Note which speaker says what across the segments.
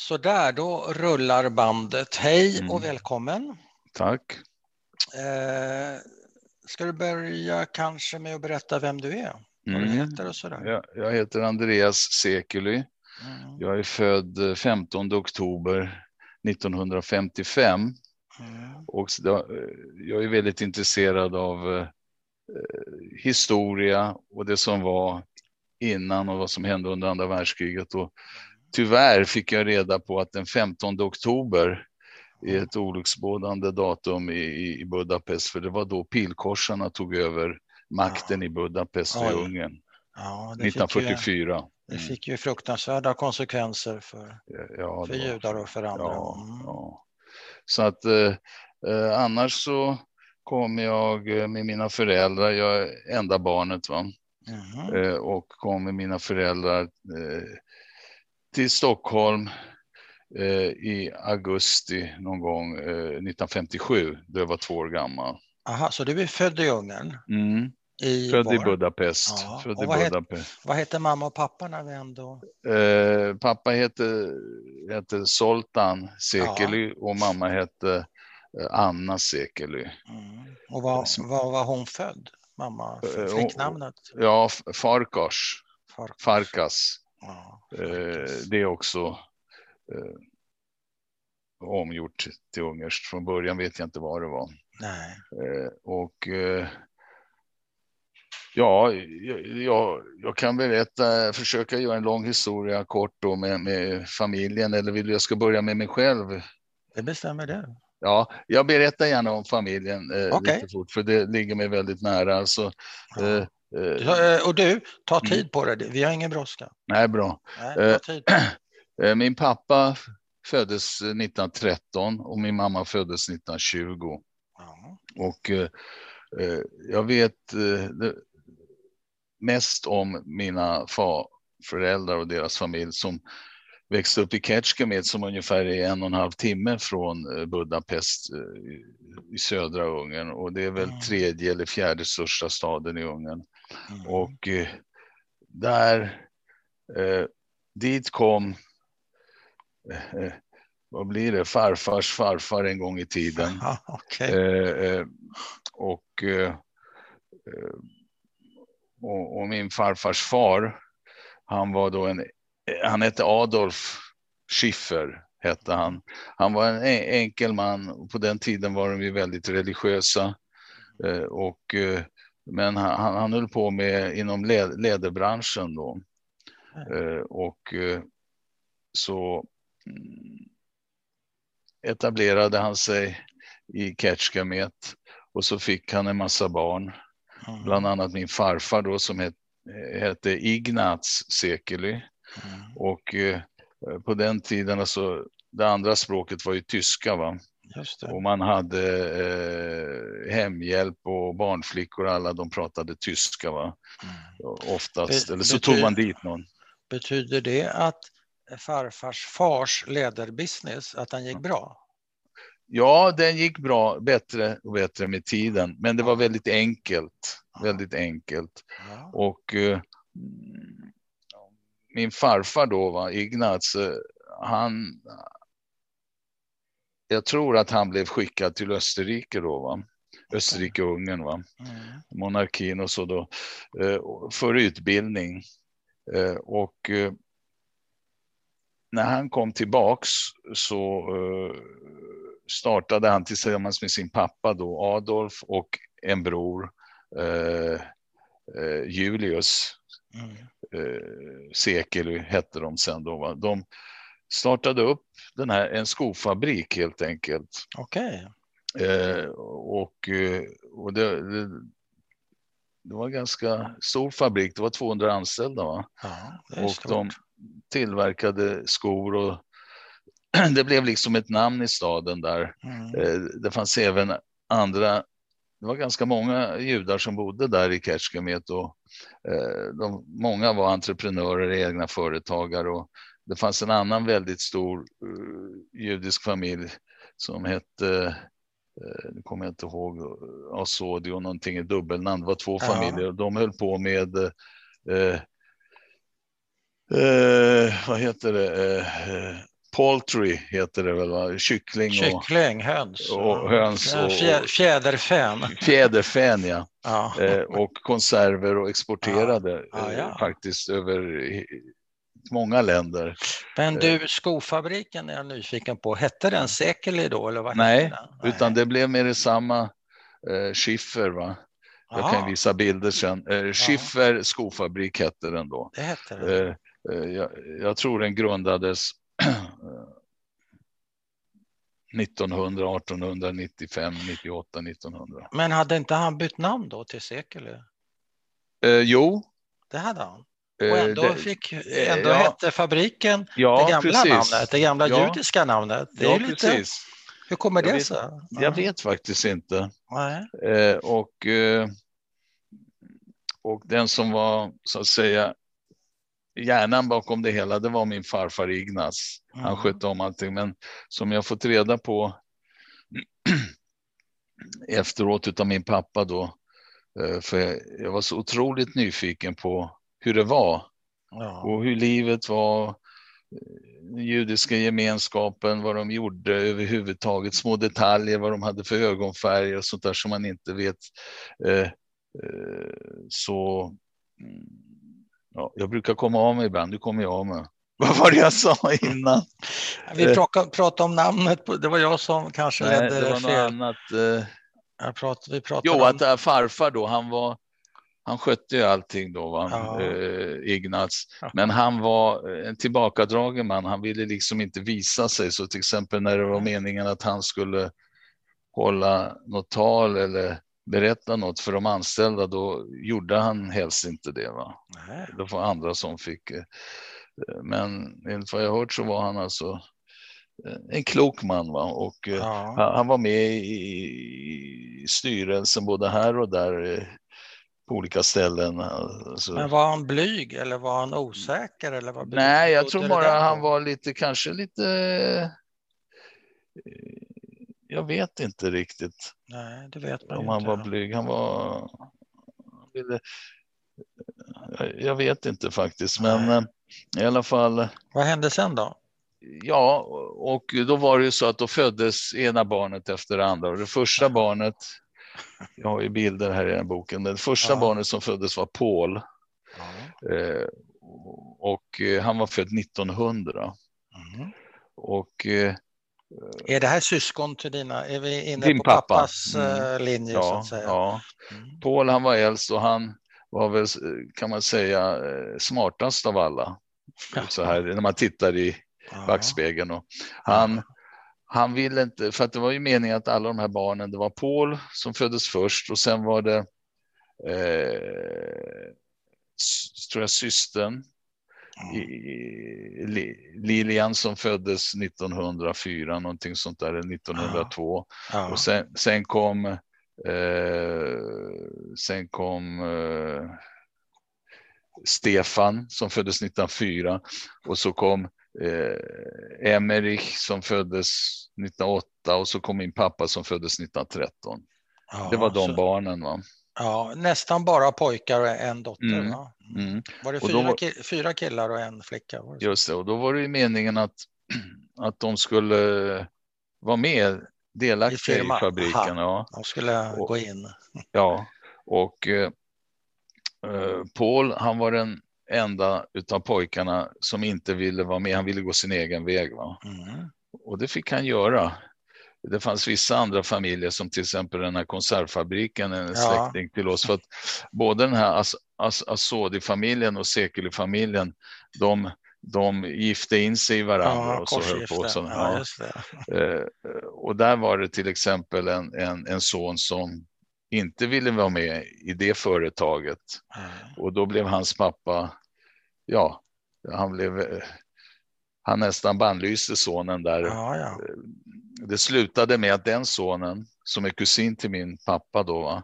Speaker 1: Så där, då rullar bandet. Hej och välkommen.
Speaker 2: Tack.
Speaker 1: Ska du börja kanske med att berätta vem du är? Vad du heter och sådär?
Speaker 2: Jag heter Andreas Sekely. Jag är född 15 oktober 1955. Och jag är väldigt intresserad av historia och det som var innan och vad som hände under andra världskriget. Och tyvärr fick jag reda på att den 15 oktober är ett olycksbådande datum i Budapest, för det var då pilkorsarna tog över makten i Budapest och i Ungern.
Speaker 1: Ja,
Speaker 2: 1944.
Speaker 1: Det fick ju fruktansvärda konsekvenser för judar och för andra.
Speaker 2: Ja. Så att annars så kom jag med mina föräldrar, jag är enda barnet va. Och kom med mina föräldrar till Stockholm i augusti någon gång 1957, då jag var 2 år gammal.
Speaker 1: Aha, så du är född i Ungern?
Speaker 2: Född i Budapest.
Speaker 1: Ja.
Speaker 2: Född
Speaker 1: och vad heter mamma och pappa när vi ändå...
Speaker 2: Pappa heter Zoltan Sekely och mamma hette Anna Sekely.
Speaker 1: Och var var hon född? Mamma fick namnet?
Speaker 2: Ja, Farkas.
Speaker 1: Ja,
Speaker 2: det är också omgjort till ungerskt. Från början vet jag inte vad det var.
Speaker 1: Nej.
Speaker 2: Jag kan försöka göra en lång historia kort då med familjen, eller vill jag ska börja med mig själv?
Speaker 1: Det bestämmer du.
Speaker 2: Ja, jag berättar gärna om familjen lite fort, för det ligger mig väldigt nära. Alltså,
Speaker 1: och du, ta tid på det. Vi har ingen brådska.
Speaker 2: Nej, bra.
Speaker 1: Nej, ta tid på det.
Speaker 2: Min pappa föddes 1913 och min mamma föddes 1920. Och jag vet mest om mina föräldrar och deras familj som växte upp i Kecskemét, som ungefär är 1,5 timme från Budapest i södra Ungern. Och det är väl 3:e eller 4:e största staden i Ungern. Och dit kom vad blir det? Farfars farfar en gång i tiden. Och min farfars far, han hette Adolf Schiffer, hette han. Han var en enkel man, och på den tiden var de ju väldigt religiösa. Men han höll på med inom läderbranschen då. Så etablerade han sig i Kecskemét och så fick han en massa barn. Bland annat min farfar då, som hette Ignaz Sekely. Och på den tiden, alltså, det andra språket var ju tyska va.
Speaker 1: Just det.
Speaker 2: Och man hade hemhjälp och barnflickor, alla de pratade tyska va. Oftast, eller så tog man dit någon.
Speaker 1: Betyder det att farfars fars läderbusiness, att den gick bra?
Speaker 2: Ja, den gick bra, bättre och bättre med tiden. Men det var väldigt enkelt. Väldigt enkelt. Och min farfar då, va, Ignaz, jag tror att han blev skickad till Österrike då, va. Österrike och Ungern, va. Monarkin och så då. För utbildning. Och när han kom tillbaks så startade han tillsammans med sin pappa då, Adolf, och en bror, Julius Sekely hette de sen då va. De startade upp en skofabrik helt enkelt. Och det var en ganska stor fabrik, det var 200 anställda va. Och de tillverkade skor och det blev liksom ett namn i staden där. Det fanns även andra, det var ganska många judar som bodde där i Kecskemét och många var entreprenörer, egna företagare, och det fanns en annan väldigt stor judisk familj som hette, nu kommer jag inte ihåg, Asodi och någonting i dubbelnamn. Det var 2 familjer och de höll på med vad heter det? poultry heter det väl, va?
Speaker 1: Kyckling, höns.
Speaker 2: Och höns och
Speaker 1: fjäderfän.
Speaker 2: Fjäderfän, ja. Och konserver och exporterade faktiskt över många länder.
Speaker 1: Men du, skofabriken är jag nyfiken på. Hette den Säkeli då? Eller vad
Speaker 2: Nej, utan det blev med detsamma Schiffer, va? Jag kan visa bilder sen. Schiffer skofabrik hette den då.
Speaker 1: Det hette den.
Speaker 2: Jag tror den grundades 1900, 1895, 98, 1900.
Speaker 1: Men hade inte han bytt namn då till Säkeli?
Speaker 2: Jo.
Speaker 1: Det hade han. Och ändå hette fabriken det gamla namnet, det gamla judiska namnet. Det är lite...
Speaker 2: precis.
Speaker 1: Hur kommer det sig?
Speaker 2: Jag vet faktiskt inte.
Speaker 1: Nej.
Speaker 2: Och den som var, så att säga, hjärnan bakom det hela, det var min farfar Ignaz. Han skötte om allting, men som jag fått reda på efteråt utav min pappa då, för jag var så otroligt nyfiken på hur det var och hur livet var, den judiska gemenskapen, vad de gjorde överhuvudtaget, små detaljer, vad de hade för ögonfärg och sånt där som man inte vet. Så jag brukar komma av mig ibland, nu kommer jag av mig. Vad var det jag sa innan?
Speaker 1: Vi pratade om namnet, det var jag som kanske ledde
Speaker 2: det var
Speaker 1: fel.
Speaker 2: Något annat.
Speaker 1: Vi pratade om...
Speaker 2: att farfar då, han skötte ju allting då, va? Ignaz. Men han var en tillbakadragen man. Han ville liksom inte visa sig. Så till exempel när det var meningen att han skulle hålla något tal eller berätta något för de anställda, då gjorde han helst inte det, va? Det var andra som fick. Men enligt vad jag hört så var han alltså en klok man, va? Och han var med i styrelsen både här och där på olika ställen. Alltså.
Speaker 1: Men var han blyg eller var han osäker? Eller vad?
Speaker 2: Nej, jag tror bara han var lite, jag vet inte riktigt.
Speaker 1: Nej, det vet man
Speaker 2: om
Speaker 1: inte.
Speaker 2: Han var blyg. Jag vet inte faktiskt. Men i alla fall.
Speaker 1: Vad hände sen då?
Speaker 2: Ja, och då var det ju så att då föddes ena barnet efter det andra. Och det första barnet, jag har ju bilder här i den boken. Det första barnet som föddes var Paul. Och han var född 1900. Och
Speaker 1: är det här syskon till dina? Är vi inne
Speaker 2: din
Speaker 1: på
Speaker 2: pappa.
Speaker 1: Pappas linje så att säga?
Speaker 2: Ja. Paul, han var äldst och han var väl, kan man säga, smartast av alla. Så här, när man tittar i backspegeln. Och han ville inte, för att det var ju meningen att alla de här barnen, det var Paul som föddes först och sen var det tror jag systern Lilian som föddes 1904, någonting sånt där, 1902. Och sen kom Stefan som föddes 1904 och så kom Emmerich som föddes 1908 och så kom min pappa som föddes 1913. Det var de barnen, va?
Speaker 1: Ja, nästan bara pojkar och en dotter. Va? Var det fyra killar och en flicka? Var det
Speaker 2: just det, och då var det ju meningen att de skulle vara med delaktiga i fabriken.
Speaker 1: De skulle gå in.
Speaker 2: Ja, och Paul, han var den enda utav pojkarna som inte ville vara med. Han ville gå sin egen väg, va? Och det fick han göra. Det fanns vissa andra familjer som till exempel den här konservfabriken, en släkting till oss. För att både den här Asodi-familjen och Sekeli-familjen, de gifte in sig i varandra och så höll på. Och där var det till exempel en son som inte ville vara med i det företaget. Och då blev hans pappa, han nästan bannlyste sonen där. Det slutade med att den sonen, som är kusin till min pappa då, va?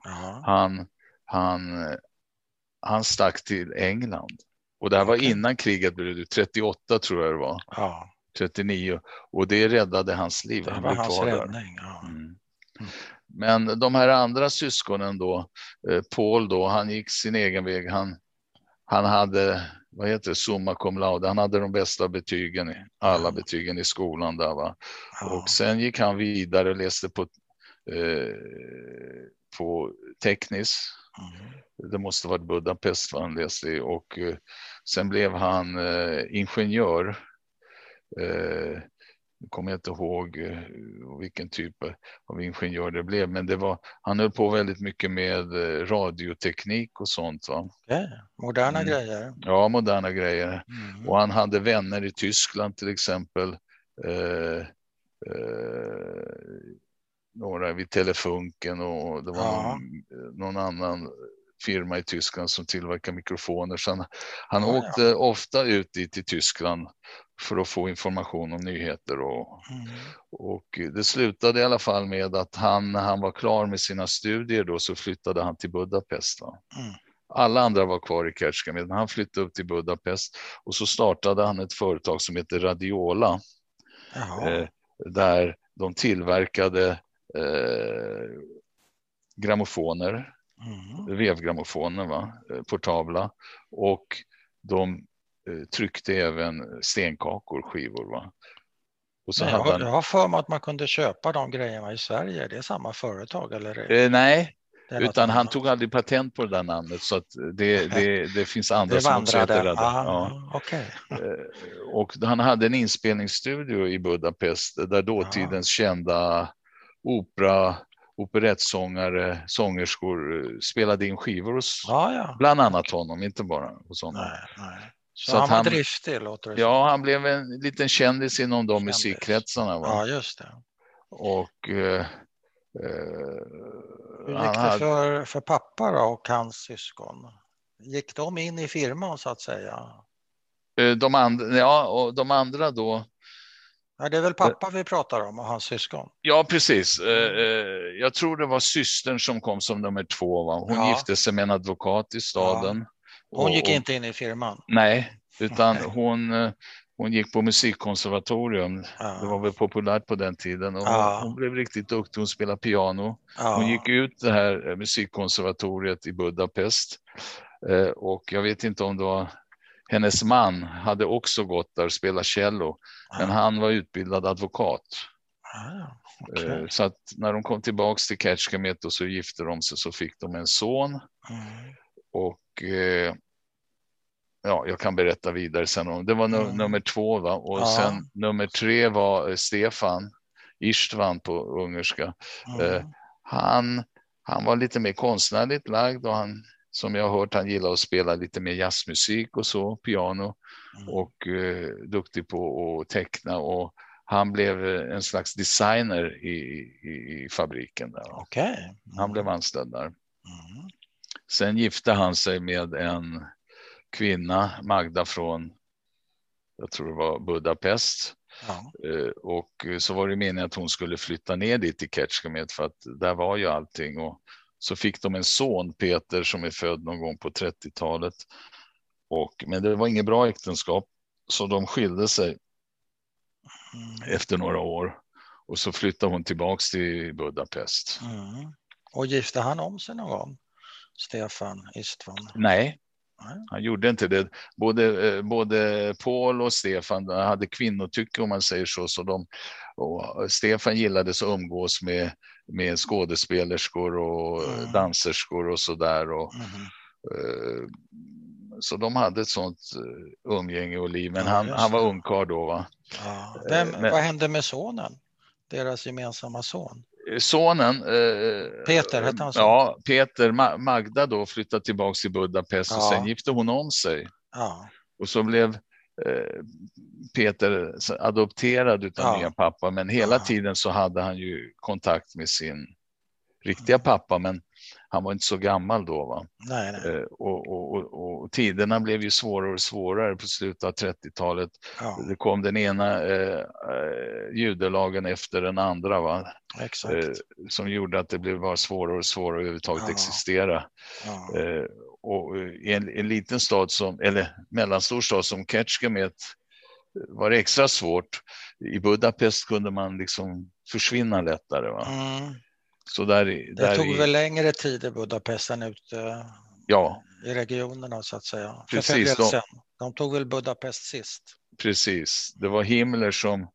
Speaker 2: Han stack till England. Och det här var innan kriget blev 38 tror jag det var. 39. Och det räddade hans liv.
Speaker 1: Det var hans räddning.
Speaker 2: Men de här andra syskonen då, Paul då, han gick sin egen väg. Han hade vad heter det, summa cum laude. Han hade de bästa betygen, alla betygen i skolan där, va. Och sen gick han vidare och läste på teknisk. Det måste varit Budapest vad han läste i. Och sen blev han ingenjör. Nu kommer jag inte ihåg vilken typ av ingenjör det blev, men han höll på väldigt mycket med radioteknik och sånt, va?
Speaker 1: Okay. Moderna grejer.
Speaker 2: Ja, moderna grejer. Och han hade vänner i Tyskland till exempel. Några vid Telefunken, och det var någon annan firma i Tyskland som tillverkar mikrofoner. Så han åkte ofta ut dit i Tyskland för att få information om nyheter. Och det slutade i alla fall med att när han var klar med sina studier då, så flyttade han till Budapest. Alla andra var kvar i Kecskemét, men han flyttade upp till Budapest och så startade han ett företag som heter Radiola. Där de tillverkade grammofoner, vevgrammofoner, va? Portabla, och de tryckte även stenkakor, skivor, va? Och så
Speaker 1: jag har för mig att man kunde köpa de grejerna i Sverige. Det är samma företag, eller?
Speaker 2: Nej, utan han tog aldrig patent på det där namnet, så att det finns andra som också heter det.
Speaker 1: Okay.
Speaker 2: Och han hade en inspelningsstudio i Budapest där dåtidens kända operettsångare, sångerskor spelade in skivor hos bland annat honom, inte bara hos honom.
Speaker 1: Nej. Så han var driftig, låter det.
Speaker 2: Ja, han blev en liten kändis inom de musikkretsarna, va?
Speaker 1: Ja, just det.
Speaker 2: Och
Speaker 1: hur gick det för pappa då och hans syskon? Gick de in i firman så att säga?
Speaker 2: De andra då.
Speaker 1: Ja, det är väl pappa vi pratar om och hans syskon.
Speaker 2: Ja, precis. Jag tror det var systern som kom som nummer 2. Va? Hon gifte sig med en advokat i staden.
Speaker 1: Hon gick inte in i firman?
Speaker 2: Nej, utan hon gick på musikkonservatorium. Det var väl populärt på den tiden. Och hon blev riktigt duktig. Hon spelade piano. Hon gick ut det här musikkonservatoriet i Budapest. Och jag vet inte om det var... Hennes man hade också gått där och spelat cello. Men han var utbildad advokat.
Speaker 1: Okay.
Speaker 2: Så att när de kom tillbaka till Kecskemét och så gifte de sig, så fick de en son. Och jag kan berätta vidare sen om. Det var nummer 2, va? Och sen nummer 3 var Stefan Istvan på ungerska. Han var lite mer konstnärligt lagd, och han, som jag har hört, han gillar att spela lite mer jazzmusik och så, piano, och duktig på att teckna, och han blev en slags designer i fabriken där.
Speaker 1: Okay.
Speaker 2: Han blev anställd där. Sen gifte han sig med en kvinna, Magda, från, jag tror det var Budapest. Och så var det meningen att hon skulle flytta ner dit till Kecskemét, för att där var ju allting. Och så fick de en son, Peter, som är född någon gång på 30-talet. Men det var inget bra äktenskap, så de skilde sig efter några år. Och så flyttade hon tillbaks till Budapest.
Speaker 1: Och gifte han om sig någon gång, Stefan Istvan?
Speaker 2: Nej, han gjorde inte det. Både Paul och Stefan hade kvinnotycke, om man säger så. Och Stefan gillade så umgås med skådespelerskor och danserskor och sådär. Så de hade ett sånt umgänge och liv. Men han var ungkarl då, va?
Speaker 1: Vad hände med sonen? Deras gemensamma son?
Speaker 2: Sonen,
Speaker 1: Peter hette han så?
Speaker 2: Ja, Peter. Magda då flyttade tillbaka till Budapest och sen gifte hon om sig. Och så blev Peter adopterad utav nya pappa, men hela tiden så hade han ju kontakt med sin riktiga pappa, men han var inte så gammal då, va?
Speaker 1: Nej.
Speaker 2: Och tiderna blev ju svårare och svårare på slutet av 30-talet. Det kom den ena judelagen efter den andra, va?
Speaker 1: Exakt.
Speaker 2: Som gjorde att det blev bara svårare och svårare att överhuvudtaget existera. Och i en liten stad eller mellanstor stad som Kecskemét var det extra svårt. I Budapest kunde man liksom försvinna lättare, va? Så det
Speaker 1: tog väl längre tid i Budapest än ute i regionerna, så att säga.
Speaker 2: Precis,
Speaker 1: De tog väl Budapest sist.
Speaker 2: Precis. Det var Himmler som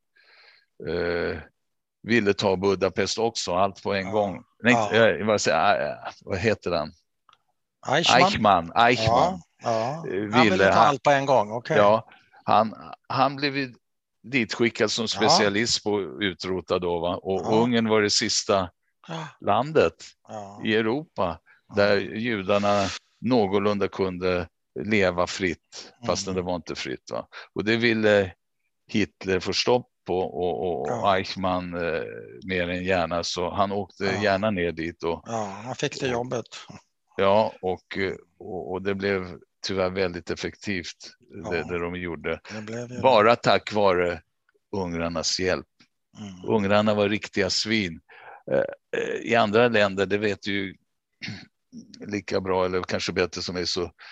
Speaker 2: ville ta Budapest också, allt på en gång. Nej, vad heter han? Eichmann.
Speaker 1: Ja. Han ville ta allt på en gång, okej.
Speaker 2: Ja, han blev ditskickad som specialist på att utrota då, va? Och Ungern var det sista landet i Europa där judarna någorlunda kunde leva fritt, fastän det var inte fritt, va? Och det ville Hitler få stopp på, och Eichmann mer än gärna, så han åkte gärna ner dit.
Speaker 1: Han fick det jobbet.
Speaker 2: Ja, och det blev tyvärr väldigt effektivt, det de gjorde. Bara tack vare ungrarnas hjälp. Ungrarna var riktiga svin. I andra länder, det vet du ju lika bra eller kanske bättre som mig,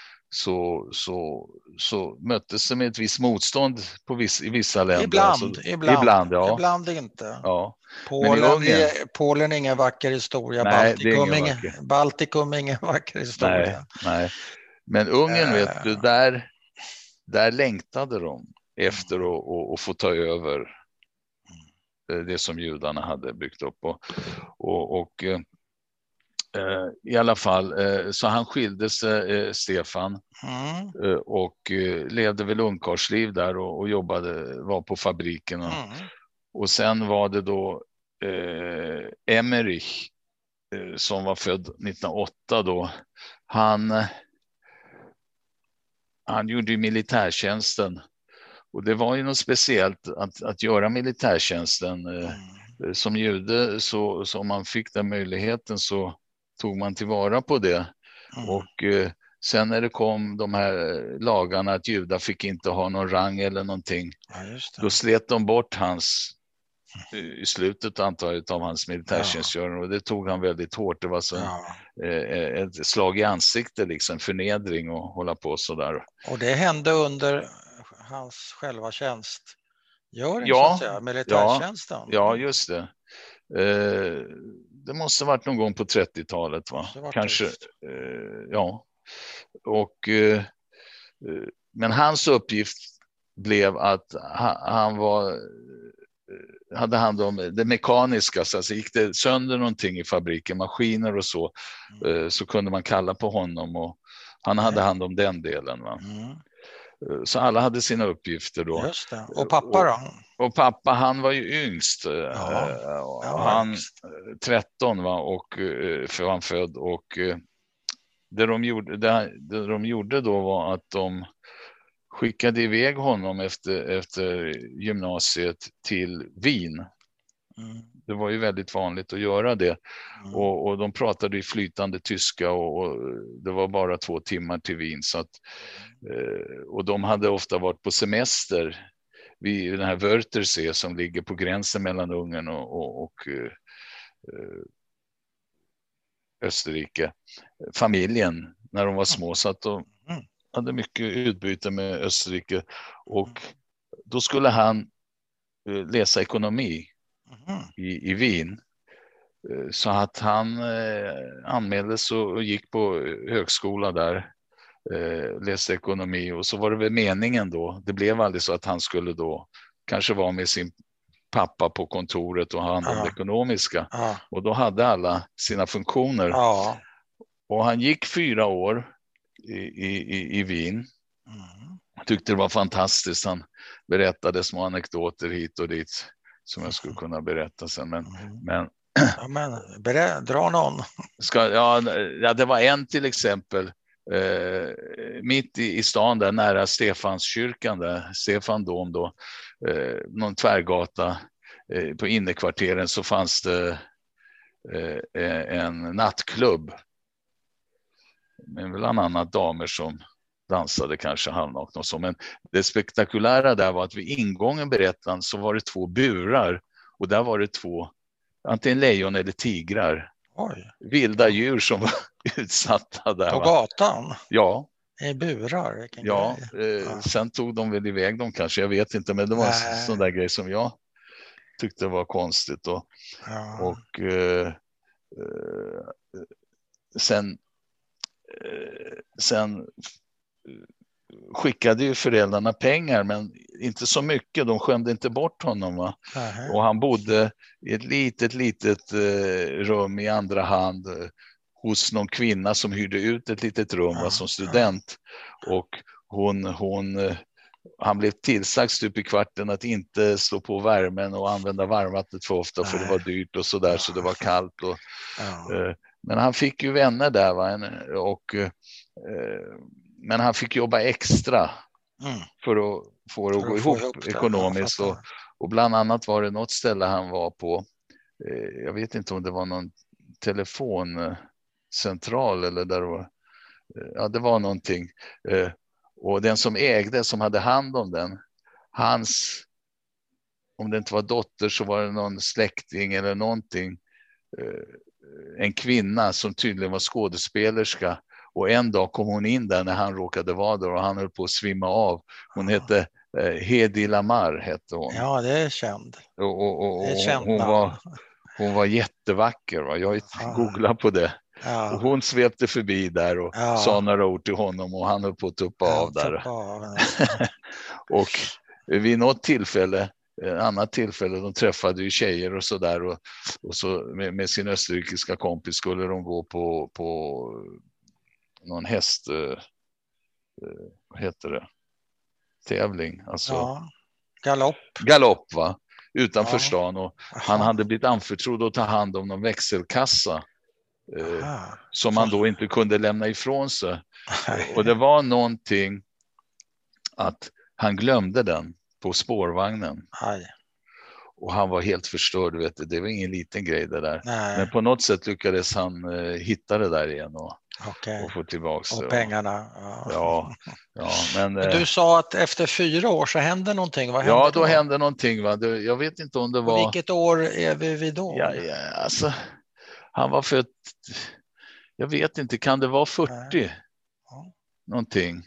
Speaker 2: så möttes det med ett visst motstånd i vissa länder.
Speaker 1: Ibland inte.
Speaker 2: Ja.
Speaker 1: Polen är ingen vacker historia.
Speaker 2: Nej,
Speaker 1: Baltikum är ingen vacker historia.
Speaker 2: Nej. Men Ungern, vet du, där längtade de efter att få ta över det som judarna hade byggt upp. Och i alla fall, så han skilde sig, Stefan, och levde väl ungkarlsliv där och var på fabriken. Och sen var det då Emmerich, som var född 1908 då. Han gjorde ju militärtjänsten, och det var ju något speciellt att göra militärtjänsten. Som jude, så om man fick den möjligheten så tog man tillvara på det. Och sen när det kom de här lagarna att judar fick inte ha någon rang eller någonting, då slet de bort hans i slutet antaget av hans militärtjänstgöring, och det tog han väldigt hårt. Det var så ett slag i ansiktet, liksom förnedring och hålla på så där.
Speaker 1: Och det hände under hans själva tjänstgöring, så att säga, militärtjänsten.
Speaker 2: Ja, just det. Det måste ha varit någon gång på 30-talet, va? Kanske. Men hans uppgift blev att han hade hand om det mekaniska, så alltså gick det sönder någonting i fabriken, maskiner och så kunde man kalla på honom, och han hade hand om den delen, va? Så alla hade sina uppgifter då.
Speaker 1: Just det. Och pappa då?
Speaker 2: Och pappa, han var ju yngst. Han 13, va, och för han född, och det de gjorde då var att de skickade iväg honom efter gymnasiet till Wien. Det var ju väldigt vanligt att göra det. Och de pratade i flytande tyska, och det var bara 2 timmar till Wien. Så att, och de hade ofta varit på semester vid den här Wörthersee som ligger på gränsen mellan Ungern och Österrike. Familjen, när de var små, så att de hade mycket utbyte med Österrike, och då skulle han läsa ekonomi i Wien, så att han anmäldes och gick på högskola där, läste ekonomi, och så var det väl meningen då, det blev aldrig så, att han skulle då kanske vara med sin pappa på kontoret och ha hand om det ekonomiska, och då hade alla sina funktioner, och han gick 4 år i Wien. Tyckte det var fantastiskt. Han berättade små anekdoter hit och dit som jag skulle kunna berätta sen,
Speaker 1: dra någon.
Speaker 2: Det var en till exempel mitt i stan där, nära Stefanskyrkan där, Stefan Dom då, någon tvärgata på innerkvarteren, så fanns det en nattklubb med bland annat damer som dansade kanske halvnakna och så. Men det spektakulära där var att vid ingången berättan så var det 2 burar, och där var det 2 antingen lejon eller tigrar.
Speaker 1: Oj.
Speaker 2: Vilda djur som var utsatta där.
Speaker 1: På gatan?
Speaker 2: Ja.
Speaker 1: I burar?
Speaker 2: Sen tog de väl iväg dem kanske, jag vet inte, men det var en sån där grej som jag tyckte var konstigt. Och sen skickade ju föräldrarna pengar, men inte så mycket. De skämde inte bort honom. Va? Och han bodde i ett litet rum i andra hand hos någon kvinna som hyrde ut ett litet rum som student. Och han blev tillsagd stup i kvarten att inte slå på värmen och använda varmvattnet för ofta, för det var dyrt och sådär, så det var kallt. Men han fick ju vänner där, va? Men han fick jobba extra för att få det att gå ihop ekonomiskt. Och bland annat var det något ställe han var på, jag vet inte om det var någon telefoncentral eller där det var, det var någonting. Och den som hade hand om den, om det inte var dotter så var det någon släkting eller någonting, en kvinna som tydligen var skådespelerska. Och en dag kom hon in där när han råkade vara där och han höll på att svimma av. Hon hette Hedi Lamar hette hon.
Speaker 1: Ja, det är känd.
Speaker 2: Hon var jättevacker. Va? Jag googlade på det. Ja. Och hon svepte förbi där och sa några ord till honom och han höll på att tuppa av där. Och vid något tillfälle, annat tillfälle, de träffade ju tjejer och sådär. Och så med sin österrikiska kompis skulle de gå på någon häst, vad heter det? Tävling. Alltså, Galopp, va? Utanför stan. Och han hade blivit anförtrodd att ta hand om någon växelkassa. Som man då inte kunde lämna ifrån sig. Och det var någonting att han glömde den på spårvagnen. Och han var helt förstörd, vet du. Det var ingen liten grej det där. Men på något sätt lyckades han hitta det där igen och få tillbaka det.
Speaker 1: Och pengarna.
Speaker 2: Ja, men
Speaker 1: du sa att efter 4 år så hände någonting. Vad hände
Speaker 2: då? Hände någonting. Va? Jag vet inte om det var...
Speaker 1: Vilket år är vi då?
Speaker 2: Ja, alltså... Han var född, jag vet inte, kan det vara 40? Någonting.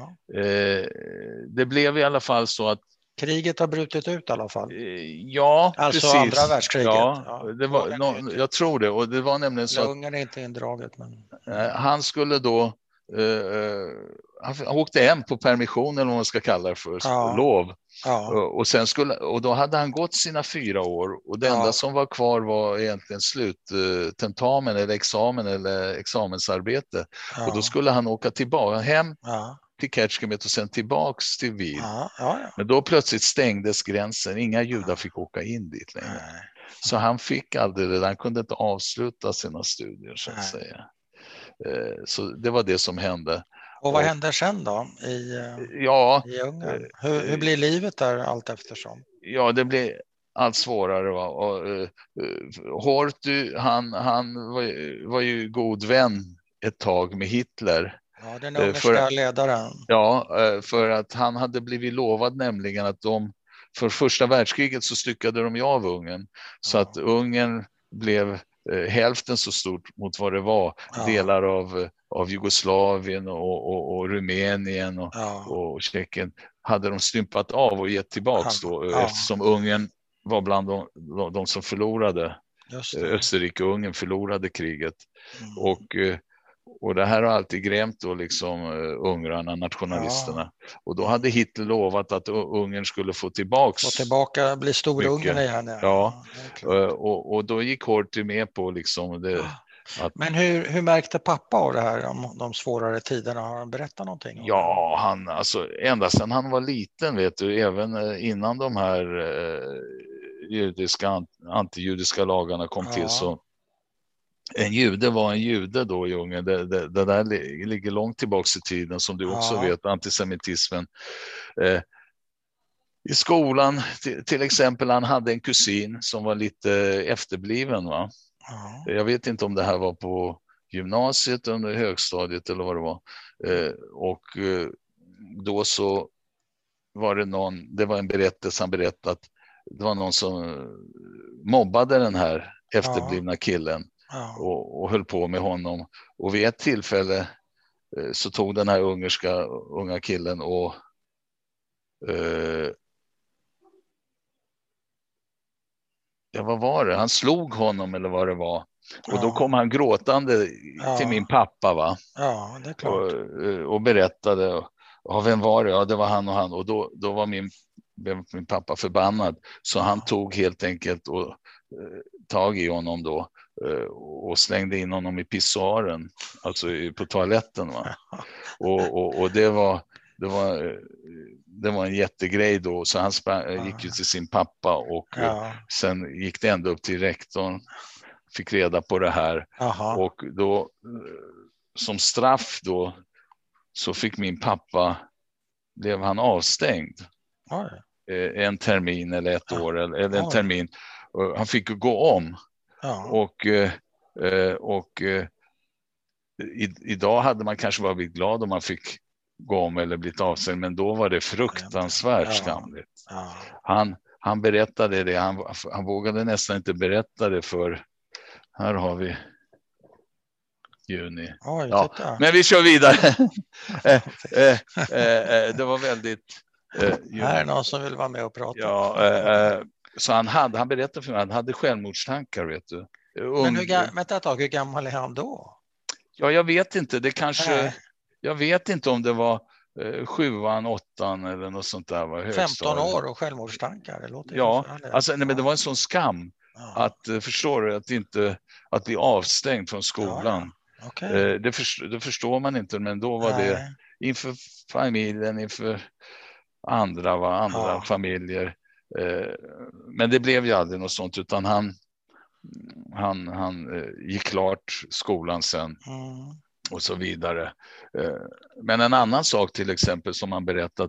Speaker 2: Det blev i alla fall så att...
Speaker 1: Kriget har brutit ut i alla fall.
Speaker 2: Ja,
Speaker 1: alltså
Speaker 2: precis.
Speaker 1: Andra världskriget.
Speaker 2: Det var, jag tror det. Och det var nämligen så
Speaker 1: Ungern är inte indraget. Men...
Speaker 2: han skulle då... han åkte hem på permission eller vad man ska kalla det för, lov. Och då hade han gått sina 4 år och det enda som var kvar var egentligen sluttentamen eller examen eller examensarbete. Och då skulle han åka tillbaka hem till Kecskemét och sen tillbaks till Wien. Men då plötsligt stängdes gränsen, inga judar fick åka in dit längre. Så han fick aldrig det, han kunde inte avsluta sina studier så att säga. Så det var det som hände.
Speaker 1: Och vad hände sen då i Ungern? Hur blir livet där allt eftersom?
Speaker 2: Ja, det blir allt svårare. Va? Och Horthy, han var ju god vän ett tag med Hitler.
Speaker 1: Ja, den ungerska ledaren.
Speaker 2: Ja, för att han hade blivit lovad nämligen att för första världskriget så styckade de av Ungern. Så att Ungern blev hälften så stort mot vad det var. Delar av Jugoslavien och Rumänien och Tjeckien hade de stympat av och gett tillbaks då, eftersom Ungern var bland de som förlorade. Österrike och Ungern förlorade kriget. Och det här har alltid grämt då liksom ungrarna, nationalisterna. Och då hade Hitler lovat att Ungern skulle få tillbaka
Speaker 1: bli stor Ungern igen.
Speaker 2: Och då gick Horthy med på liksom det.
Speaker 1: Men hur märkte pappa av det här om de svårare tiderna? Har han berättat någonting?
Speaker 2: Ja, ända sedan han var liten, vet du, även innan de här antijudiska lagarna kom till, så en jude var en jude då i Ungern. Det där ligger långt tillbaka i tiden, som du också vet, antisemitismen. I skolan till exempel, han hade en kusin som var lite efterbliven, va? Jag vet inte om det här var på gymnasiet under högstadiet eller vad det var. Då så var det var en berättelse han berättade att det var någon som mobbade den här efterblivna killen och höll på med honom. Och vid ett tillfälle så tog den här unga killen och vad var det? Han slog honom eller vad det var. Och då kom han gråtande till min pappa, va?
Speaker 1: Ja, det är klart.
Speaker 2: Och berättade. Ja, vem var det? Ja, det var han och han. Och då var min pappa förbannad. Så han tog helt enkelt och tag i honom då och slängde in honom i pissoaren, alltså på toaletten. Va? Och det var en jättegrej då. Så han gick ju till sin pappa och sen gick det ända upp till rektorn. Fick reda på det här. Och då som straff då så fick min pappa, blev han avstängd. En termin eller ett år eller en termin. Han fick gå om. Och idag hade man kanske bara blivit glad om man fick gå om eller blivit avstängd, men då var det fruktansvärt skamligt. Han berättade det, han vågade nästan inte berätta det för, här har vi juni. Men vi kör vidare. Det var väldigt
Speaker 1: här är någon som vill vara med och prata.
Speaker 2: Så han berättade för mig, han hade självmordstankar, vet du.
Speaker 1: Men hur gammal är han då?
Speaker 2: Ja, jag vet inte. Det kanske, jag vet inte om det var 7:an, 8:an eller något sånt där. Var
Speaker 1: 15 år och självmordstankar. Det låter
Speaker 2: men det var en sån skam att, förstår du, att bli avstängd från skolan. Det förstår man inte, men då var det inför familjen, inför andra familjer. Men det blev ju aldrig något sånt, utan han gick klart skolan sen och så vidare. Men en annan sak till exempel som han berättat,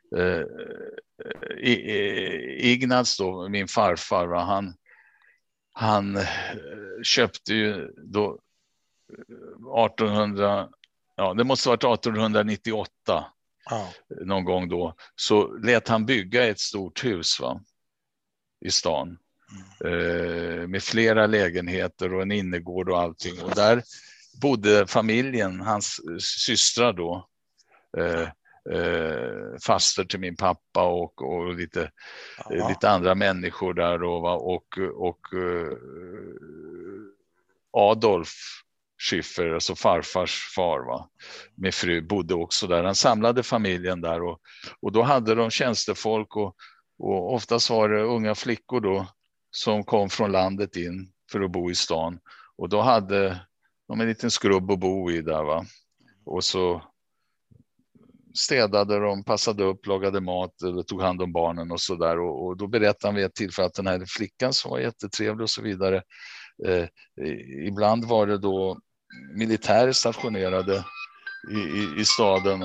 Speaker 2: Ignaz då, min farfar, han köpte ju då det måste ha varit 1898 någon gång då, så lät han bygga ett stort hus i stan med flera lägenheter och en innergård och allting, och där bodde familjen, hans systrar då, faster till min pappa och lite andra människor där och Adolf Schiffer, alltså farfars far, med fru, bodde också där. Han samlade familjen där och då hade de tjänstefolk och oftast var det unga flickor då som kom från landet in för att bo i stan, och då hade de en liten skrubb att bo i där, och så städade de, passade upp, lagade mat eller tog hand om barnen och så där, och då berättade han vid ett tillfälle att den här flickan som var jättetrevlig och så vidare, ibland var det då militärer stationerade i staden,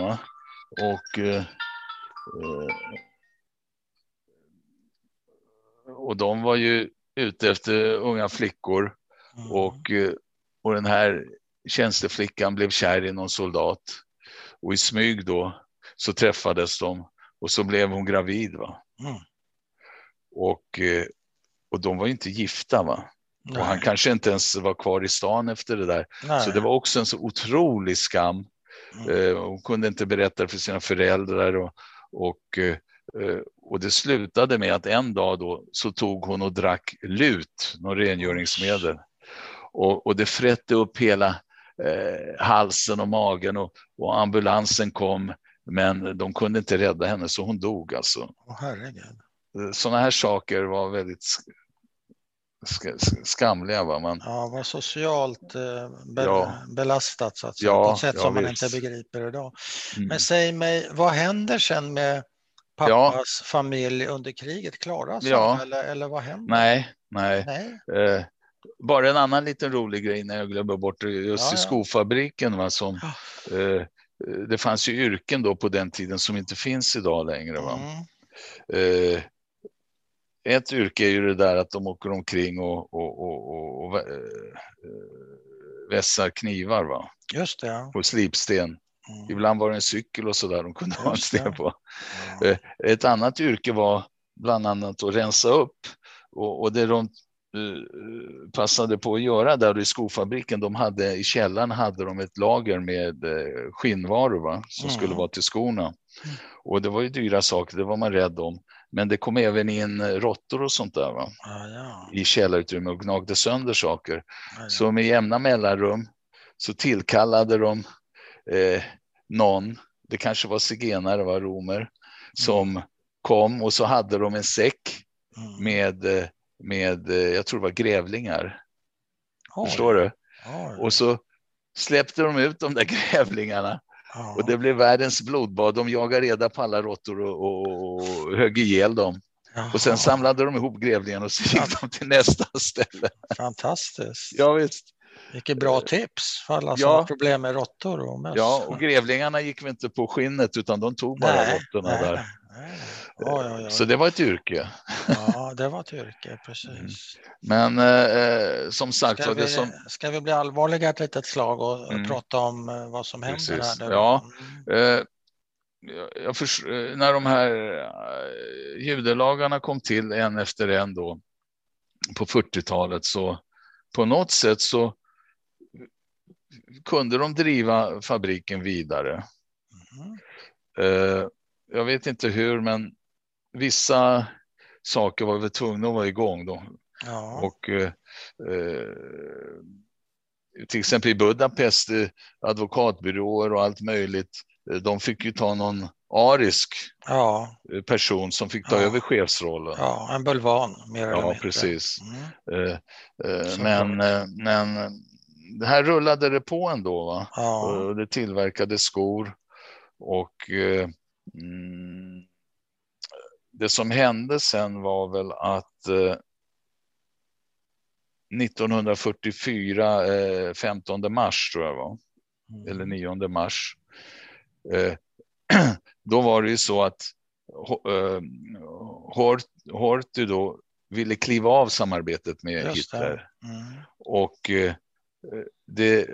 Speaker 2: och de var ju ute efter unga flickor, och den här tjänsteflickan blev kär i någon soldat, och i smyg då så träffades de och så blev hon gravid, och de var ju inte gifta, Nej. Och han kanske inte ens var kvar i stan efter det där. Nej. Så det var också en så otrolig skam. Hon kunde inte berätta för sina föräldrar och det slutade med att en dag då så tog hon och drack lut, någon rengöringsmedel. Och det frätte upp hela halsen och magen och ambulansen kom, men de kunde inte rädda henne, så hon dog alltså.
Speaker 1: Herregud.
Speaker 2: Sådana här saker var väldigt skamliga,
Speaker 1: var socialt belastat så att säga, på ett sätt som man inte begriper idag. Men säg mig, vad händer sen med pappas familj under kriget? Klaras eller vad händer?
Speaker 2: Nej. Bara en annan liten rolig grej när jag glömmer bort det, just i skofabriken, det fanns ju yrken då på den tiden som inte finns idag längre, ett yrke är ju det där att de åker omkring och vässar knivar,
Speaker 1: Just det,
Speaker 2: på slipsten. Ibland var det en cykel och så där de kunde ha en sten på. Ett annat yrke var bland annat att rensa upp, och det de passade på att göra där i skofabriken, i källaren hade de ett lager med skinnvaror som skulle vara till skorna. Och det var ju dyra saker, det var man rädd om. Men det kom även in råttor och sånt där i källarutrymme och gnagde sönder saker. Så med jämna mellanrum så tillkallade de någon, det kanske var zigenare, var romer, som kom och så hade de en säck med jag tror det var grävlingar. Förstår du? Och så släppte de ut de där grävlingarna. Och det blev världens blodbad. De jagade reda på alla råttor och högg ihjäl dem. Och sen samlade de ihop grävlingarna och så gick de till nästa ställe.
Speaker 1: Fantastiskt.
Speaker 2: Ja, visst.
Speaker 1: Vilket bra tips för alla som har problem med råttor och möss.
Speaker 2: Ja, och grävlingarna gick vi inte på skinnet utan de tog bara råttorna där. Så det var ett yrke.
Speaker 1: Ja, det var ett yrke, precis.
Speaker 2: Men som sagt...
Speaker 1: Ska vi bli allvarliga ett litet slag och prata om vad som händer här?
Speaker 2: Ja, när de här judelagarna kom till en efter en då på 40-talet, så på något sätt så kunde de driva fabriken vidare. Jag vet inte hur, men vissa saker var vi tvungna att vara igång då. Och till exempel i Budapest, advokatbyråer och allt möjligt, de fick ju ta någon arisk person som fick ta över chefsrollen.
Speaker 1: Ja, en bulvan mer eller mindre.
Speaker 2: Ja, precis. Men det här rullade det på ändå, va? Och det tillverkade skor och det som hände sen var väl att 1944, 15 mars tror jag var, eller 9 mars, då var det ju så att Horthy då ville kliva av samarbetet med Hitler. Och det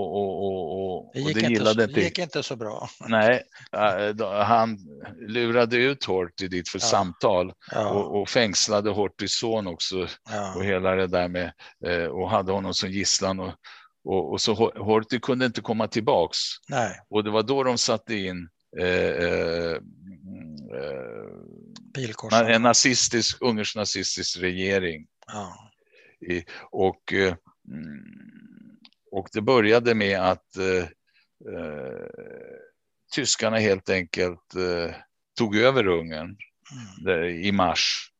Speaker 1: gick inte så bra.
Speaker 2: Nej, han lurade ut Horthy dit för samtal och fängslade Horthys son också och hela det där med och hade honom som gisslan och så Horthy kunde inte komma tillbaks.
Speaker 1: Nej.
Speaker 2: Och det var då de satte in en ungersk nazistisk regering. Och det började med att tyskarna helt enkelt tog över Ungern i mars.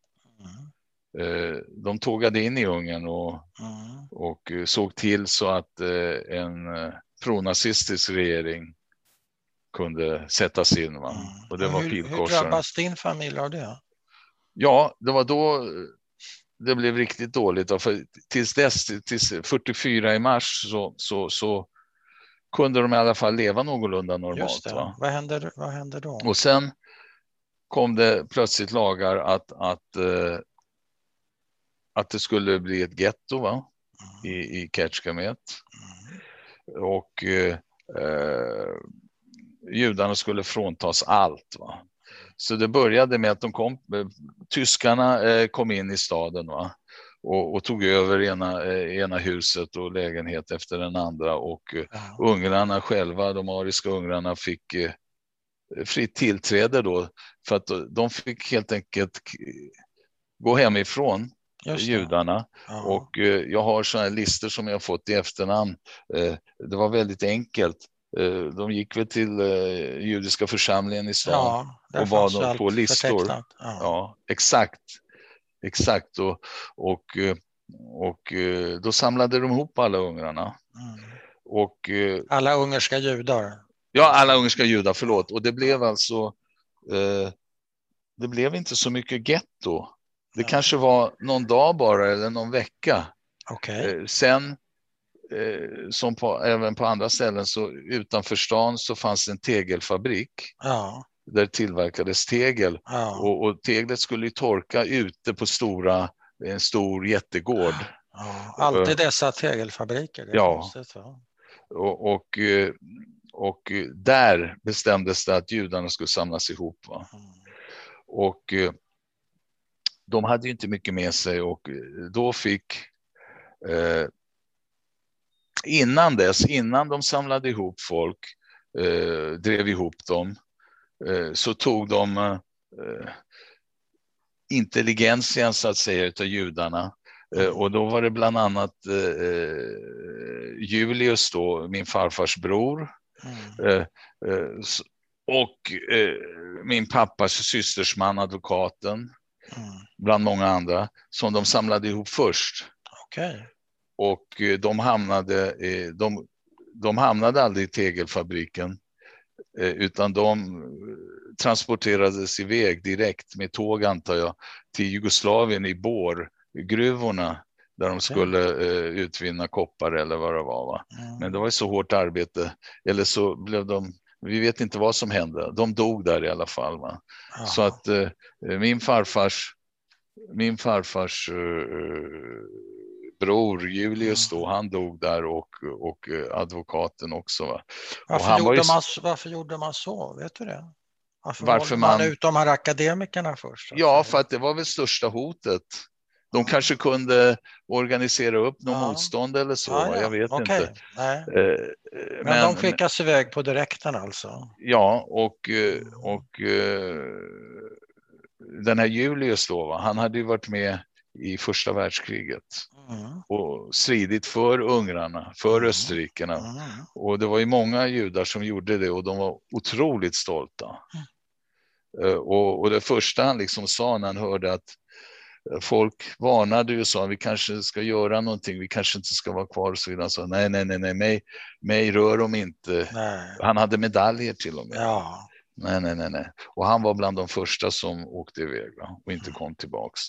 Speaker 2: De tågade in i Ungern och såg till så att en pronazistisk regering kunde sättas in. Och det var pilkorsaren.
Speaker 1: Hur drabbas din familj av det?
Speaker 2: Ja, det var då det blev riktigt dåligt. För tills 44 i mars så kunde de i alla fall leva någorlunda normalt.
Speaker 1: Just det.
Speaker 2: Va?
Speaker 1: Vad hände då?
Speaker 2: Och sen kom det plötsligt lagar att det skulle bli ett getto, va? I Kecskemét. Och judarna skulle fråntas allt, va? Så det började med att tyskarna kom in i staden, va? Och tog över ena huset och lägenhet efter den andra, och ungrarna själva, de ariska ungrarna, fick fritt tillträde då, för att de fick helt enkelt gå hemifrån, judarna. Och jag har såna här listor som jag har fått i efternamn. Det var väldigt enkelt. De gick väl till judiska församlingen i stan och var de på listor. Ja, exakt. Och då samlade de ihop alla ungrarna. Och
Speaker 1: alla ungerska judar.
Speaker 2: Ja, alla ungerska judar, förlåt. Och det blev alltså det blev inte så mycket getto. Det kanske var någon dag bara eller någon vecka. Sen som även på andra ställen, så utanför stan så fanns en tegelfabrik där tillverkades tegel, och teglet skulle ju torka ute på en stor jättegård.
Speaker 1: Alltid dessa tegelfabriker.
Speaker 2: Och där bestämdes det att judarna skulle samlas ihop, va? Och de hade ju inte mycket med sig, och då fick innan de samlade ihop folk, drev ihop dem, så tog de intelligentian så att säga utav judarna, och då var det bland annat Julius då, min farfars bror, Och min pappas systersman, advokaten, bland många andra, som de samlade ihop först.
Speaker 1: Okay.
Speaker 2: Och de hamnade aldrig i tegelfabriken, utan de transporterades iväg direkt med tåg, antar jag, till Jugoslavien i borgruvorna där de skulle utvinna koppar eller vad det var. Va? Men det var ju så hårt arbete, eller så blev de, vi vet inte vad som hände, de dog där i alla fall. Va? Så att min farfars bror Julius då, han dog där och advokaten också. Va?
Speaker 1: Varför gjorde man så? Vet du det? Varför man ut de här akademikerna först?
Speaker 2: Ja, för att det var väl största hotet. De kanske kunde organisera upp någon motstånd eller så. Jag vet inte.
Speaker 1: Nej. Men de skickas iväg på direkten alltså?
Speaker 2: Ja, och den här Julius då, va? Han hade ju varit med i första världskriget och stridit för ungrarna, för österrikerna. Och det var ju många judar som gjorde det och de var otroligt stolta. Och det första han liksom sa när han hörde att folk varnade ju och sa vi kanske ska göra någonting, vi kanske inte ska vara kvar och så vidare. Han sa nej, mig rör de inte. Nej. Han hade medaljer till och med.
Speaker 1: Ja.
Speaker 2: Nej. Och han var bland de första som åkte iväg, va? Och inte kom tillbaks.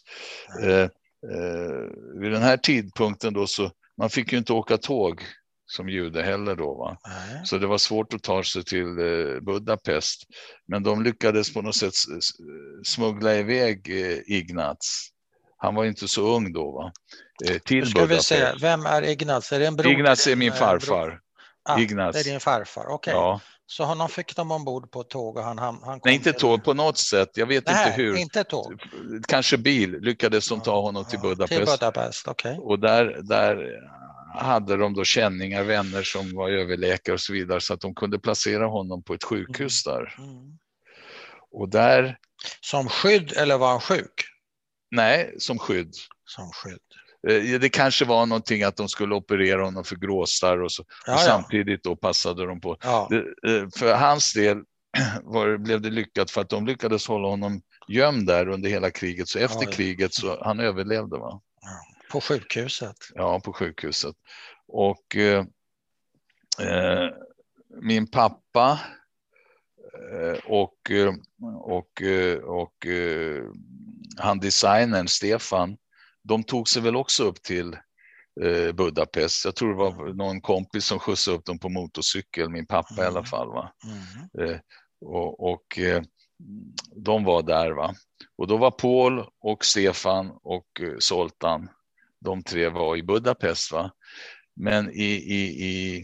Speaker 2: Vid den här tidpunkten då så, man fick ju inte åka tåg som jude heller då, va? Så det var svårt att ta sig till Budapest. Men de lyckades på något sätt smuggla iväg Ignaz. Han var inte så ung då, va? Till
Speaker 1: ska
Speaker 2: Budapest.
Speaker 1: Vi se, vem är Ignaz? Är det en bror?
Speaker 2: Ignaz är min farfar. Ignaz.
Speaker 1: Det är din farfar, okej. Ja. Så honom fick de ombord på ett tåg och han kom.
Speaker 2: Nej, inte tåg på något sätt. Jag vet inte hur.
Speaker 1: Inte tåg.
Speaker 2: Kanske bil lyckades de ta honom till Budapest.
Speaker 1: Till Budapest, okej.
Speaker 2: Och där hade de då känningar, vänner som var överläkare och så vidare, så att de kunde placera honom på ett sjukhus där. Och där...
Speaker 1: Som skydd eller var han sjuk?
Speaker 2: Nej, som skydd.
Speaker 1: Som skydd.
Speaker 2: Det kanske var någonting att de skulle operera honom för gråstarr och så. Och samtidigt då passade de på. Ja. För hans del blev det lyckat för att de lyckades hålla honom gömd där under hela kriget. Så efter kriget så han överlevde, va?
Speaker 1: Ja. På sjukhuset?
Speaker 2: Ja, på sjukhuset. Och min pappa och han designern Stefan, de tog sig väl också upp till Budapest. Jag tror det var någon kompis som skjutsade upp dem på motorcykel, min pappa i alla fall, va? Och de var där, va? Och då var Paul och Stefan och Zoltan, de tre var i Budapest, va? Men i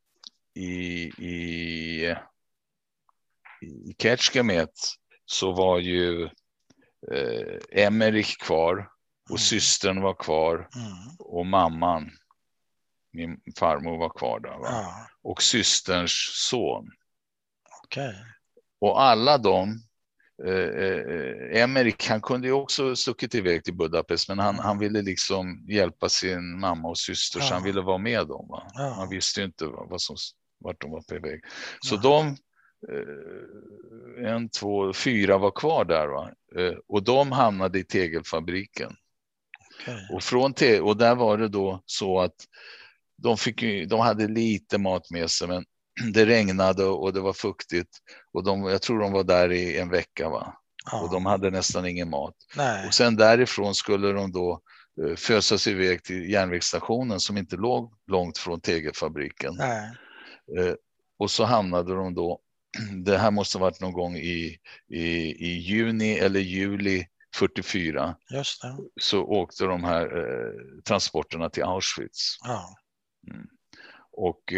Speaker 2: Kecskemét så var ju Emmerich kvar och systern var kvar och mamman, min farmor, var kvar där, va? Och systerns son.
Speaker 1: Okay.
Speaker 2: Och alla de Emmerich, han kunde ju också stuckit iväg till Budapest, men han ville liksom hjälpa sin mamma och syster, så han ville vara med dem, va? Han visste ju inte vart de var på väg. Så de 1, 2, 4 var kvar där, va? Och de hamnade i tegelfabriken. Okay. Och där var det då så att de hade lite mat med sig, men det regnade och det var fuktigt och jag tror de var där i en vecka, va? Och de hade nästan ingen mat.
Speaker 1: Nej.
Speaker 2: Och sen därifrån skulle de då fösas iväg till järnvägsstationen som inte låg långt från tegelfabriken.
Speaker 1: Nej.
Speaker 2: Och så hamnade de då, det här måste ha varit någon gång i juni eller juli 44.
Speaker 1: Just det.
Speaker 2: Så åkte de här transporterna till Auschwitz.
Speaker 1: Ja.
Speaker 2: Och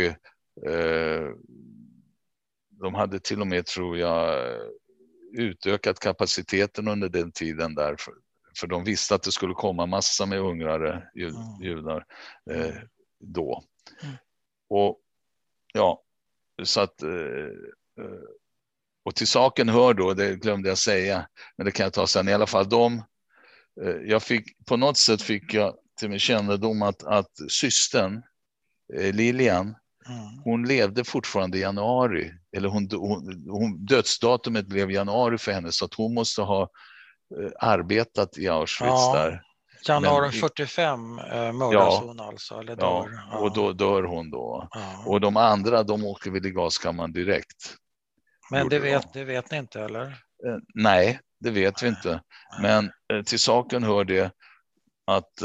Speaker 2: de hade till och med, tror jag, utökat kapaciteten under den tiden där, för de visste att det skulle komma massa med ungrare judar då. Och ja, så att och till saken hör då, det glömde jag säga, men det kan jag ta sen i alla fall, på något sätt fick jag till min kännedom att systern Lilian, hon levde fortfarande i januari eller dödsdatumet blev januari för henne, så att hon måste ha arbetat i Auschwitz där.
Speaker 1: Januari 45 mördas hon alltså, eller dör.
Speaker 2: Ja, och då dör hon då. Ja. Och de andra, de åker väl i gaskammaren direkt.
Speaker 1: Men det vet ni inte, eller?
Speaker 2: Nej, det vet vi inte. Men till saken hör det att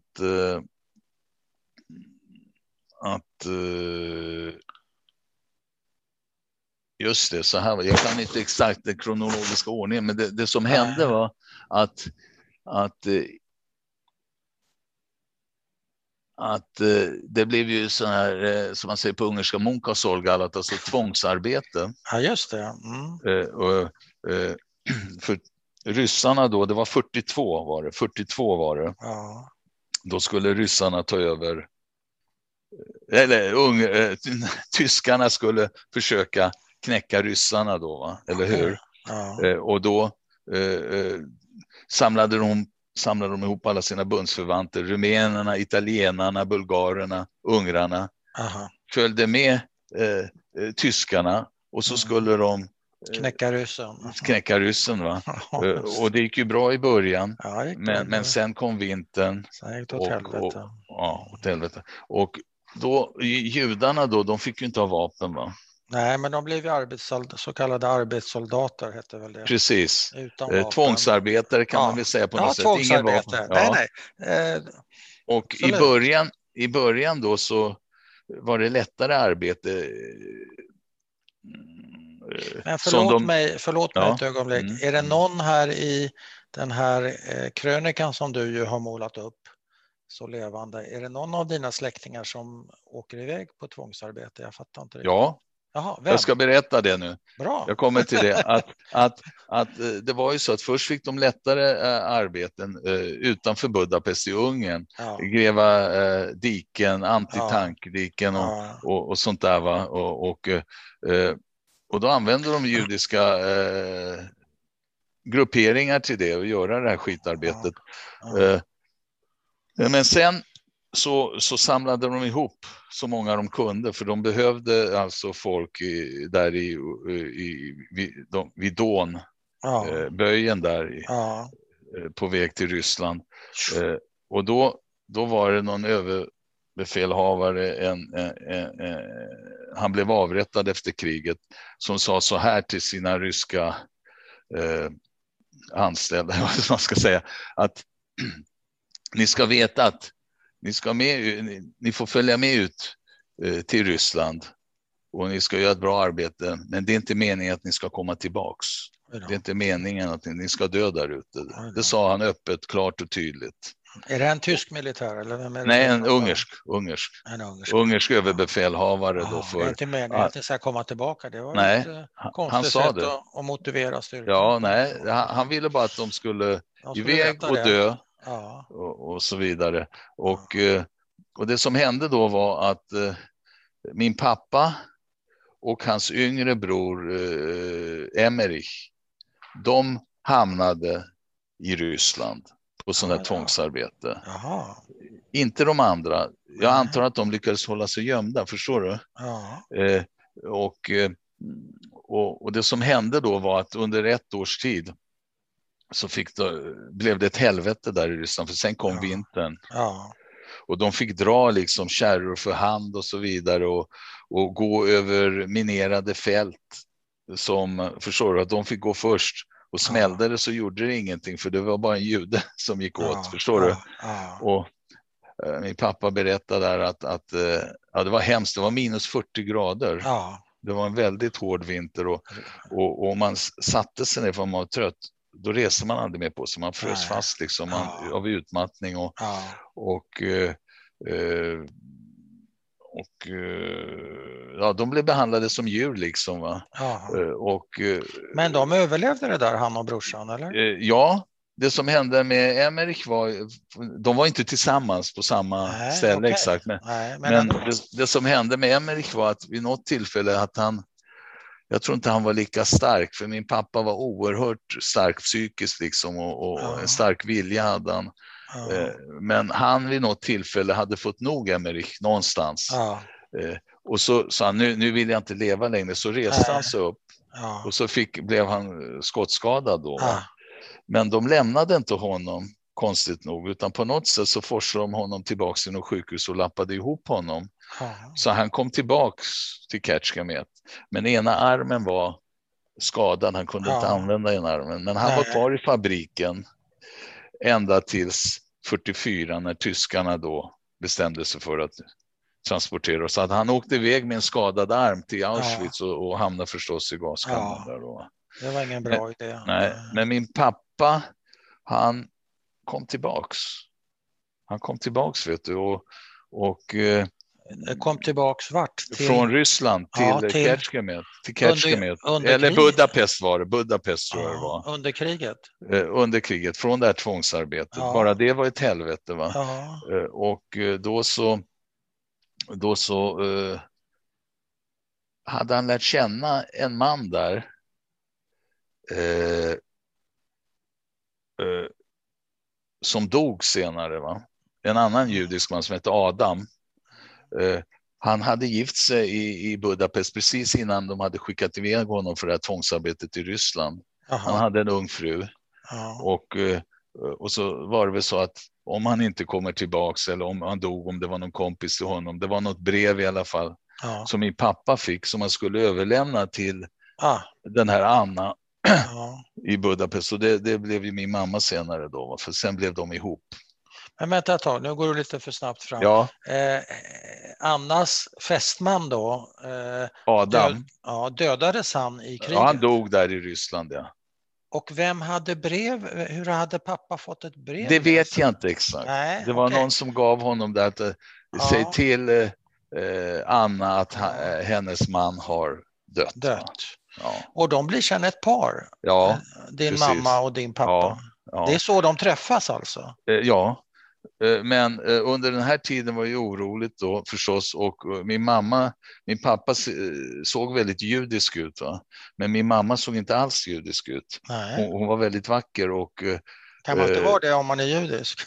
Speaker 2: just det, så här, jag kan inte exakt den kronologiska ordningen, men det som hände var att det blev ju så här, som man säger på ungerska, munkasolgalat, alltså tvångsarbete.
Speaker 1: Ja, just det.
Speaker 2: För ryssarna då, det var 42 var det.
Speaker 1: Ja.
Speaker 2: Då skulle ryssarna ta över, eller tyskarna skulle försöka knäcka ryssarna då, va? Eller hur?
Speaker 1: Ja.
Speaker 2: Och då samlade de ihop alla sina bundsförvanter, rumänerna, italienarna, bulgarerna, ungrarna.
Speaker 1: Aha.
Speaker 2: Följde med tyskarna, och så skulle de
Speaker 1: knäcka
Speaker 2: ryssen, va? Och det gick ju bra i början, men sen kom vintern.
Speaker 1: Sen gick det åt helvete.
Speaker 2: Åt helvete. Och då, judarna då, de fick ju inte ha vapen, va?
Speaker 1: Nej, men de blev ju så kallade arbetssoldater, hette väl det.
Speaker 2: Precis. Tvångsarbetare kan man väl säga på något sätt.
Speaker 1: Ingen vapen. Nej.
Speaker 2: Och i början då så var det lättare arbete.
Speaker 1: Men förlåt mig ett ögonblick. Är det någon här i den här krönikan som du ju har målat upp så levande, är det någon av dina släktingar som åker iväg på tvångsarbete? Jag fattar inte det.
Speaker 2: Ja.
Speaker 1: Jaha,
Speaker 2: jag ska berätta det nu.
Speaker 1: Bra.
Speaker 2: Jag kommer till det. Att det var ju så att först fick de lättare arbeten utanför Budapest i Ungern. Gräva diken, antitankdiken och sånt där, va? Och då använder de judiska grupperingar till det och göra det här skitarbetet. Men sen så samlade de ihop så många de kunde, för de behövde alltså folk vid Don, böjen där på väg till Ryssland. Och då var det någon överbefälhavare, han blev avrättad efter kriget, som sa så här till sina ryska anställda, vad man ska säga, att ni ska veta att ni får följa med ut till Ryssland och ni ska göra ett bra arbete, men det är inte meningen att ni ska komma tillbaks. Det är inte meningen att ni ska dö där ute. Det sa han öppet, klart och tydligt.
Speaker 1: Är det en tysk militär? Eller vem är det?
Speaker 2: Nej, en ungersk överbefälhavare. Då för,
Speaker 1: det är inte meningen att ni ska komma tillbaka. Det var ett konstigt
Speaker 2: sätt
Speaker 1: att motivera styrkan.
Speaker 2: Ja, nej, han ville bara att de skulle iväg och dö. Och så vidare. Och det som hände då var att min pappa och hans yngre bror Emmerich, de hamnade i Ryssland på sån här tvångsarbete. Inte de andra. Jag antar att de lyckades hålla sig gömda, förstår du? Och det som hände då var att under ett års tid så blev det ett helvete där i Ryssland, för sen kom vintern. Och de fick dra liksom kärror för hand och så vidare och gå över minerade fält, som, förstår du, att de fick gå först, och smällde det så gjorde det ingenting, för det var bara en jude som gick åt, förstår du? Och min pappa berättade där att det var hemskt, det var minus 40 grader. Det var en väldigt hård vinter, och om man satte sig ner för man var trött, då reser man aldrig mer på sig. Man frös fast liksom, av utmattning de blev behandlade som djur liksom, va?
Speaker 1: Men de överlevde det där, han och brorsan, eller?
Speaker 2: Ja, det som hände med Emmerich var, de var inte tillsammans på samma ställe exakt, men det som hände med Emmerich var att vid något tillfälle att jag tror inte han var lika stark, för min pappa var oerhört stark psykiskt liksom, och en stark vilja hade han. Men han vid något tillfälle hade fått nog Emmerich någonstans. Och så sa han, nu vill jag inte leva längre. Så reste han sig upp. Ja. Och så blev han skottskadad då. Ja. Men de lämnade inte honom, konstigt nog, utan på något sätt så forslade de honom tillbaka till något sjukhus och lappade ihop honom. Ja. Så han kom tillbaks till Kecskemét. Men ena armen var skadad, han kunde inte använda ena armen. Men han var kvar i fabriken ända tills 44 när tyskarna då bestämde sig för att transportera oss. Så han åkte iväg med en skadad arm till Auschwitz och hamnade förstås i gaskammaren där då.
Speaker 1: Det var ingen bra idé.
Speaker 2: Nej, men min pappa, han kom tillbaks. Han kom tillbaks, vet du. Och
Speaker 1: kom tillbaks vart?
Speaker 2: Från Ryssland till Kecskemét. Eller Budapest var det. Budapest tror jag det var.
Speaker 1: Under kriget?
Speaker 2: Under kriget, från det här tvångsarbetet. Ja. Bara det var ett helvete, va? Ja. Och då så hade han lärt känna en man där som dog senare, va? En annan judisk man som hette Adam. Han hade gift sig i Budapest precis innan de hade skickat iväg honom för det här tvångsarbetet i Ryssland. Aha. Han hade en ung fru. Och så var det väl så att om han inte kommer tillbaks eller om han dog, om det var någon kompis till honom, det var något brev i alla fall som min pappa fick som han skulle överlämna till den här Anna i Budapest. Och det blev ju min mamma senare då, för sen blev de ihop.
Speaker 1: Men vänta ett tag, nu går du lite för snabbt fram. Ja. Annas fästman då,
Speaker 2: Adam.
Speaker 1: Dödades han i kriget?
Speaker 2: Ja, han dog där i Ryssland, ja.
Speaker 1: Och vem hade brev? Hur hade pappa fått ett brev?
Speaker 2: Det vet jag inte exakt. Nej, det var någon som gav honom det att säg till Anna att hennes man har dött. Ja.
Speaker 1: Och de blir sedan ett par.
Speaker 2: Ja,
Speaker 1: din precis. Mamma och din pappa. Ja. Det är så de träffas alltså?
Speaker 2: Ja. Men under den här tiden var ju oroligt då förstås, och min pappa såg väldigt judisk ut, va? Men min mamma såg inte alls judisk ut. Hon var väldigt vacker och
Speaker 1: kan man inte vara det om man är judisk?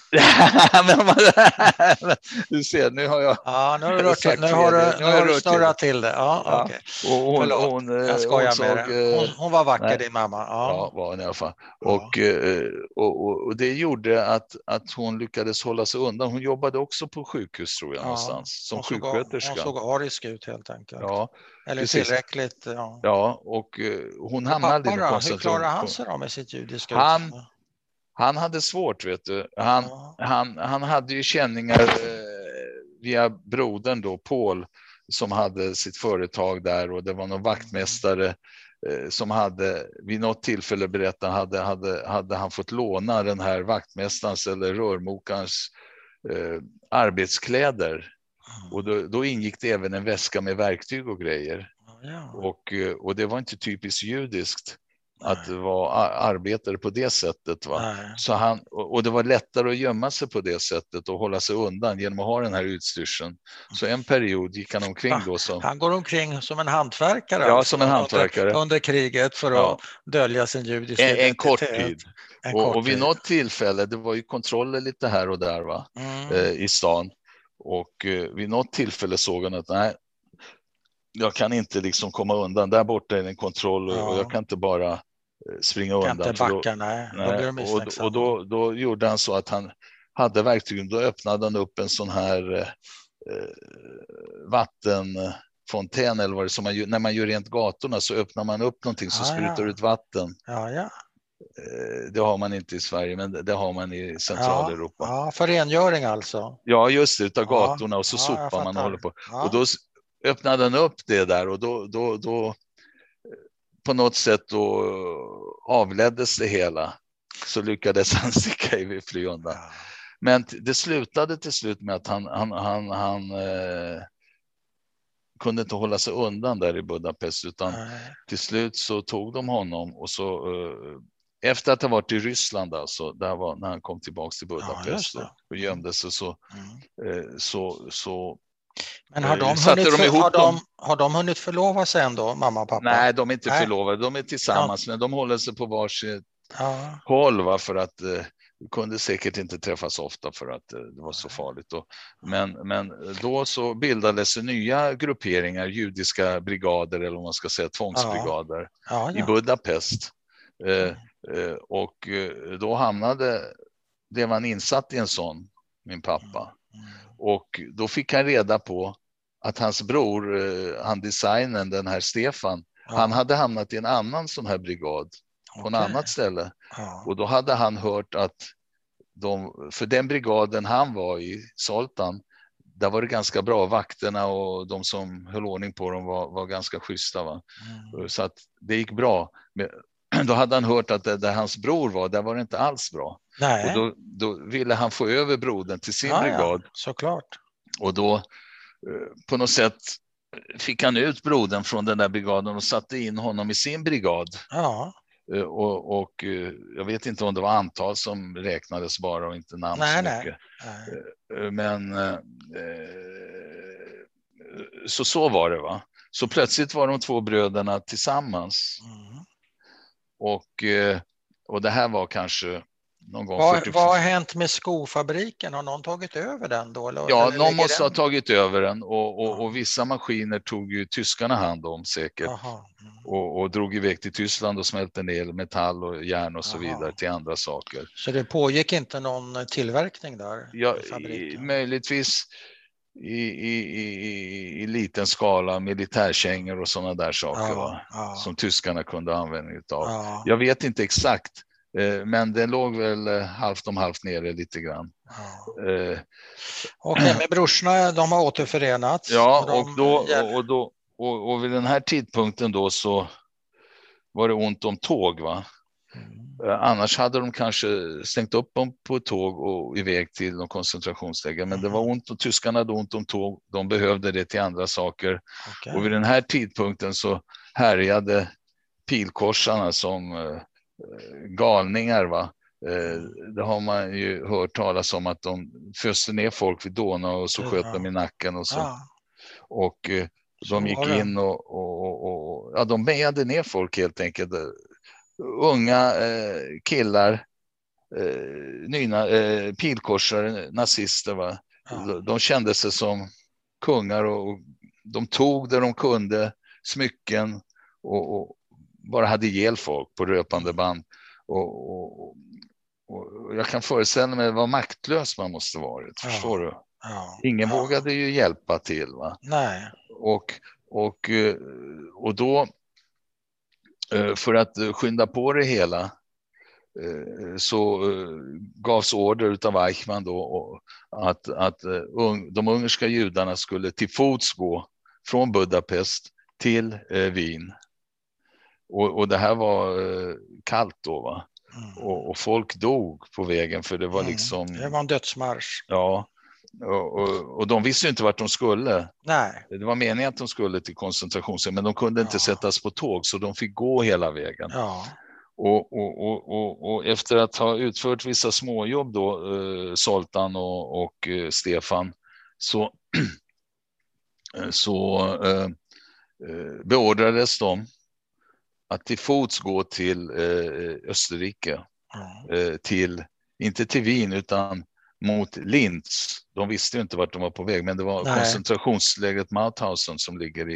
Speaker 2: Du ser, nu har jag...
Speaker 1: Ja, nu har du snurrat till det. Ja, okej. Okay. Jag skojar med det. Hon var vacker, din mamma.
Speaker 2: Ja, var hon i alla fall. Och det gjorde att hon lyckades hålla sig undan. Hon jobbade också på sjukhus, tror jag, någonstans. Som sjuksköterska.
Speaker 1: Hon såg arisk ut helt enkelt.
Speaker 2: Ja,
Speaker 1: eller precis. Tillräckligt.
Speaker 2: Ja, och hon hamnade i
Speaker 1: koncentration. Hur klarade han sig då med sitt judiska ut?
Speaker 2: Han hade svårt, vet du. Han hade ju känningar via brodern då, Paul, som hade sitt företag där, och det var någon vaktmästare som hade vid något tillfälle berättat hade han fått låna den här vaktmästarens eller rörmokarens arbetskläder. Och då ingick det även en väska med verktyg och grejer. Och det var inte typiskt judiskt att vara arbetare på det sättet, va? Så och det var lättare att gömma sig på det sättet och hålla sig undan genom att ha den här utstyrseln. Så en period gick han omkring då som...
Speaker 1: Han går omkring som en hantverkare.
Speaker 2: Ja, som en hantverkare.
Speaker 1: Under kriget för att dölja sin judiska identitet.
Speaker 2: En kort tid. Och vid något tillfälle, det var ju kontroller lite här och där, va? I stan. Och vid något tillfälle såg han att nej, jag kan inte liksom komma undan. Där borta är en kontroll och jag kan inte bara springa undan.
Speaker 1: Kan inte backa, nej.
Speaker 2: Och då gjorde han så att han hade verktygen. Då öppnade han upp en sån här vattenfontän eller vad det är, som när man gör rent gatorna så öppnar man upp någonting som sprutar ut vatten.
Speaker 1: Ja.
Speaker 2: Det har man inte i Sverige, men det har man i Centraleuropa.
Speaker 1: Ja, för rengöring alltså.
Speaker 2: Ja, just det, utav gatorna och så sopar man och håller på. Ja. Och då öppnade han upp det där och då på något sätt då avleddes det hela. Så lyckades han sticka iväg, fly undan. Ja. Men det slutade till slut med att han kunde inte hålla sig undan där i Budapest, utan till slut så tog de honom och så efter att ha varit i Ryssland, alltså, där var när han kom tillbaka till Budapest och gömde sig så
Speaker 1: men har de hunnit förlova sig ändå, mamma och pappa?
Speaker 2: Nej, de är inte förlovade, de är tillsammans, men de håller sig på varsitt håll, va, för att kunde säkert inte träffas ofta för att det var så farligt då. Men då så bildades nya grupperingar, judiska brigader eller om man ska säga tvångsbrigader i Budapest. Och då blev man insatt i en sån, min pappa. Och då fick han reda på att hans bror, han designern, den här Stefan, han hade hamnat i en annan sån här brigad på ett annat ställe. Och då hade han hört att för den brigaden han var i, Zoltan, där var det ganska bra. Vakterna och de som höll ordning på dem var ganska schyssta. Va? Så att det gick bra. Men då hade han hört att där hans bror var, där var det inte alls bra.
Speaker 1: Nej.
Speaker 2: Och då ville han få över brodern till sin brigad.
Speaker 1: Ja, såklart.
Speaker 2: Och då på något sätt fick han ut brodern från den där brigaden och satte in honom i sin brigad.
Speaker 1: Ja.
Speaker 2: Och jag vet inte om det var antal som räknades bara och inte namn så mycket. Nej. Men så var det, va? Så plötsligt var de två bröderna tillsammans. Och det här var kanske någon gång
Speaker 1: Vad har hänt med skofabriken? Har någon tagit över den då?
Speaker 2: Eller någon måste ha tagit över den och vissa maskiner tog ju tyskarna hand om säkert. Och drog iväg till Tyskland och smälte ner metall och järn och så vidare till andra saker.
Speaker 1: Så det pågick inte någon tillverkning där?
Speaker 2: Ja, möjligtvis i liten skala, militärkängor och sådana där saker som tyskarna kunde använda utav. Jag vet inte exakt, men det låg väl halvt om halvt nere lite grann.
Speaker 1: Okej, men brorsorna, de har återförenats.
Speaker 2: Ja, och vid den här tidpunkten då så var det ont om tåg, va? Annars hade de kanske stängt upp dem på ett tåg och iväg till någon koncentrationsläger. Men det var ont och tyskarna hade ont om tåg. De behövde det till andra saker. Och vid den här tidpunkten så härjade pilkorsarna som galningar, va? Det har man ju hört talas om att de föste ner folk vid Dona och så sköt de i nacken och så. Och de gick in och de mejade ner folk helt enkelt. Unga killar, pilkorsare, nazister, va? De kände sig som kungar och de tog det de kunde, smycken och bara hade ihjäl folk på löpande band. Och jag kan föreställa mig vad maktlös man måste varit, förstår du? Ingen vågade ju hjälpa till, va?
Speaker 1: Nej.
Speaker 2: Och då för att skynda på det hela så gavs order utav Eichmann då att de ungerska judarna skulle till fots gå från Budapest till Wien. Och det här var kallt då, va? Och folk dog på vägen för det var liksom...
Speaker 1: Det var en dödsmarsch.
Speaker 2: Ja. Och de visste ju inte vart de skulle.
Speaker 1: Nej.
Speaker 2: Det var meningen att de skulle till koncentrationsläger, men de kunde inte sättas på tåg så de fick gå hela vägen.
Speaker 1: Ja.
Speaker 2: Och efter att ha utfört vissa småjobb då, Zoltan och Stefan, så beordrades de att till fots gå till Österrike, inte till Wien utan mot Linz. De visste ju inte vart de var på väg, men det var koncentrationslägret Mauthausen som ligger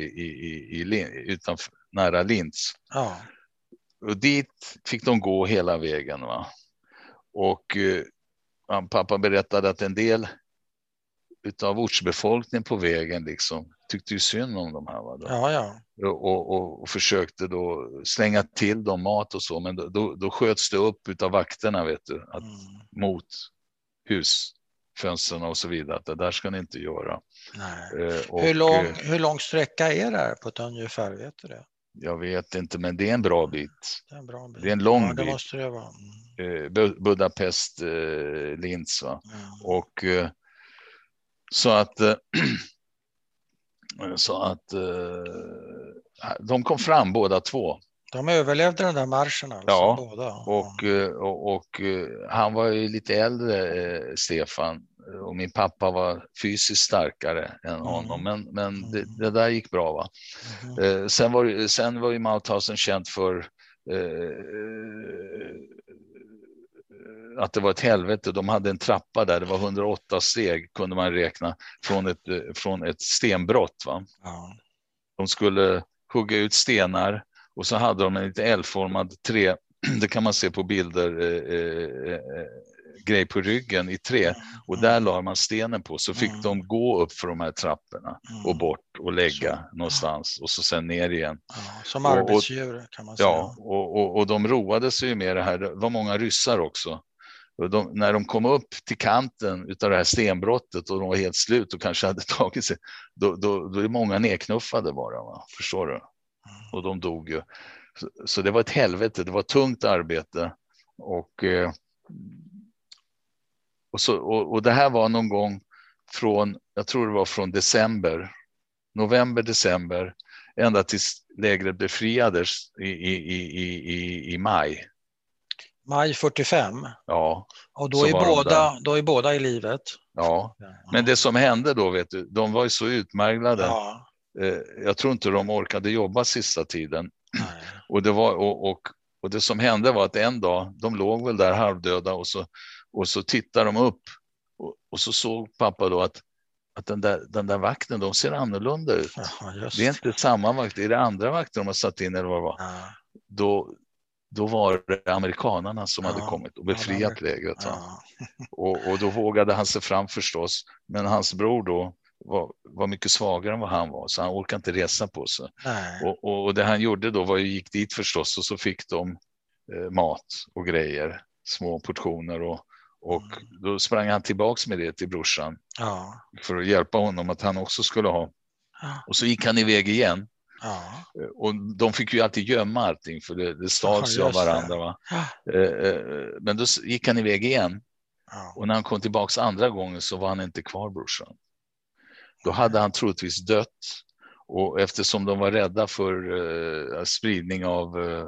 Speaker 2: nära Linz.
Speaker 1: Ja.
Speaker 2: Och dit fick de gå hela vägen, va? Och pappa berättade att en del utav ortsbefolkningen på vägen liksom tyckte ju synd om de här, va?
Speaker 1: Ja.
Speaker 2: Och försökte då slänga till dem mat och så, men då sköts det upp utav vakterna, vet du, mot husfönsterna och så vidare, att det där ska ni inte göra.
Speaker 1: Nej. Hur lång sträcka är det här på ett ungefär, vet du det?
Speaker 2: Jag vet inte, men det är en bra bit. Det är en lång bit.
Speaker 1: Måste det vara.
Speaker 2: Budapest, Linz, va? Och så att de kom fram båda två.
Speaker 1: De överlevde den där marschen alltså,
Speaker 2: ja,
Speaker 1: båda.
Speaker 2: Och han var ju lite äldre, Stefan, och min pappa var fysiskt starkare än honom, men det där gick bra, va? Sen var ju Mauthausen känd för att det var ett helvete. De hade en trappa där, det var 108 steg kunde man räkna från ett stenbrott. Va? Ja. De skulle hugga ut stenar och så hade de en lite L-formad trä, det kan man se på bilder, grej på ryggen i trä, och där la man stenen på, så fick de gå upp för de här trapporna och bort och lägga någonstans och så sen ner igen.
Speaker 1: Ja, som arbetsdjur kan man säga.
Speaker 2: Ja, och de roade sig ju med det här. Det var många ryssar också. Och när de kom upp till kanten utav det här stenbrottet och de var helt slut och kanske hade tagit sig, då är många nedknuffade bara, va? Förstår du? Och de dog ju. Så det var ett helvete, det var tungt arbete. Och det här var någon gång från, jag tror det var från november, december, ända tills lägret befriades i maj.
Speaker 1: Maj 45?
Speaker 2: Ja.
Speaker 1: Och då är båda i livet?
Speaker 2: Ja, men det som hände då, vet du, de var ju så utmärglade. Ja. Jag tror inte de orkade jobba sista tiden. Nej. Och det som hände var att en dag, de låg väl där halvdöda och så tittade de upp och så såg pappa då att den där vakten, de ser annorlunda ut. Ja, det är inte samma vakt, det är det andra vakter de har satt in eller vad det var. Ja. Då var det amerikanerna som hade kommit och befriat lägret. Ja. Och då vågade han sig fram förstås, men hans bror då var mycket svagare än vad han var, så han orkade inte resa på sig. Och det han gjorde då var ju gick dit förstås, och så fick de mat och grejer, små portioner, och då sprang han tillbaks med det till brorsan för att hjälpa honom att han också skulle ha. Och så gick han iväg igen. Och de fick ju alltid gömma allting, för det stals av varandra. Va? Men då gick han iväg igen. Och när han kom tillbaks andra gången så var han inte kvar, brorsan. Då hade han troligtvis dött. Och eftersom de var rädda för spridning av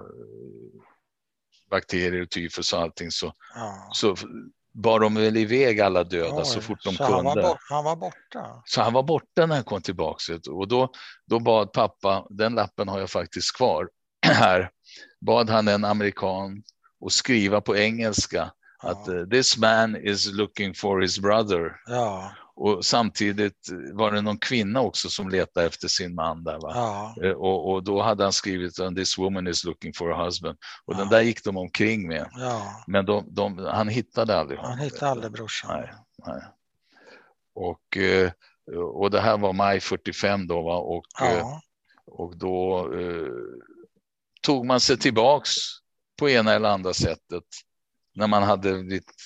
Speaker 2: bakterier, tyfus och allting, så bar de väl iväg alla döda så fort de kunde.
Speaker 1: Han var borta.
Speaker 2: Så han var borta när han kom tillbaka. Och då bad pappa, den lappen har jag faktiskt kvar här, bad han en amerikan att skriva på engelska att this man is looking for his brother. Ja. Och samtidigt var det någon kvinna också som letade efter sin man där, va? Ja. Och då hade han skrivit this woman is looking for a husband. Och den där gick de omkring med. Ja. Men han hittade aldrig honom.
Speaker 1: Han hittade aldrig brorsan.
Speaker 2: Nej. Och det här var maj 45 då, va? Och då tog man sig tillbaks på ena eller andra sättet när man hade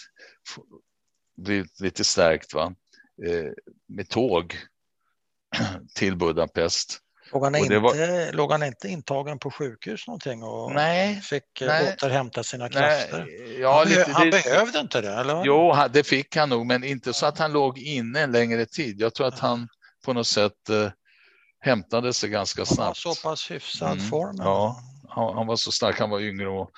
Speaker 2: blivit lite stärkt, va? Med tåg till Budapest.
Speaker 1: Låg han inte intagen på sjukhus någonting och fick
Speaker 2: nej.
Speaker 1: återhämta sina krafter?
Speaker 2: Ja,
Speaker 1: han behövde inte det, eller?
Speaker 2: Jo, det fick han nog, men inte så att han låg inne en längre tid. Jag tror att han på något sätt hämtade sig ganska snabbt.
Speaker 1: Han var så pass hyfsad form.
Speaker 2: Ja, han var så stark, han var yngre och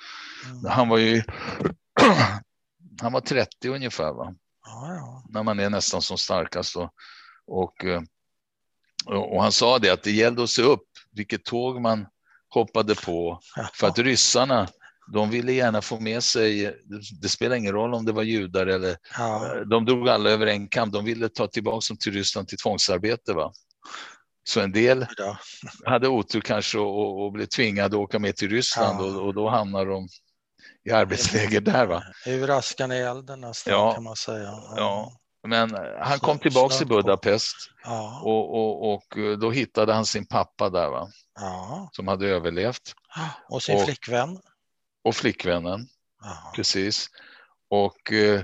Speaker 2: han var 30 ungefär, va? Ja. När man är nästan som starkast och han sa det att det gällde att se upp vilket tåg man hoppade på, för att ryssarna, de ville gärna få med sig, det spelar ingen roll om det var judar eller de drog alla över en kam, de ville ta tillbaka dem till Ryssland till tvångsarbete, va? Så en del hade otur kanske och blev tvingade att åka med till Ryssland och då hamnar de i arbetsläger där, va?
Speaker 1: Ur askan i elden nästan, kan man säga.
Speaker 2: Ja, men han kom tillbaka till Budapest och då hittade han sin pappa där, va? Som hade överlevt.
Speaker 1: Och sin flickvän.
Speaker 2: Och flickvännen, precis. Och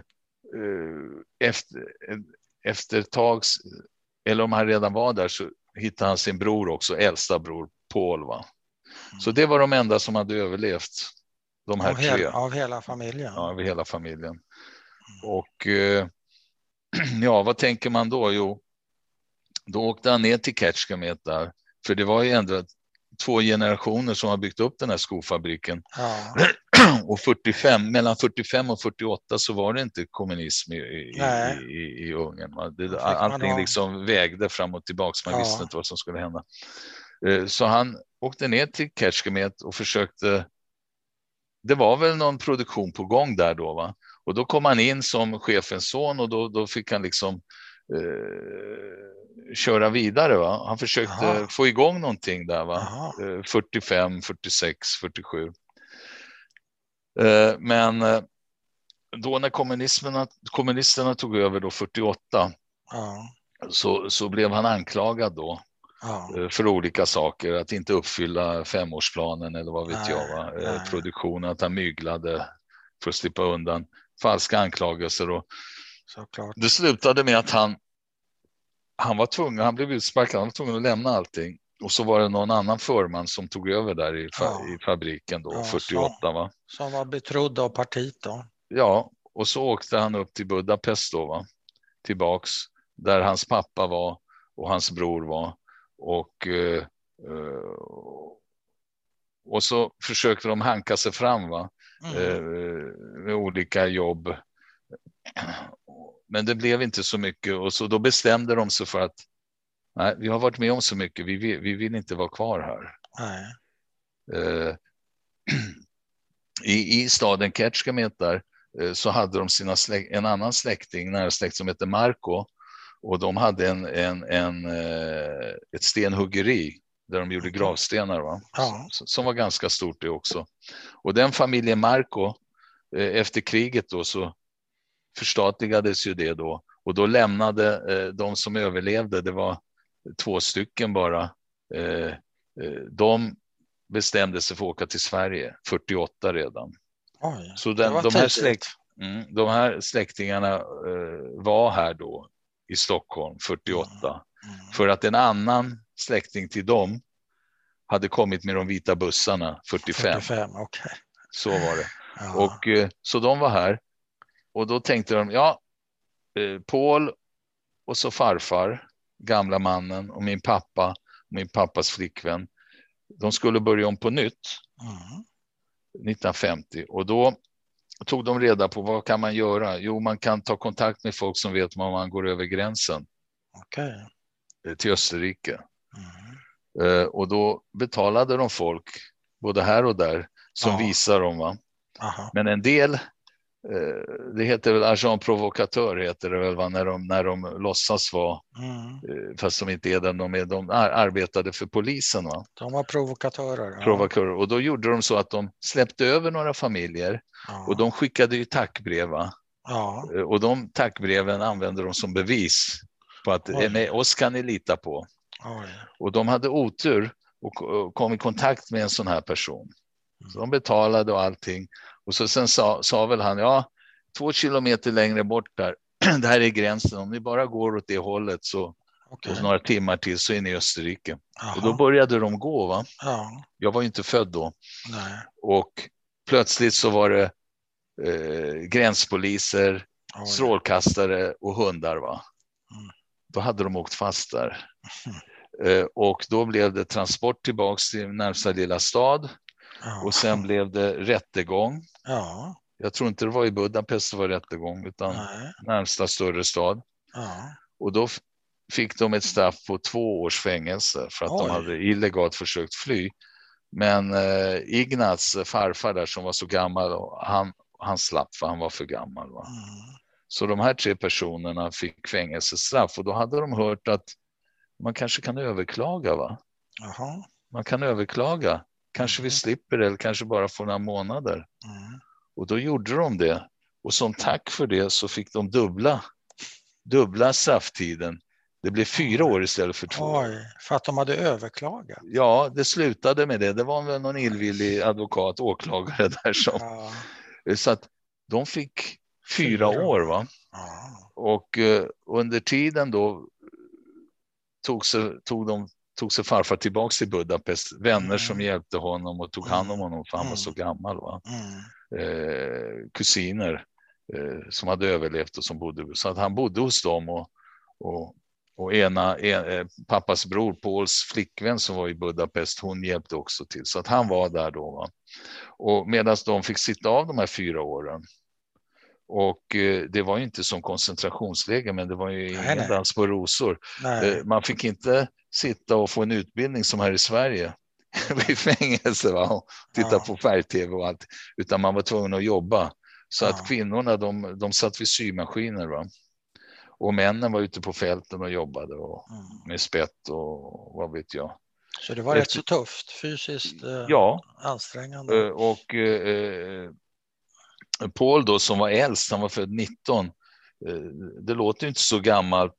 Speaker 2: efter ett tag, eller om han redan var där, så hittade han sin bror också, äldsta bror, Paul, va? Så det var de enda som hade överlevt. De här tre.
Speaker 1: Av hela familjen.
Speaker 2: Ja, av hela familjen. Och vad tänker man då? Jo, då åkte han ner till Kecskemét där. För det var ju ändå 2 generationer som har byggt upp den här skofabriken. Ja. Och mellan 45 och 48 så var det inte kommunism i Ungern. Allting liksom vägde fram och tillbaka. Man visste inte vad som skulle hända. Så han åkte ner till Kecskemét och försökte. Det var väl någon produktion på gång där då, va? Och då kom han in som chefens son och då fick han liksom köra vidare. Va? Han försökte få igång någonting där. Va? 45, 46, 47. Men då när kommunisterna tog över då 48 så blev han anklagad då för olika saker. Att inte uppfylla femårsplanen eller vad vet jag. Va? Produktionen, att han myglade för att slippa undan falska anklagelser. Och det slutade med att han var tvungen, han blev utsparkad, han var tvungen att lämna allting. Och så var det någon annan förman som tog över där i fabriken då, 48 va.
Speaker 1: Som var betrodd av partiet då.
Speaker 2: Ja, och så åkte han upp till Budapest då va, tillbaks, där hans pappa var och hans bror var. Och så försökte de hanka sig fram va, med olika jobb. Men det blev inte så mycket och så då bestämde de sig för att nej, vi har varit med om så mycket, vi vill inte vara kvar här. Nej. I staden Kecskemét där så hade de en annan släkting, nära släkt som heter Marko, och de hade ett stenhuggeri där de gjorde gravstenar va? Som var ganska stort det också. Och den familjen Marko efter kriget då så förstatligades ju det då, och då lämnade de som överlevde, det var 2 stycken bara, de bestämde sig för att åka till Sverige 48 redan.
Speaker 1: Oj,
Speaker 2: så de här släktingarna var här då i Stockholm 48 för att en annan släkting till dem hade kommit med de vita bussarna 45.
Speaker 1: Okay.
Speaker 2: Så var det. Och så de var här. Och då tänkte de, Paul och så farfar, gamla mannen, och min pappas flickvän, de skulle börja om på nytt 1950. Och då tog de reda på vad kan man göra? Jo, man kan ta kontakt med folk som vet var man går över gränsen till Österrike. Och då betalade de folk både här och där som visar dem va. Men en del, det heter väl agent provokatör heter det väl va, när de låtsas vara fast de inte är den, de arbetade för polisen va.
Speaker 1: De var provokatörer.
Speaker 2: Och då gjorde de så att de släppte över några familjer och de skickade ju tackbrev va. Och de tackbreven använde de som bevis på att oss kan ni lita på. Och de hade otur och kom i kontakt med en sån här person. Så de betalade och allting. Och så sen sa väl han, 2 kilometer längre bort där, det här är gränsen. Om ni bara går åt det hållet så några timmar till så är ni i Österrike. Och då började de gå va. Jag var ju inte född då.
Speaker 1: Nej.
Speaker 2: Och plötsligt så var det gränspoliser, strålkastare och hundar va. Då hade de åkt fast där. Och då blev det transport tillbaks till närmsta lilla stad. Och sen blev det rättegång. Jag tror inte det var i Budapest det var rättegång utan närmsta större stad. Och då fick de ett straff på 2 års fängelse för att de hade illegalt försökt fly. Men Ignats farfar där som var så gammal, han slapp för han var för gammal va. Så de här 3 personerna fick fängelsestraff och då hade de hört att man kanske kan överklaga va. Man kan överklaga. Kanske vi slipper det eller kanske bara får några månader. Och då gjorde de det. Och som tack för det så fick de dubbla strafftiden. Det blev 4 år istället för 2 år.
Speaker 1: För att de hade överklagat.
Speaker 2: Ja, det slutade med det. Det var väl någon illvillig advokat, åklagare där som... Så att de fick 4 år va. Och under tiden då tog sig farfar tillbaka till Budapest. Vänner som hjälpte honom och tog hand om honom för han var så gammal va. Kusiner som hade överlevt och som bodde. Så att han bodde hos dem och pappas bror Pauls flickvän som var i Budapest, hon hjälpte också till. Så att han var där då va. Och medan de fick sitta av de här 4 åren. Och det var ju inte som koncentrationsläger men det var ju ingen dans på rosor. Man fick inte sitta och få en utbildning som här i Sverige vid fängelse va? Och titta på färg-tv och allt. Utan man var tvungen att jobba. Så att kvinnorna de satt vid symaskiner, va. Och männen var ute på fälten och jobbade med spett och vad vet jag.
Speaker 1: Så det var rätt så tufft, fysiskt ansträngande.
Speaker 2: Och Paul då, som var äldst, han var född 19. Det låter inte så gammalt,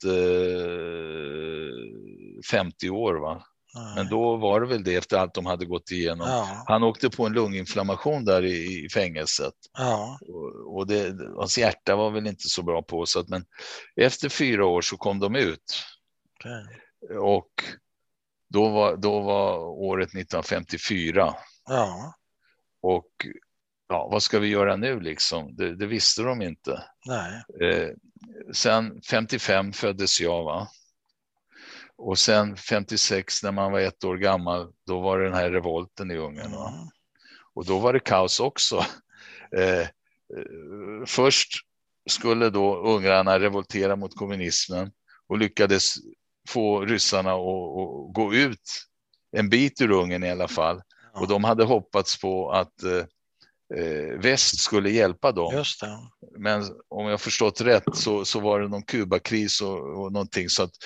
Speaker 2: 50 år, va. Nej. Men då var det väl det efter allt de hade gått igenom. Ja. Han åkte på en lunginflammation där i fängelset. Ja. Och hans hjärta var väl inte så bra på så att, men efter 4 år så kom de ut. Okay. Och då var året 1954. Ja. Och vad ska vi göra nu liksom? Det visste de inte. Nej. Sen 55 föddes jag, va. Och sen 56 när man var 1 år gammal, då var det den här revolten i Ungern. Va? Och då var det kaos också. Först skulle då ungrarna revoltera mot kommunismen och lyckades få ryssarna att gå ut en bit ur Ungern i alla fall. Ja. Och de hade hoppats på att väst skulle hjälpa dem.
Speaker 1: Just det.
Speaker 2: Men om jag förstått rätt så var det någon Kubakris och någonting så att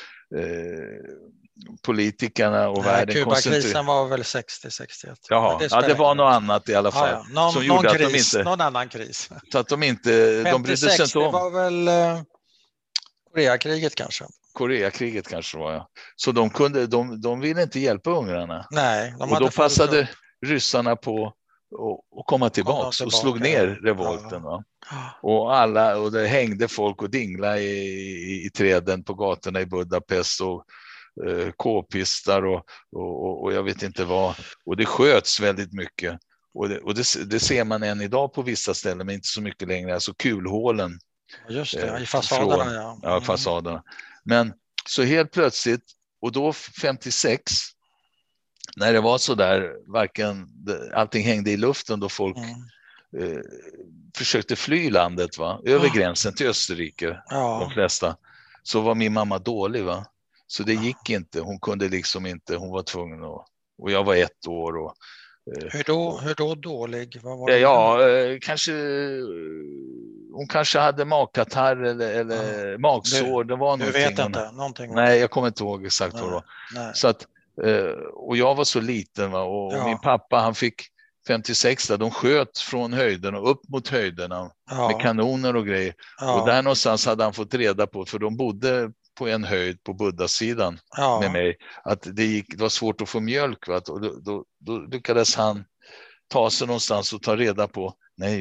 Speaker 2: politikerna och världen
Speaker 1: Kubakrisen var väl 60-61.
Speaker 2: Jaha, det var något annat i alla fall.
Speaker 1: Ja. Som gjorde att de inte, någon annan kris.
Speaker 2: Så att de inte, 56,
Speaker 1: de brydde sig inte om. Det var väl Koreakriget kanske.
Speaker 2: Koreakriget kanske var, ja. Så de ville inte hjälpa ungrarna.
Speaker 1: Nej.
Speaker 2: Och då passade ryssarna på och komma tillbaks och slog ner revolten. Va? Och det hängde folk och dinglade i träden på gatorna i Budapest och k-pistar och jag vet inte vad. Och det sköts väldigt mycket. Och det ser man än idag på vissa ställen, men inte så mycket längre. Alltså kulhålen.
Speaker 1: Just det, i fasaderna.
Speaker 2: Ja, fasaderna. Men så helt plötsligt, och då 56, när det var så där, allting hängde i luften då folk försökte fly landet, va? Över gränsen till Österrike, de flesta, så var min mamma dålig, va? Så det gick inte, hon kunde liksom inte, hon var tvungen och jag var 1 år. Och,
Speaker 1: hur då dålig? Vad var det?
Speaker 2: Kanske hon kanske hade magkatarr eller magsår, det var någonting.
Speaker 1: Du vet inte, någonting.
Speaker 2: Nej, jag kommer inte ihåg exakt vad det var. Så att och jag var så liten, va? Och min pappa, han fick 56 där, de sköt från höjden och upp mot höjderna med kanoner och grejer. Och där någonstans hade han fått reda på, för de bodde på en höjd på Buddha-sidan med mig, att det var svårt att få mjölk, va? Och då lyckades han ta sig någonstans och ta reda på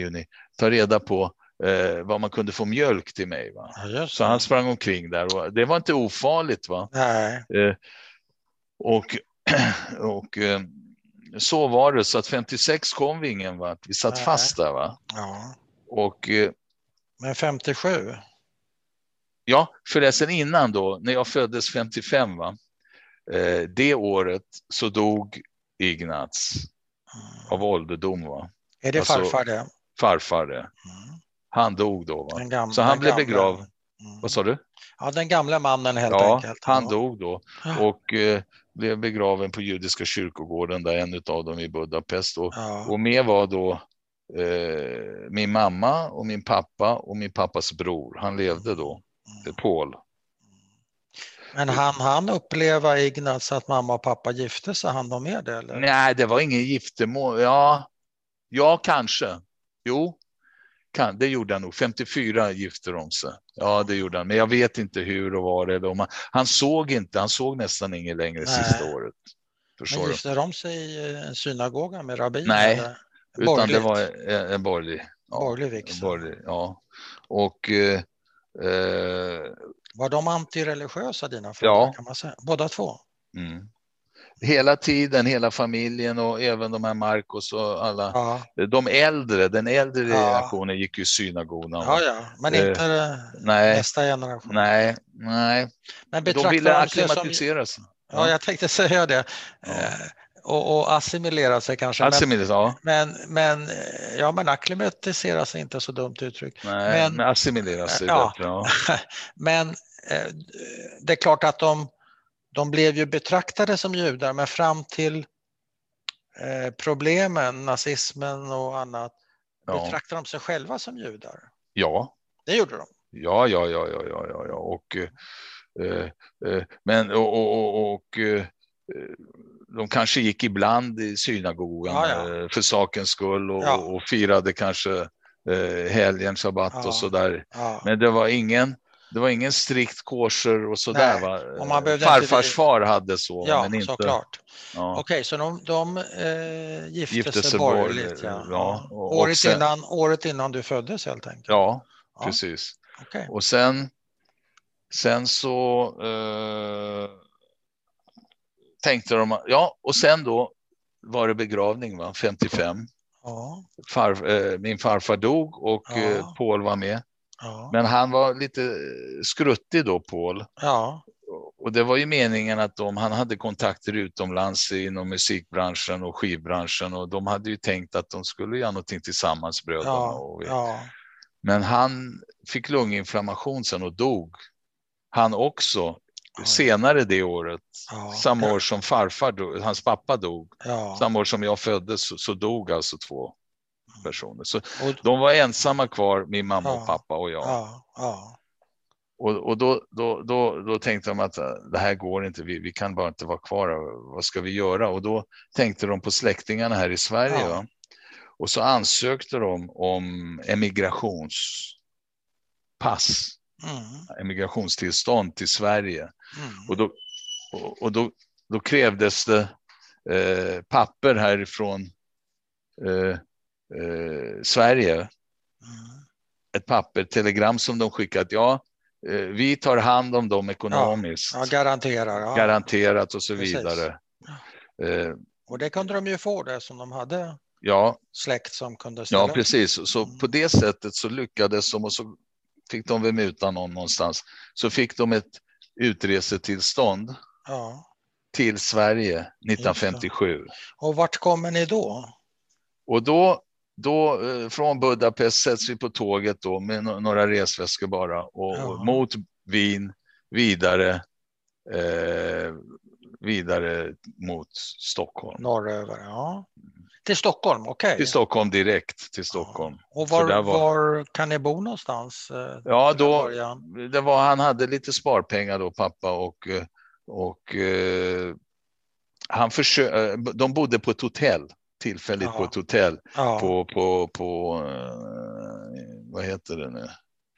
Speaker 2: vad man kunde få mjölk till mig, va? Så han sprang omkring där och det var inte ofarligt, va?
Speaker 1: Nej.
Speaker 2: Och så var det, så att 56 kom vi ingen vart. Vi satt fast där, va?
Speaker 1: Ja.
Speaker 2: Och
Speaker 1: men 57?
Speaker 2: Ja, förresten innan då, när jag föddes 55, va? Det året så dog Ignaz av ålderdom, va?
Speaker 1: Är det farfar det?
Speaker 2: Farfar det. Han dog då, va? Så han blev begravd. Vad sa du?
Speaker 1: Ja, den gamla mannen helt enkelt.
Speaker 2: Han dog då och blev begraven på judiska kyrkogården där, en av dem i Budapest. Och med var då min mamma och min pappa och min pappas bror. Han levde då, Paul.
Speaker 1: Men han uppleva Ignaz att mamma och pappa gifte sig, han var med det, eller?
Speaker 2: Nej, det var ingen giftermål. Ja, kanske. Jo, det gjorde han nog. 54 gifte de sig. Ja, det gjorde han. Men jag vet inte hur och var det. Han såg nästan ingen längre sista året.
Speaker 1: Men gifte de sig i en synagoga med rabbin?
Speaker 2: Nej, utan det var en borgerlig.
Speaker 1: Borgerlig vigsel.
Speaker 2: Ja. Och
Speaker 1: var de antireligiösa, dina föräldrar, kan man säga? Båda två?
Speaker 2: Mm. Hela tiden, hela familjen och även de här Marcos och alla. Den äldre generationen gick ju i synagogan.
Speaker 1: Ja, men inte nästa generation.
Speaker 2: Nej.
Speaker 1: Men
Speaker 2: de ville acklimatisera sig.
Speaker 1: Ja, jag tänkte säga det. Och assimilera sig kanske. Men acklimatisera sig inte så dumt uttryck.
Speaker 2: Nej, men assimilera sig bättre.
Speaker 1: Men det är klart att de blev ju betraktade som judar, men fram till problemen, nazismen och annat, Betraktar de sig själva som judar?
Speaker 2: Ja.
Speaker 1: Det gjorde de?
Speaker 2: Ja. Och men de kanske gick ibland i synagogan för sakens skull och firade kanske helgen, sabbat och sådär. Men det var ingen strikt kosher och sådär. Farfars far hade så.
Speaker 1: Ja,
Speaker 2: men inte,
Speaker 1: såklart.
Speaker 2: Ja.
Speaker 1: Okej, så de gifte sig borgerligt. Året innan du föddes helt enkelt.
Speaker 2: Ja, precis.
Speaker 1: Okay.
Speaker 2: Och sen så tänkte de, och sen då var det begravning 55.
Speaker 1: Ja.
Speaker 2: Min farfar dog och Paul var med. Ja. Men han var lite skruttig då, Paul.
Speaker 1: Ja.
Speaker 2: Och det var ju meningen att han hade kontakter utomlands inom musikbranschen och skivbranschen, och de hade ju tänkt att de skulle göra någonting tillsammans, bröderna. Men han fick lunginflammation sen och dog. Han också senare det året, samma år som farfar dog, hans pappa dog, samma år som jag föddes, så dog alltså 2 personer. Så de var ensamma kvar, min mamma och pappa och jag. Och då tänkte de att det här går inte, vi kan bara inte vara kvar, vad ska vi göra? Och då tänkte de på släktingarna här i Sverige. Och så ansökte de om emigrationspass, emigrationstillstånd till Sverige. Och då krävdes det papper härifrån Sverige. Ett papper, telegram som de skickat. Vi tar hand om dem ekonomiskt. Garanterat och så vidare.
Speaker 1: Och det kunde de ju få, det som de hade släkt som kunde ställa.
Speaker 2: Ja, precis. Så på det sättet så lyckades de, och så fick de väl muta någonstans. Så fick de ett utresetillstånd till Sverige 1957.
Speaker 1: Och vart kommer ni då?
Speaker 2: Och då från Budapest sätts vi på tåget då med några resväskor bara och mot Wien vidare mot Stockholm.
Speaker 1: Norröver, till Stockholm, okej.
Speaker 2: Till Stockholm direkt, till Stockholm.
Speaker 1: Och var kan ni bo någonstans?
Speaker 2: Han hade lite sparpengar då, pappa, och de bodde på ett hotell. Tillfälligt på ett hotell på vad heter det nu?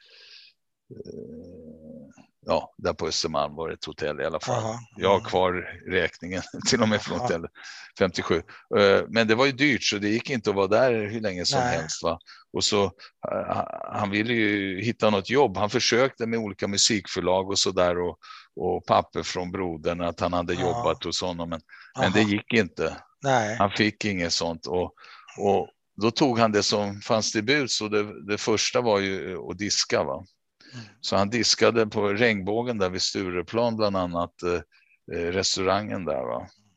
Speaker 2: Där på Östermalm var det ett hotell i alla fall. Jag har kvar räkningen till och med från hotellet 57. Men det var ju dyrt, så det gick inte att vara där hur länge som helst. Och så han ville ju hitta något jobb. Han försökte med olika musikförlag och sådär, och papper från brodern att han hade jobbat hos honom. Men det gick inte.
Speaker 1: Nej.
Speaker 2: Han fick inget sånt, och då tog han det som fanns till buds, och det första var ju att diska. Så han diskade på Regnbågen där vid Stureplan, bland annat restaurangen där.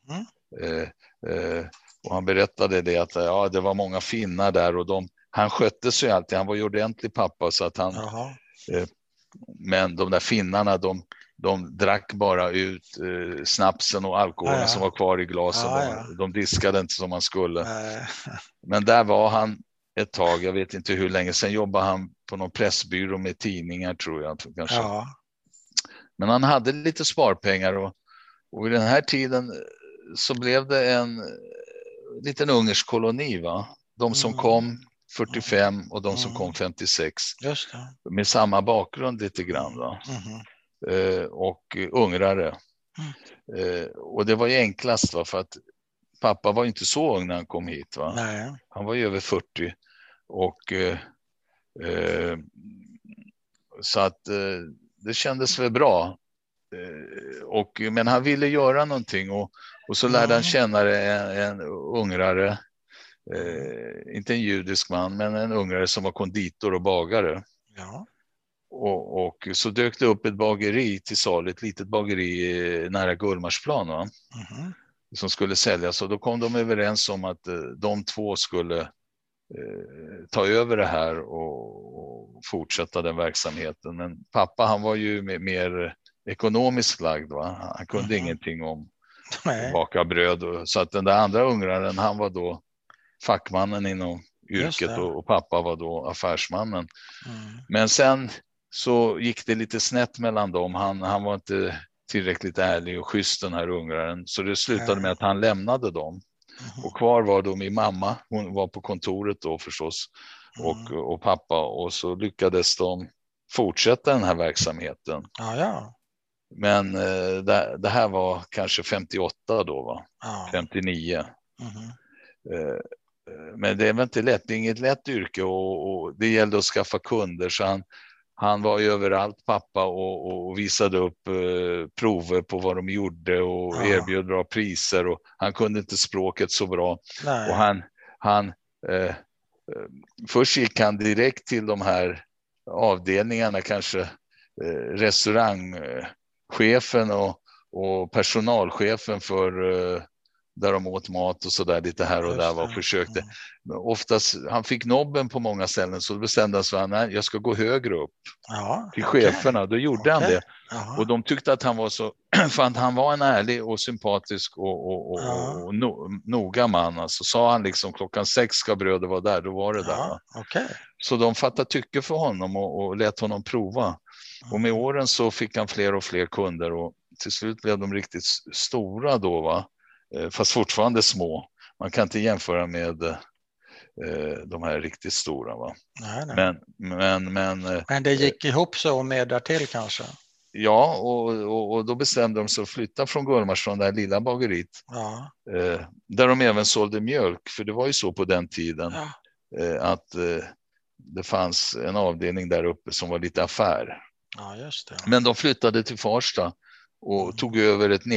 Speaker 2: Och han berättade det att det var många finnar där, och han skötte sig alltid, han var ju ordentlig pappa, så att han men de där finnarna, de drack bara ut snapsen och alkoholen som var kvar i glasen. De diskade inte som man skulle. Men där var han ett tag, jag vet inte hur länge. Sen jobbade han på någon pressbyrå med tidningar, tror jag. Kanske. Men han hade lite sparpengar, och i den här tiden så blev det en liten ungersk koloni. De som kom 45 och de som kom 56.
Speaker 1: Just det.
Speaker 2: Med samma bakgrund lite grann. Och ungrare. Och det var ju enklast, för att pappa var inte så ung när han kom hit.
Speaker 1: Nej.
Speaker 2: Han var ju över 40. Och så att det kändes väl bra. Men han ville göra någonting, och så lärde han känna en ungrare. Inte en judisk man, men en ungrare som var konditor och bagare. Och så dök det upp ett bageri till salu, ett litet bageri nära Gullmarsplan, som skulle säljas. Och då kom de överens om att de två skulle ta över det här och fortsätta den verksamheten. Men pappa, han var ju mer ekonomiskt lagd. Han kunde ingenting om att baka bröd. Så att den där andra ungraren, han var då fackmannen inom yrket och pappa var då affärsmannen. Men sen så gick det lite snett mellan dem. Han var inte tillräckligt ärlig och schysst, den här ungraren. Så det slutade med att han lämnade dem. Och kvar var då min mamma. Hon var på kontoret då förstås. Och pappa. Och så lyckades de fortsätta den här verksamheten. Men det här var kanske 58 då, va? 59. Men det är väl inte lätt. Det är inget lätt yrke och det gällde att skaffa kunder. Så han var ju överallt, pappa, och visade upp prover på vad de gjorde och erbjöd bra priser. Och han kunde inte språket så bra. Nej. Och först gick han direkt till de här avdelningarna, kanske restaurangchefen och personalchefen för där de åt mat och så där lite här och där och försökte. Oftast, han fick nobben på många ställen, så bestämde han sig att jag ska gå högre upp till cheferna. Då gjorde han det. Och de tyckte att han var så, för att han var en ärlig och sympatisk och noga man. Alltså, sa han liksom 6:00 ska brödet vara där, då var det där. Så de fattade tycke för honom och lät honom prova. Och med åren så fick han fler och fler kunder och till slut blev de riktigt stora då, va? Fast fortfarande små. Man kan inte jämföra med de här riktigt stora, va?
Speaker 1: Nej. Men det gick ihop så med därtill kanske?
Speaker 2: Ja, och då bestämde de sig att flytta från Gullmarsson, det här lilla bageriet. Där de även sålde mjölk, för det var ju så på den tiden att det fanns en avdelning där uppe som var lite affär.
Speaker 1: Just det.
Speaker 2: Men de flyttade till Farsta och tog över en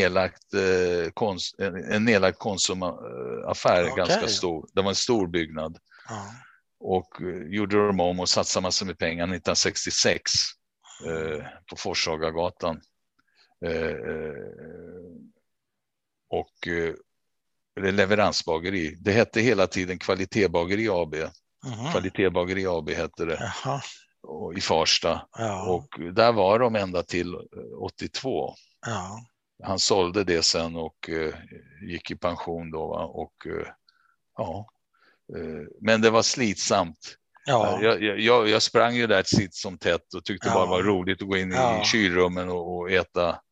Speaker 2: nedlagd konsumaffär, ganska stor. Det var en stor byggnad. Och gjorde de om och satsade massor med pengar 1966 på Forshagagatan. Och leveransbageri. Det hette hela tiden Kvalitetsbageri AB. Kvalitetsbageri AB hette det. Och i Farsta. Och där var de ända till 82. Han sålde det sen och gick i pension då, va? Och men det var slitsamt. Jag sprang ju där sitt som tätt och tyckte bara det var roligt att gå in i kylrummen och äta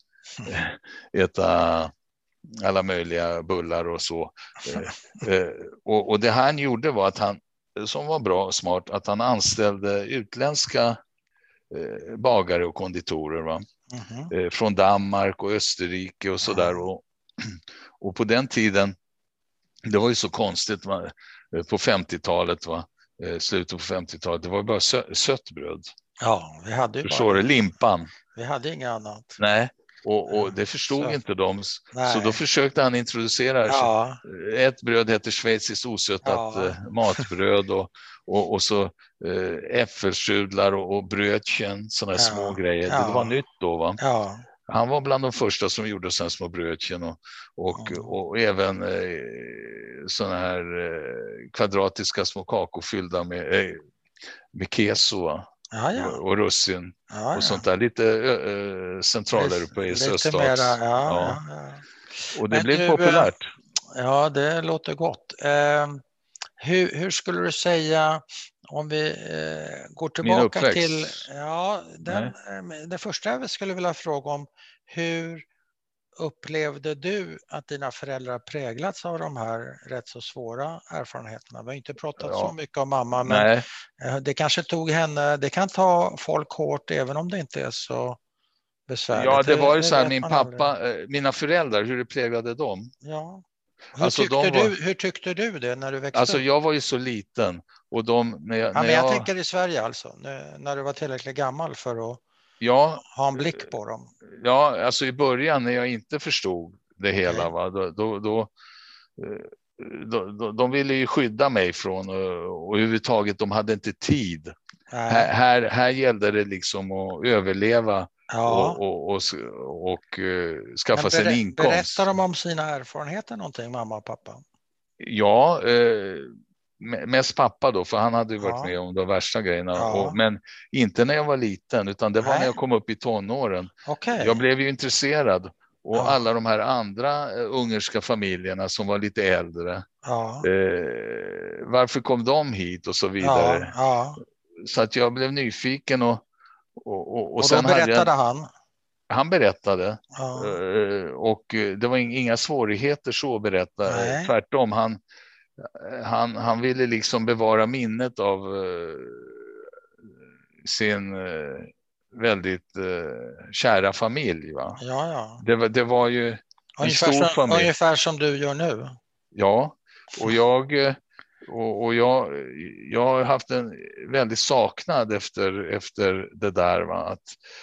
Speaker 2: alla möjliga bullar och så. Och det han gjorde var att han, som var bra och smart, att han anställde utländska bagare och konditorer, va? Från Danmark och Österrike och sådär. Och på den tiden, det var ju så konstigt, va? På 50-talet, va? Slutet på 50-talet, det var bara sött bröd.
Speaker 1: Vi hade ju
Speaker 2: förstår du, limpan.
Speaker 1: Vi hade inget annat.
Speaker 2: Nej. Och det förstod inte de. Så då försökte han introducera ett bröd heter schweiziskt osötat matbröd och så äppelstrudlar och brödchen, sådana små grejer. Det var nytt då, va? Han var bland de första som gjorde sådana små brödchen och även sådana här kvadratiska små kakor fyllda med keso, va? Och russin och sånt där, lite centraleuropeiskt öststats. Och det blev populärt.
Speaker 1: Ja, det låter gott. Hur skulle du säga, om vi går tillbaka till det första jag skulle vilja fråga om, hur upplevde du att dina föräldrar präglats av de här rätt så svåra erfarenheterna? Vi har inte pratat så mycket om mamma, men det kanske tog henne, det kan ta folk hårt även om det inte är så besvärligt.
Speaker 2: Ja, det var ju så här, min pappa, mina föräldrar, hur det präglade dem.
Speaker 1: Ja. Hur tyckte du det när du växte upp?
Speaker 2: Alltså jag var ju så liten och
Speaker 1: jag tänker i Sverige alltså, när du var tillräckligt gammal för att ha en blick på dem.
Speaker 2: Ja, alltså i början när jag inte förstod det hela, va, de ville ju skydda mig från och överhuvudtaget de hade inte tid. Här gällde det liksom att överleva och skaffa sig en inkomst.
Speaker 1: Berättar de om sina erfarenheter någonting, mamma och pappa?
Speaker 2: Ja, mest pappa då, för han hade ju varit med om de värsta grejerna. Men inte när jag var liten, utan det var när jag kom upp i tonåren. Jag blev ju intresserad Och alla de här andra ungerska familjerna som var lite äldre. Varför kom de hit och så vidare. Så att jag blev nyfiken och
Speaker 1: sen då berättade han?
Speaker 2: Han berättade. Och det var inga svårigheter så att berätta. Nej. Tvärtom, han ville liksom bevara minnet av sin väldigt kära familj. Va?
Speaker 1: Ja.
Speaker 2: Det var ju en stor familj.
Speaker 1: Ungefär som du gör nu.
Speaker 2: Ja, och jag har haft en väldigt saknad efter det där. Va? Att,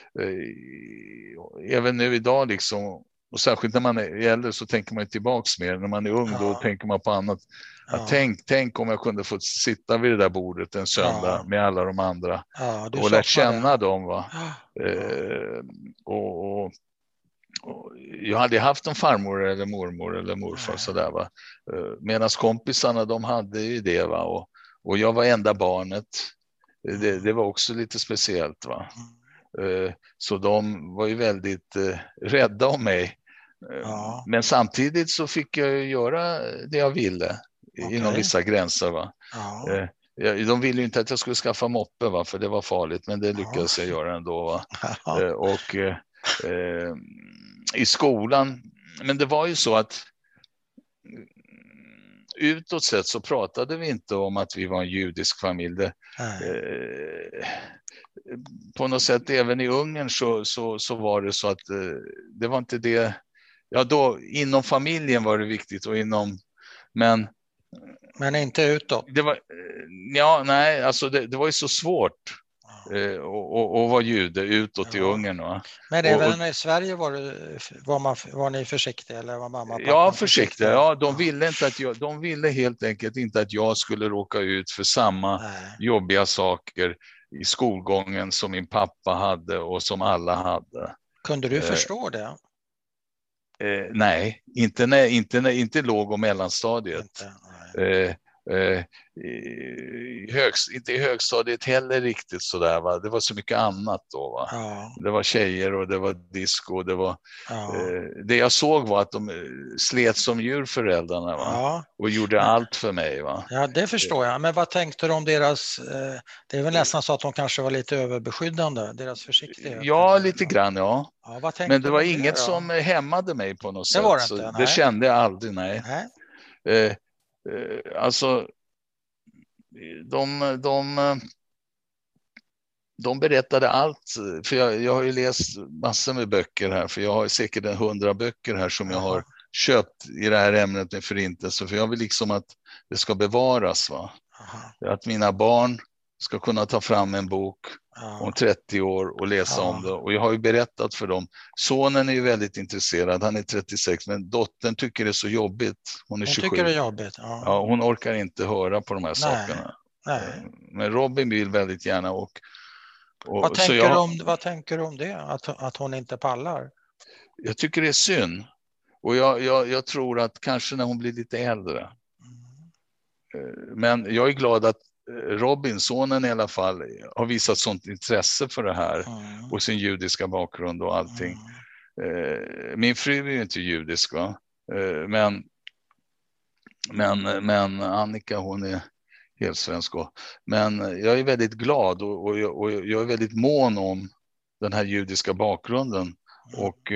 Speaker 2: även nu idag liksom, och särskilt när man är äldre så tänker man tillbaks mer. När man är ung då tänker man på annat. Att tänk om jag kunde få sitta vid det där bordet en söndag med alla de andra och lära känna dem. Va? Och jag hade haft en farmor eller mormor eller morfar sådär, va. Medan kompisarna de hade ju det, va. Och jag var enda barnet. Det var också lite speciellt, va. Så de var ju väldigt rädda om mig. Men samtidigt så fick jag göra det jag ville inom vissa gränser, va. De ville ju inte att jag skulle skaffa moppe, va, för det var farligt, men det lyckades jag göra ändå, va. Och i skolan, men det var ju så att utåt sett så pratade vi inte om att vi var en judisk familj. På något sätt även i Ungern så var det så att det var inte det. Ja, då inom familjen var det viktigt och
Speaker 1: men inte utåt.
Speaker 2: Det var alltså det var ju så svårt. Och var jude utåt i Ungern. Va?
Speaker 1: Men även i Sverige var ni försiktiga eller var mamma och pappa?
Speaker 2: Ja, försiktiga. Ja, de ville helt enkelt inte att jag skulle råka ut för samma jobbiga saker i skolgången som min pappa hade och som alla hade.
Speaker 1: Kunde du förstå det?
Speaker 2: Nej, inte låg- och mellanstadiet. Inte i högstadiet heller riktigt sådär, va. Det var så mycket annat då, va. Det var tjejer och det var disco och det var det jag såg var att de slet som djur, föräldrarna, va. Och gjorde allt för mig, va.
Speaker 1: Ja, det förstår jag. Men vad tänkte du om deras det är väl nästan så att de kanske var lite överbeskyddande, deras försiktighet?
Speaker 2: Ja, lite grann, ja. Men det var inget
Speaker 1: då?
Speaker 2: Som hämmade mig på något sätt.
Speaker 1: Det var det inte,
Speaker 2: det kände jag aldrig, nej. Alltså de berättade allt, för jag har ju läst massor med böcker här, för jag har säkert 100 böcker här som jag har köpt i det här ämnet med förintelse, för jag vill liksom att det ska bevaras, va. Att mina barn ska kunna ta fram en bok om 30 år och läsa om det. Och jag har ju berättat för dem. Sonen är ju väldigt intresserad, han är 36, men dottern tycker det är så jobbigt. Hon är 27.
Speaker 1: Tycker det är jobbigt,
Speaker 2: ja, hon orkar inte höra på de här sakerna.
Speaker 1: Nej.
Speaker 2: Men Robin vill väldigt gärna.
Speaker 1: Vad tänker du om det? Att hon inte pallar?
Speaker 2: Jag tycker det är synd. Och jag tror att kanske när hon blir lite äldre. Men jag är glad att Robinsonen i alla fall har visat sånt intresse för det här och sin judiska bakgrund och allting. Min fru är ju inte judisk, va? Men Annika, hon är helt svensk. Men jag är väldigt glad och jag är väldigt mån om den här judiska bakgrunden. Och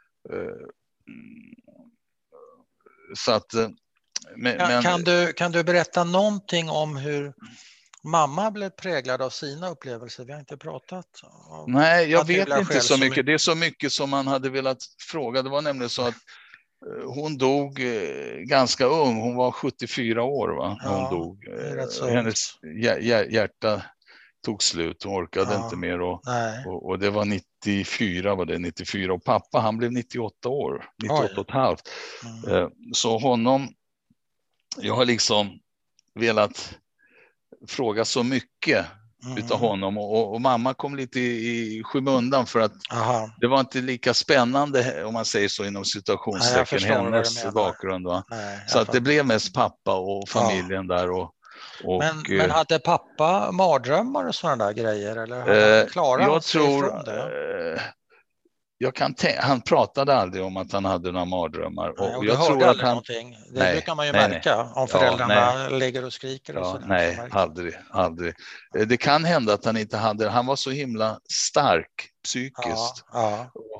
Speaker 2: så att
Speaker 1: kan du berätta någonting om hur mamma blev präglad av sina upplevelser? Vi har inte pratat.
Speaker 2: Nej, jag vet inte så mycket. Det är så mycket som man hade velat fråga. Det var nämligen så att hon dog ganska ung. Hon var 74 år, va? Hon dog. Hennes hjärta tog slut. Hon orkade inte mer. Och det var 94. Och pappa, han blev 98 år. 98 och ett halvt. Så honom, jag har liksom velat fråga så mycket utav honom. Och mamma kom lite i skymundan för att det var inte lika spännande, om man säger så inom situationstecken, hennes bakgrund. Va? Så att det blev mest pappa och familjen där.
Speaker 1: Men hade pappa mardrömmar och sådana där grejer? Eller hade han klarat
Speaker 2: jag
Speaker 1: sig
Speaker 2: tror,
Speaker 1: ifrån det?
Speaker 2: han pratade aldrig om att han hade några mardrömmar.
Speaker 1: Och jag tror att någonting. Det brukar man ju märka om föräldrarna ligger och skriker och sådär.
Speaker 2: Nej, aldrig. Det kan hända att han inte hade, han var så himla stark psykiskt. Och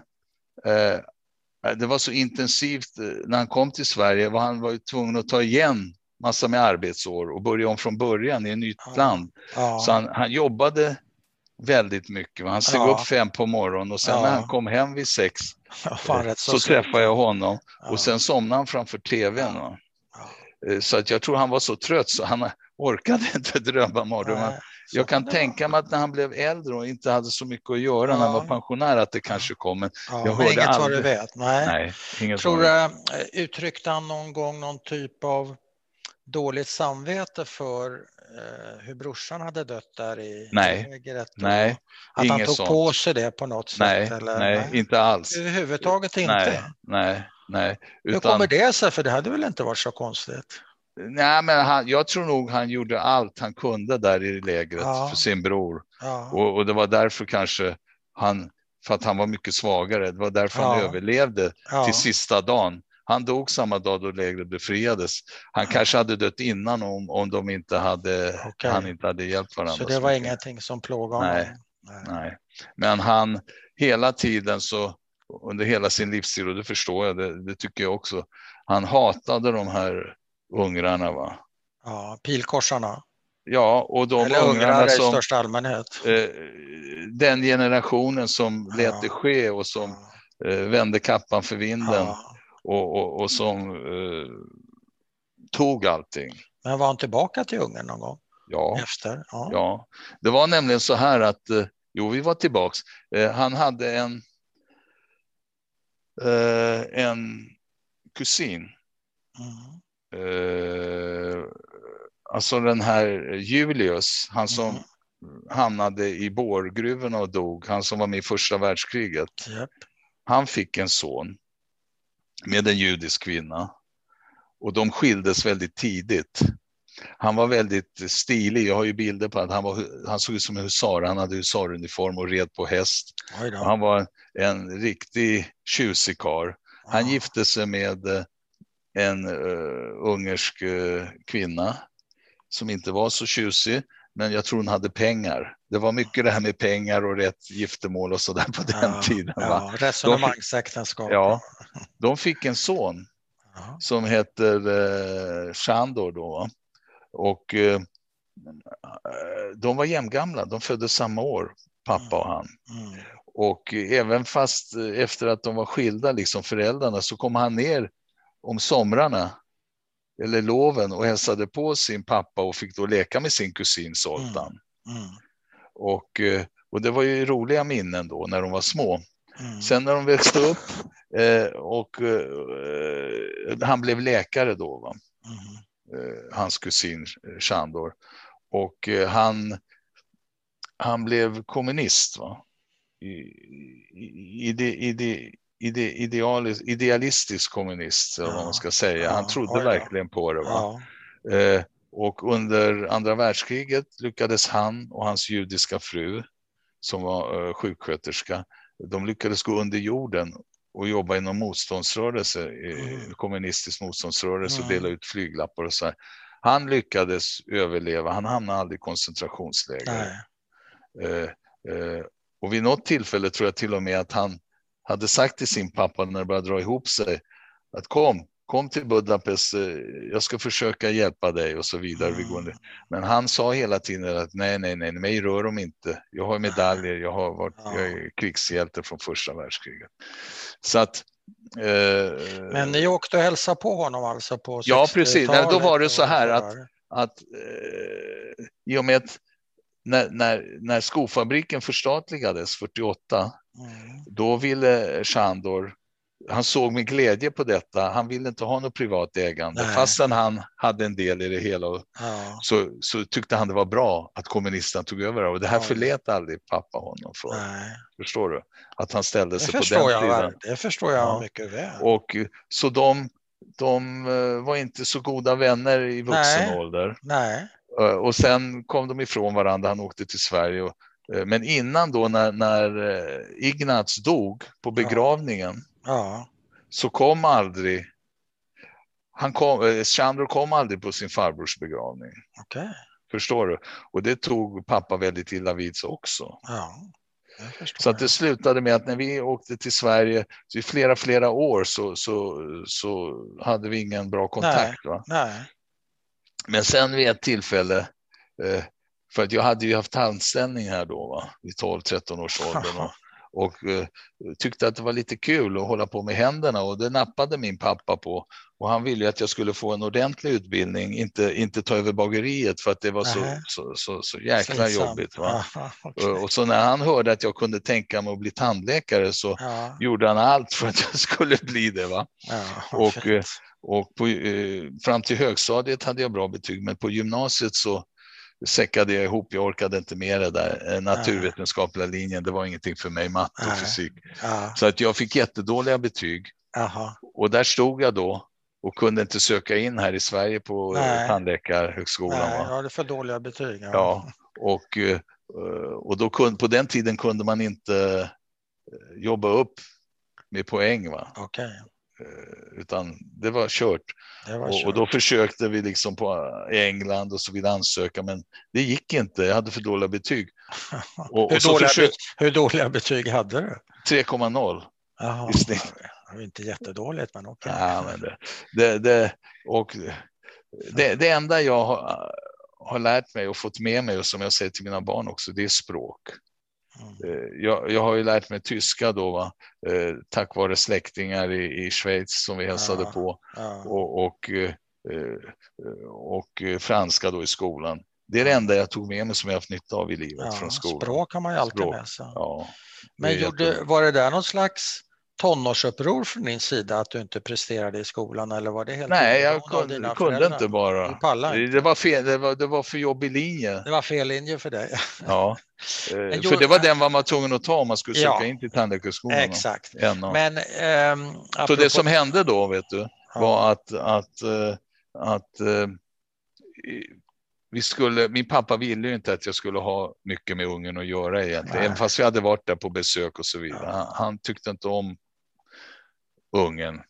Speaker 2: det var så intensivt när han kom till Sverige. Han var ju tvungen att ta igen massa med arbetsår och börja om från början i ett nytt land. Så han jobbade väldigt mycket. Han steg upp 5 på morgonen och sen när han kom hem vid 6 så träffade jag honom och sen somnade han framför tvn. Så att jag tror han var så trött så han orkade inte drömma mardrömmar. Jag kan tänka mig att när han blev äldre och inte hade så mycket att göra när han var pensionär att det kanske kom. Men jag hörde
Speaker 1: inget
Speaker 2: aldrig.
Speaker 1: Vad du vet. Nej
Speaker 2: inget.
Speaker 1: Tror du uttryckte han någon gång någon typ av dåligt samvete för hur brorsan hade dött där i lägret?
Speaker 2: Nej,
Speaker 1: att han tog på sig det på något sätt?
Speaker 2: Nej, inte alls.
Speaker 1: Överhuvudtaget inte?
Speaker 2: Nej.
Speaker 1: Hur kommer det sig? För det hade väl inte varit så konstigt?
Speaker 2: Nej, men jag tror nog han gjorde allt han kunde där i lägret för sin bror. Och det var därför kanske för att han var mycket svagare. Det var därför han överlevde till sista dagen. Han dog samma dag då lägret befriades. Han kanske hade dött innan om de inte han inte hade hjälpt varandra.
Speaker 1: Så det var ingenting som plågade honom?
Speaker 2: Nej. Men han hela tiden så under hela sin livstid, och det förstår jag, det tycker jag också. Han hatade de här ungrarna, va?
Speaker 1: Ja, pilkorsarna.
Speaker 2: Ja, och de
Speaker 1: eller ungrarna som, i största allmänhet.
Speaker 2: Den generationen som lät det ske och som vände kappan för vinden och som tog allting.
Speaker 1: Men var han tillbaka till Ungern någon gång? Efter?
Speaker 2: Ja. Det var nämligen så här att vi var tillbaks. Han hade en kusin. Alltså den här Julius, han som hamnade i Borgruvorna och dog, han som var med i första världskriget. Han fick en son med en judisk kvinna och de skildes väldigt tidigt. Han var väldigt stilig, jag har ju bilder på att han såg ut som en husar, han hade husaruniform och red på häst. Han var en riktig tjusig karl. Han gifte sig med en ungersk kvinna som inte var så tjusig, men jag tror hon hade pengar. Det var mycket det här med pengar och rätt giftermål och sådär på den tiden.
Speaker 1: Resonemangsäktenskap.
Speaker 2: De fick en son som heter Shandor då. Och de var jämngamla, de föddes samma år, pappa och han. Och även fast efter att de var skilda, liksom föräldrarna, så kom han ner om somrarna eller loven och hälsade på sin pappa och fick då leka med sin kusin Zoltan. Och det var ju roliga minnen då när de var små. Sen när de växte upp och han blev läkare då, va? Hans kusin Shandor. Och han blev kommunist, va? Idealistisk kommunist, eller vad man ska säga. Han trodde verkligen på det, va? Och under andra världskriget lyckades han och hans judiska fru, som var sjuksköterska, de lyckades gå under jorden och jobba inom motståndsrörelse, kommunistisk motståndsrörelse, och dela ut flyglappar och så här. Han lyckades överleva, han hamnade aldrig i koncentrationsläger. Och vid något tillfälle tror jag till och med att han hade sagt till sin pappa när det började dra ihop sig att kom till Budapest, jag ska försöka hjälpa dig och så vidare. Men han sa hela tiden att nej, mig rör de inte. Jag har medaljer, jag är krigshjälte från första världskriget. Så att
Speaker 1: men ni åkte och hälsade på honom alltså på 60-talet?
Speaker 2: Ja, precis. Då var det så här att i och med att när skofabriken förstatligades 48, då ville Shandor, han såg med glädje på detta. Han ville inte ha något privat ägande. Fastän han hade en del i det hela. Så tyckte han det var bra att kommunisterna tog över det. Och det här förlät aldrig pappa honom för. Förstår du? Att han ställde sig på den sidan.
Speaker 1: Det förstår jag mycket väl.
Speaker 2: Och så de var inte så goda vänner i vuxen ålder. Och sen kom de ifrån varandra. Han åkte till Sverige och Men innan då när Ignaz dog på begravningen så kom aldrig Chandro kom aldrig på sin farbrors begravning.
Speaker 1: Okay.
Speaker 2: Förstår du? Och det tog pappa väldigt illa vid sig också.
Speaker 1: Ja,
Speaker 2: så att det slutade med att när vi åkte till Sverige så i flera år så hade vi ingen bra kontakt.
Speaker 1: Nej.
Speaker 2: Men sen vid ett tillfälle, för att jag hade ju haft anställning här då i 12-13 års åldern och tyckte att det var lite kul att hålla på med händerna, och det nappade min pappa på, och han ville att jag skulle få en ordentlig utbildning, inte ta över bageriet, för att det var så jäkla jobbigt. Okay. Och så när han hörde att jag kunde tänka mig att bli tandläkare så gjorde han allt för att jag skulle bli det. Och fram till högstadiet hade jag bra betyg, men på gymnasiet så säckade jag ihop, jag orkade inte med det där naturvetenskapliga linjen, det var ingenting för mig, matte och fysik. Så att jag fick jättedåliga betyg. Och där stod jag då och kunde inte söka in här i Sverige på tandläkarhögskolan.
Speaker 1: Jag hade för dåliga betyg.
Speaker 2: Och då på den tiden kunde man inte jobba upp med poäng.
Speaker 1: Okay.
Speaker 2: Utan det var kört. Och då försökte vi liksom i England och så vidare ansöka, men det gick inte, jag hade för dåliga betyg.
Speaker 1: Hur dåliga betyg hade du?
Speaker 2: 3,0 i snitt.
Speaker 1: Det var inte jättedåligt, men okej.
Speaker 2: Ja, men det enda jag har lärt mig och fått med mig, och som jag säger till mina barn också, det är språk. Jag har ju lärt mig tyska då, tack vare släktingar i Schweiz som vi hälsade på, och franska då i skolan. Det är det enda jag tog med mig som jag haft nytta av i livet från skolan.
Speaker 1: Språk har man ju alltid med sig. Men var det där någon slags tonårsuppror från din sida att du inte presterade i skolan, eller var det helt?
Speaker 2: Nej, jag kunde inte bara. Det var fel, det var för jobbig linje.
Speaker 1: Det var fel linje för dig.
Speaker 2: Ja. För det var den man var tvungen att ta om man skulle söka in till tandläkarskolan.
Speaker 1: Exakt.
Speaker 2: Men så det som hände då, vet du, var att min pappa ville ju inte att jag skulle ha mycket med ungen att göra egentligen. Även fast vi hade varit där på besök och så vidare. Han tyckte inte om ungen.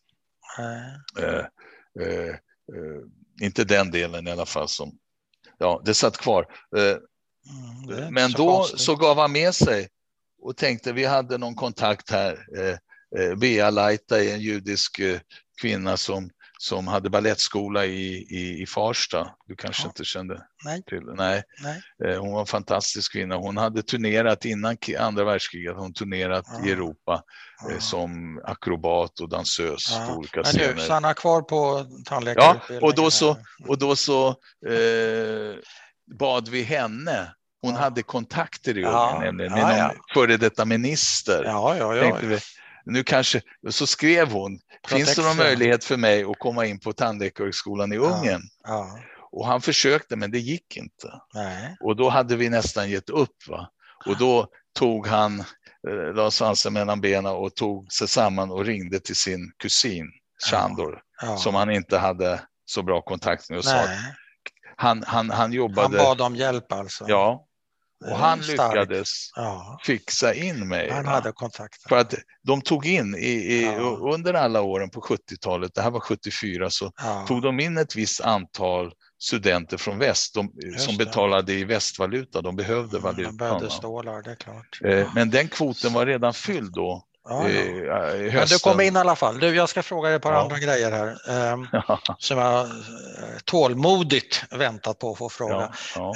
Speaker 2: Inte den delen i alla fall som, det satt kvar. Men då så gav han med sig och tänkte, vi hade någon kontakt här. Bea Laita är en judisk kvinna som hade ballettskola i Farsta. Du kanske inte kände till det? Nej. Hon var en fantastisk kvinna. Hon hade turnerat innan andra världskriget. Hon turnerat i Europa som akrobat och dansös på olika scener.
Speaker 1: Men du stannar kvar på tandläkarutbildningen.
Speaker 2: Och då så bad vi henne. Hon hade kontakter i Ungern med någon före detta minister. Nu kanske, så skrev hon, finns det någon möjlighet för mig att komma in på tandläkarhögskolan i Ungern? Och han försökte, men det gick inte. Och då hade vi nästan gett upp. Och då tog han, la svansen mellan benen och tog sig samman och ringde till sin kusin Chandor, som han inte hade så bra kontakt med, och sa att han jobbade.
Speaker 1: Han bad om hjälp alltså.
Speaker 2: Ja. Och han lyckades fixa in mig.
Speaker 1: Han hade kontakt.
Speaker 2: För att de tog in under alla åren på 70-talet, det här var 74, så tog de in ett visst antal studenter från väst som betalade i västvaluta. De behövde valuta.
Speaker 1: De behövde stålar, det är klart.
Speaker 2: Men den kvoten var redan fylld då.
Speaker 1: Men du kom in i alla fall. Jag ska fråga dig ett par andra grejer här som jag tålmodigt väntat på att få fråga.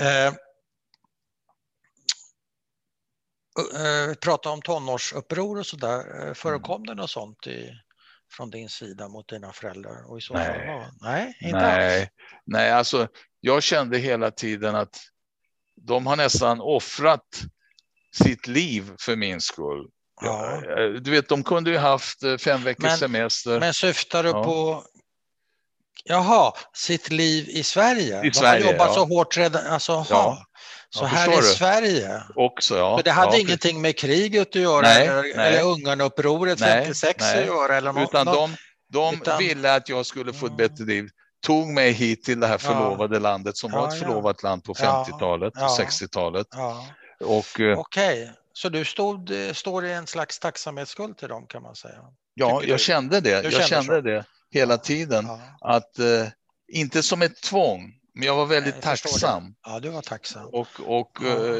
Speaker 1: Prata om tonårsuppror och sådär. Förekom det något sånt från din sida mot dina föräldrar? Och i så fall,
Speaker 2: nej, alltså jag kände hela tiden att de har nästan offrat sitt liv för min skull. Du vet, de kunde ju haft 5 veckors semester.
Speaker 1: Men syftar du på sitt liv i Sverige?
Speaker 2: De har
Speaker 1: jobbat så hårt redan. Så här i Sverige
Speaker 2: också,
Speaker 1: För det hade ingenting med kriget att göra eller Ungernupproret 56 att göra eller något.
Speaker 2: Utan de ville att jag skulle få ett bättre liv. Tog mig hit till det här förlovade landet som var ett förlovat land på 50-talet och 60-talet.
Speaker 1: Okej, så du står i en slags tacksamhetsskuld till dem, kan man säga?
Speaker 2: Ja, jag kände det. Jag kände det hela tiden. Att inte som ett tvång, men jag var väldigt tacksam.
Speaker 1: Ja, du var tacksam.
Speaker 2: Och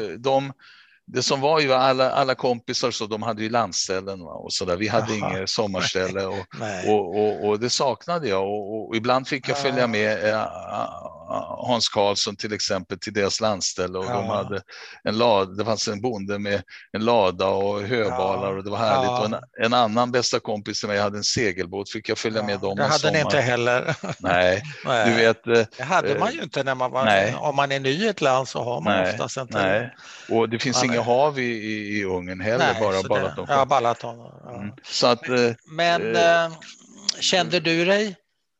Speaker 2: det som var ju alla kompisar, så de hade ju landställen och så där. Vi hade inget sommarställe och det saknade jag, och ibland fick jag följa med Hans Karlsson till exempel till deras landställe, och de hade en lada, det fanns en bonde med en lada och höbalar och det var härligt. Och en annan bästa kompis som jag hade en segelbåt, fick jag följa med dem.
Speaker 1: Det hade ni inte heller.
Speaker 2: Nej, du vet.
Speaker 1: Det hade man ju inte när man var, om man är ny i ett land så har man oftast inte.
Speaker 2: Nej, och det finns inga hav i Ungern heller, bara Balaton.
Speaker 1: Ja, Balaton. Ja.
Speaker 2: Så att,
Speaker 1: men kände du dig?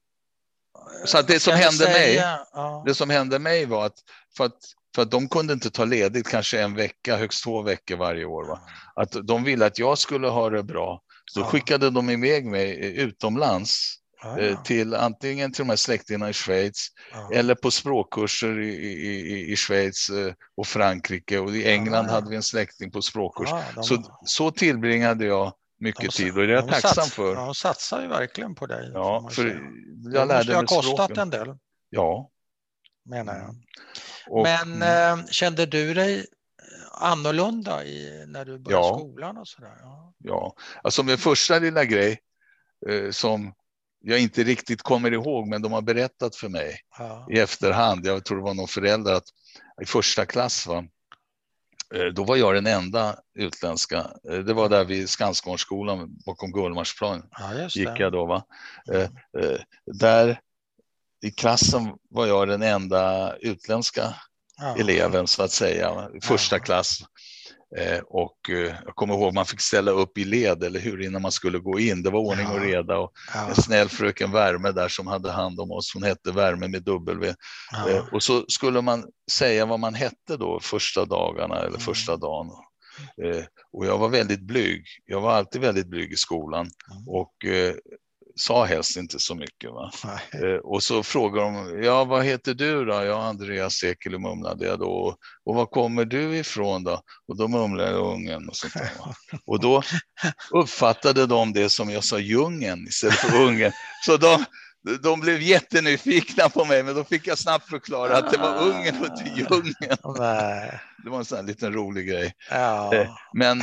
Speaker 2: Så att det som hände mig var att för att de kunde inte ta ledigt kanske en vecka, högst 2 veckor varje år. Va? Att de ville att jag skulle ha det bra. Så skickade de iväg mig utomlands. Till antingen till de här släktingarna i Schweiz eller på språkkurser i Schweiz och Frankrike, och i England hade vi en släkting på språkkurs. Så tillbringade jag mycket tid, och det är jag tacksam för.
Speaker 1: De satsar ju verkligen på dig.
Speaker 2: Ja, för
Speaker 1: jag lärde mig kostat språken. En del.
Speaker 2: Ja.
Speaker 1: Menar jag. Men kände du dig annorlunda när du började skolan och sådär?
Speaker 2: Ja, alltså min första lilla grej som jag inte riktigt kommer ihåg, men de har berättat för mig i efterhand. Jag tror det var någon förälder att i första klass, då var jag den enda utländska. Det var där vid Skansgårdsskolan bakom Gullmarsplan. Gick jag då, va? Där i klassen var jag den enda utländska eleven, så att säga, första klass. Och jag kommer ihåg man fick ställa upp i led, eller hur, innan man skulle gå in. Det var ordning och reda, och en snäll fröken Värme där som hade hand om oss, hon hette Värme med W. Och så skulle man säga vad man hette då första dagarna eller första dagen. Och jag var väldigt blyg. Jag var alltid väldigt blyg i skolan och sa helst inte så mycket, va? Och så frågar de, vad heter du då? Ja, Andreas Ekeli, mumlade jag då. Och var kommer du ifrån då? Och då mumlade jag Ungern och sånt där, va? Och då uppfattade de det som jag sa Ljungen istället för Ungern. Så de blev jättenyfikna på mig, men då fick jag snabbt förklara att det var Ungern och inte Ljungen. Det var en sån här liten rolig grej. Men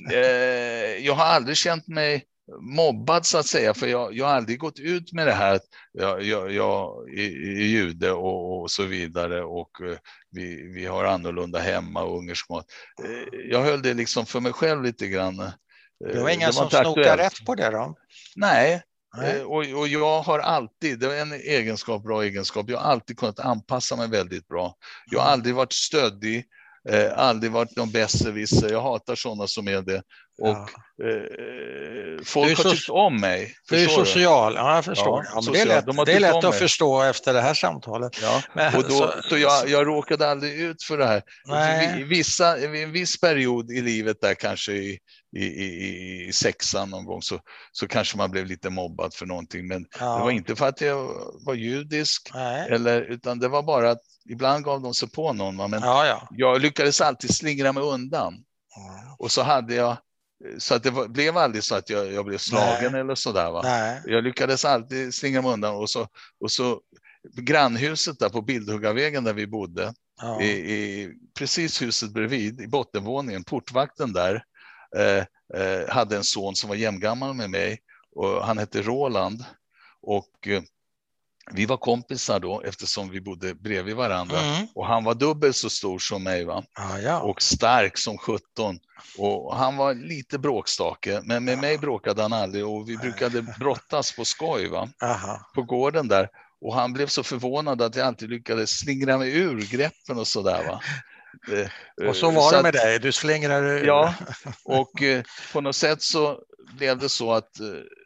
Speaker 2: jag har aldrig känt mig mobbad, så att säga, för jag har aldrig gått ut med det här att jag är jude och så vidare, och vi har annorlunda hemma och ungersk mat. Jag höll det liksom för mig själv lite grann.
Speaker 1: Det var ingen som snokade rätt på det då?
Speaker 2: Nej. Och jag har alltid, det är en bra egenskap, jag har alltid kunnat anpassa mig väldigt bra. Jag har aldrig varit stöddig, aldrig varit någon besserwisser. Jag hatar sådana som är det. Och folk har tyckt om mig.
Speaker 1: Du är social, jag förstår. Men det är lätt att förstå efter det här samtalet.
Speaker 2: Men, så jag råkade aldrig ut för det här. I en viss period i livet där, kanske i 6:an någon gång, så kanske man blev lite mobbad för någonting. Men det var inte för att jag var judisk, utan det var bara att ibland gav de sig på någon. Men jag lyckades alltid slingra mig undan. Och så hade jag, så att det blev aldrig så att jag blev slagen eller sådär, va? Jag lyckades alltid slingra mig undan. Och så grannhuset där på Bildhuggarvägen där vi bodde, i precis huset bredvid, i bottenvåningen, portvakten där, hade en son som var jämngammal med mig, och han hette Roland, och vi var kompisar då, eftersom vi bodde bredvid varandra. Och han var dubbelt så stor som mig, va? Och stark som 17. Och han var lite bråkstake, men med mig bråkade han aldrig, och vi brukade brottas på skoj, va? På gården där. Och han blev så förvånad att jag alltid lyckades slingra mig ur greppen och sådär, va?
Speaker 1: Och så var det med dig, du slingrade ur.
Speaker 2: Ja, och på något sätt så blev det så att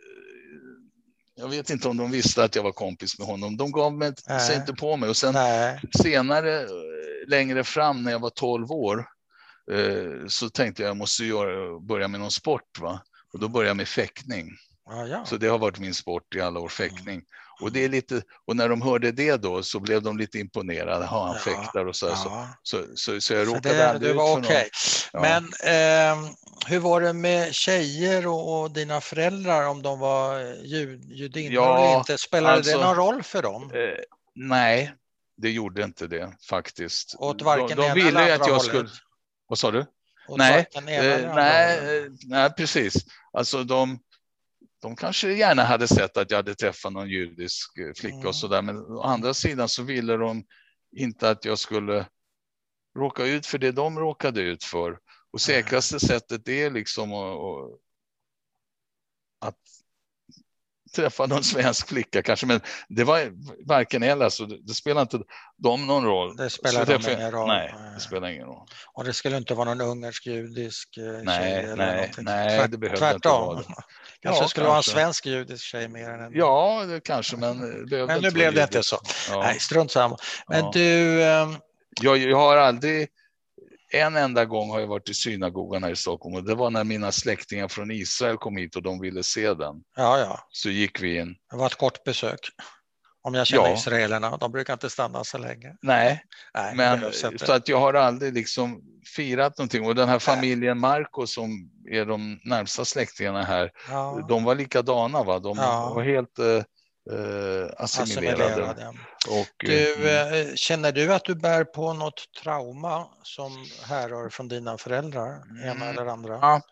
Speaker 2: jag vet inte om de visste att jag var kompis med honom. De gav mig sig inte på mig. Och sen senare, längre fram när jag var 12 år, så tänkte jag måste börja med någon sport, va? Och då började jag med fäktning. Så det har varit min sport i alla år, fäktning. Och det är lite, och när de hörde det då så blev de lite imponerade. Han fäktar och så jag råkade aldrig ut för
Speaker 1: någon. Men hur var det med tjejer och dina föräldrar, om de var judinnor eller inte? Spelade det någon roll för dem?
Speaker 2: Nej, det gjorde inte det faktiskt.
Speaker 1: Åt varken de ville ju att jag skulle...
Speaker 2: Vad sa du? Nej, precis. Alltså de kanske gärna hade sett att jag hade träffat någon judisk flicka och sådär. Men å andra sidan så ville de inte att jag skulle råka ut för det de råkade ut för. Och säkraste sättet är liksom att träffa någon svensk flicka kanske. Men det var varken eller, så det spelar inte dem någon roll.
Speaker 1: Det spelar ingen roll.
Speaker 2: Nej, det spelar ingen roll.
Speaker 1: Och det skulle inte vara någon ungersk-judisk tjej?
Speaker 2: Nej, det behövde inte vara det.
Speaker 1: Kanske skulle vara en svensk judisk tjej mer än en...
Speaker 2: Ja, det kanske, men
Speaker 1: nu blev det inte så. Nej, strunt samma. Men du...
Speaker 2: Jag har aldrig... En enda gång har jag varit i synagogan här i Stockholm, och det var när mina släktingar från Israel kom hit och de ville se den. Så gick vi in.
Speaker 1: Det var ett kort besök. Om jag känner israelerna, de brukar inte stanna så länge.
Speaker 2: Nej, men så att jag har aldrig liksom firat någonting. Och den här familjen Marco som är de närmsta släktingarna här, de var likadana, va? De var helt assimilerade. Och,
Speaker 1: känner du att du bär på något trauma som härrör från dina föräldrar, ena eller andra?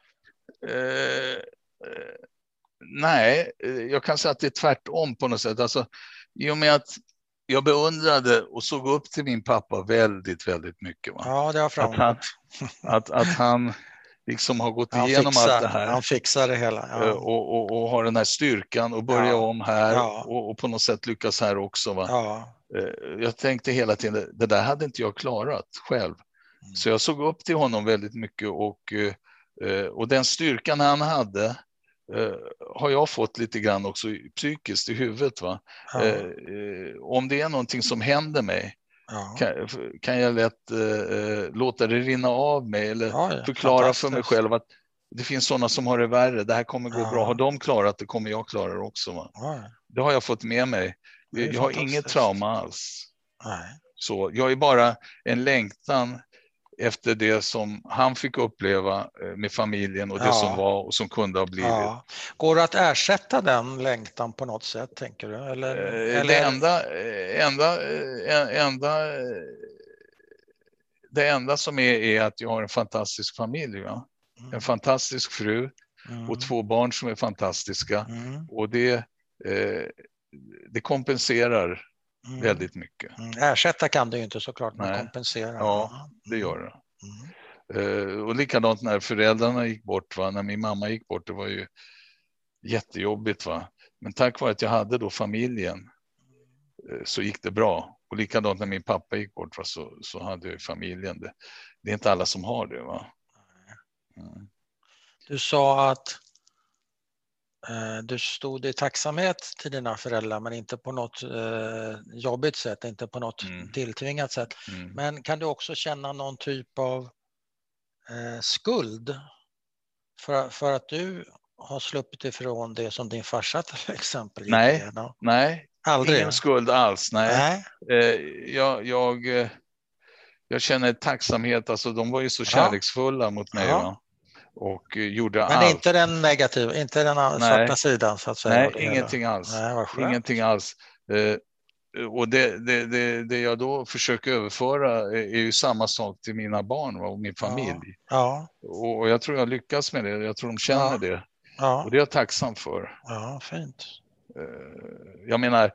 Speaker 2: Nej, jag kan säga att det är tvärtom på något sätt. Alltså, i och med att jag beundrade och såg upp till min pappa väldigt, väldigt mycket. Va?
Speaker 1: Ja, det har framgått.
Speaker 2: Att han liksom har gått igenom allt det här.
Speaker 1: Han fixar det hela.
Speaker 2: Och har den här styrkan och börja om här och på något sätt lyckas här också. Va? Jag tänkte hela tiden, det där hade inte jag klarat själv. Så jag såg upp till honom väldigt mycket, och den styrkan han hade har jag fått lite grann också psykiskt i huvudet. Va? Om det är någonting som händer mig, kan jag lätt låta det rinna av mig eller förklara för mig själv att det finns sådana som har det värre. Det här kommer gå bra. Har de klarat det kommer jag klara det också. Va? Det har jag fått med mig. Jag har inget trauma alls. Så jag är bara en längtan efter det som han fick uppleva med familjen och det som var och som kunde ha blivit.
Speaker 1: Går det att ersätta den längtan på något sätt, tänker du?
Speaker 2: Det enda som är att jag har en fantastisk familj. Va? En fantastisk fru och 2 barn som är fantastiska. Och det kompenserar väldigt mycket.
Speaker 1: Ersätta kan det ju inte såklart, men kompensera.
Speaker 2: Ja, det gör det. Och likadant när föräldrarna gick bort, va? När min mamma gick bort, det var ju jättejobbigt. Va? Men tack vare att jag hade då familjen så gick det bra. Och likadant när min pappa gick bort, va? Så hade jag ju familjen. Det är inte alla som har det. Va?
Speaker 1: Du sa att du stod i tacksamhet till dina föräldrar, men inte på något jobbigt sätt, inte på något tilltvingat sätt. Men kan du också känna någon typ av skuld för att du har sluppit ifrån det som din farsa till exempel gick igenom?
Speaker 2: Nej, aldrig. Ingen skuld alls. Nej. Jag känner tacksamhet, alltså de var ju så kärleksfulla mot mig. Va? Och gjorde allt.
Speaker 1: Men inte den negativa, inte den svarta sidan så att säga.
Speaker 2: Nej, ingenting alls. Ingenting alls. Och det jag då försöker överföra är ju samma sak till mina barn och min familj. Och jag tror jag lyckas med det. Jag tror de känner det. Och det är jag tacksam för.
Speaker 1: Ja, fint.
Speaker 2: Jag menar,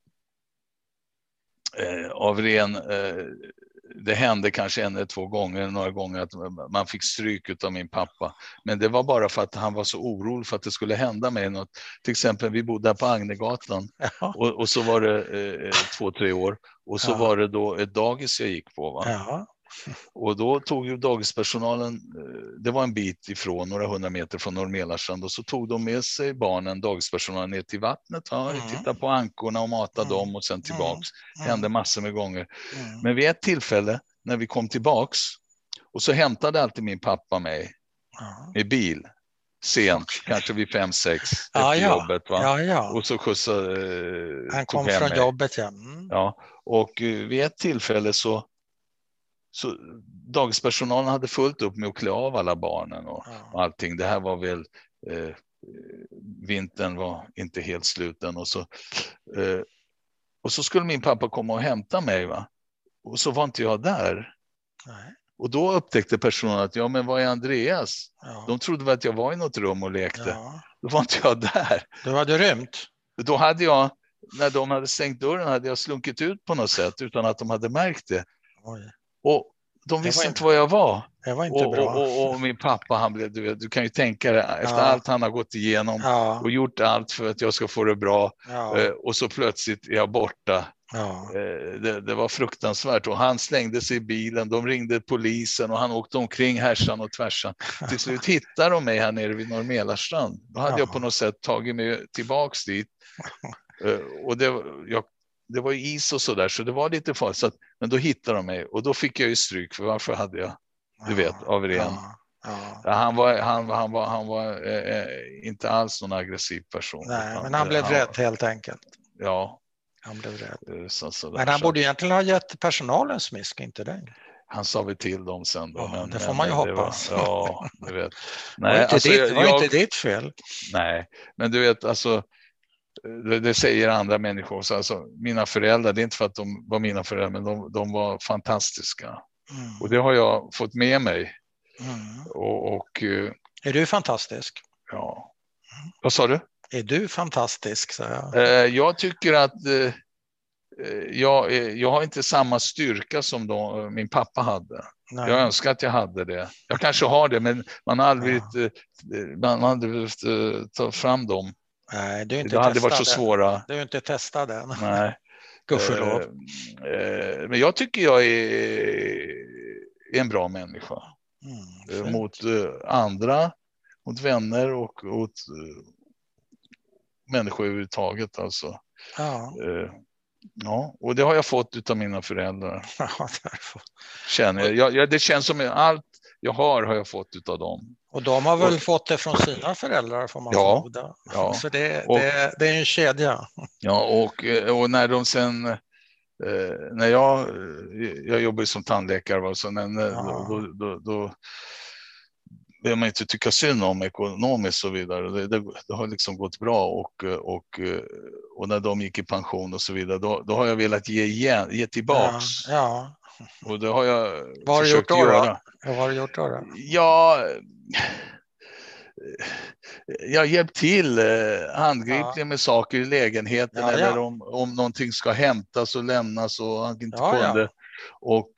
Speaker 2: av ren... Det hände kanske 1 eller 2 gånger, några gånger att man fick stryk av min pappa. Men det var bara för att han var så orolig för att det skulle hända mig något. Till exempel, vi bodde på Agnegatan och så var det 2-3 år. Och så var det då ett dagis jag gick på. Va? Och då tog ju dagispersonalen, det var en bit ifrån, några 100 meter från Norrmälarstrand, och så tog de med sig barnen, dagispersonalen, ner till vattnet, titta på ankorna och mata dem och sen tillbaks. Det hände massor med gånger. Men vid ett tillfälle när vi kom tillbaks, och så hämtade alltid min pappa mig med bil. sent, kanske vid 5-6 efter jobbet. Va?
Speaker 1: Ja.
Speaker 2: Och så skjutsade
Speaker 1: han kom från jobbet, ja.
Speaker 2: Ja. Och vid ett tillfälle så dagispersonalen hade fullt upp med att klä av alla barnen och allting. Det här var väl vintern var inte helt sluten och så skulle min pappa komma och hämta mig, va? Och så var inte jag där.
Speaker 1: Nej.
Speaker 2: Och då upptäckte personalen att men vad är Andreas? Ja. De trodde väl att jag var i något rum och lekte. Ja. Då var inte jag där.
Speaker 1: Då hade du rymt.
Speaker 2: Då hade jag, när de hade stängt dörren, hade jag slunkit ut på något sätt utan att de hade märkt det.
Speaker 1: Oj.
Speaker 2: Och de visste inte var jag var.
Speaker 1: Det var inte bra.
Speaker 2: Och min pappa, han blev, du kan ju tänka dig, efter allt han har gått igenom och gjort allt för att jag ska få det bra. Ja. Och så plötsligt är jag borta. Ja. Det var fruktansvärt och han slängde sig i bilen, de ringde polisen och han åkte omkring härsan och tvärsan. Till slut hittade de mig här nere vid Norrmälarstrand. Då hade jag på något sätt tagit mig tillbaks dit. Och det var is och sådär, så det var lite farligt. Men då hittade de mig och då fick jag ju stryk, för varför hade jag, du vet, av ren. Han var inte alls någon aggressiv person.
Speaker 1: Nej, men han blev rädd helt enkelt.
Speaker 2: Ja.
Speaker 1: Han blev rädd. Men han borde egentligen ha gett personalen smisk, inte dig.
Speaker 2: Han sa vi till dem sen då.
Speaker 1: Men, det får man ju hoppas.
Speaker 2: Du vet.
Speaker 1: Nej, det var inte ditt fel.
Speaker 2: Nej, men du vet, alltså det säger andra människor. Så alltså, mina föräldrar, det är inte för att de var mina föräldrar, men de var fantastiska. Och det har jag fått med mig. Och
Speaker 1: är du fantastisk?
Speaker 2: Ja. Vad sa du?
Speaker 1: Är du fantastisk? Så
Speaker 2: jag tycker att jag har inte samma styrka som min pappa hade. Nej. Jag önskar att jag hade det. Jag kanske har det, men man har aldrig behövt ta fram dem.
Speaker 1: Nej, du är inte
Speaker 2: det hade varit så svåra.
Speaker 1: Du är inte testad än.
Speaker 2: Nej.
Speaker 1: Gudskelov.
Speaker 2: Men jag tycker jag är en bra människa. Mot andra, mot vänner och mot människor överhuvudtaget. Alltså. Ja, och det har jag fått av mina föräldrar. Känner jag. Det känns som allt jag har jag fått av dem.
Speaker 1: Och de har väl fått det från sina föräldrar, får man förmoda. Ja. Så det är en kedja.
Speaker 2: Ja, och när de sen när jag jobbar som tandläkare, så då behöver man inte tycka synd om ekonomiskt och vidare. Det har liksom gått bra och när de gick i pension och så vidare, då har jag velat ge tillbaks.
Speaker 1: Ja.
Speaker 2: Och det har jag
Speaker 1: försökt göra. Vad har du gjort då?
Speaker 2: Ja, jag hjälpt till handgripligen med saker i lägenheten eller om någonting ska hämtas och lämnas och han inte kunde. Ja. Och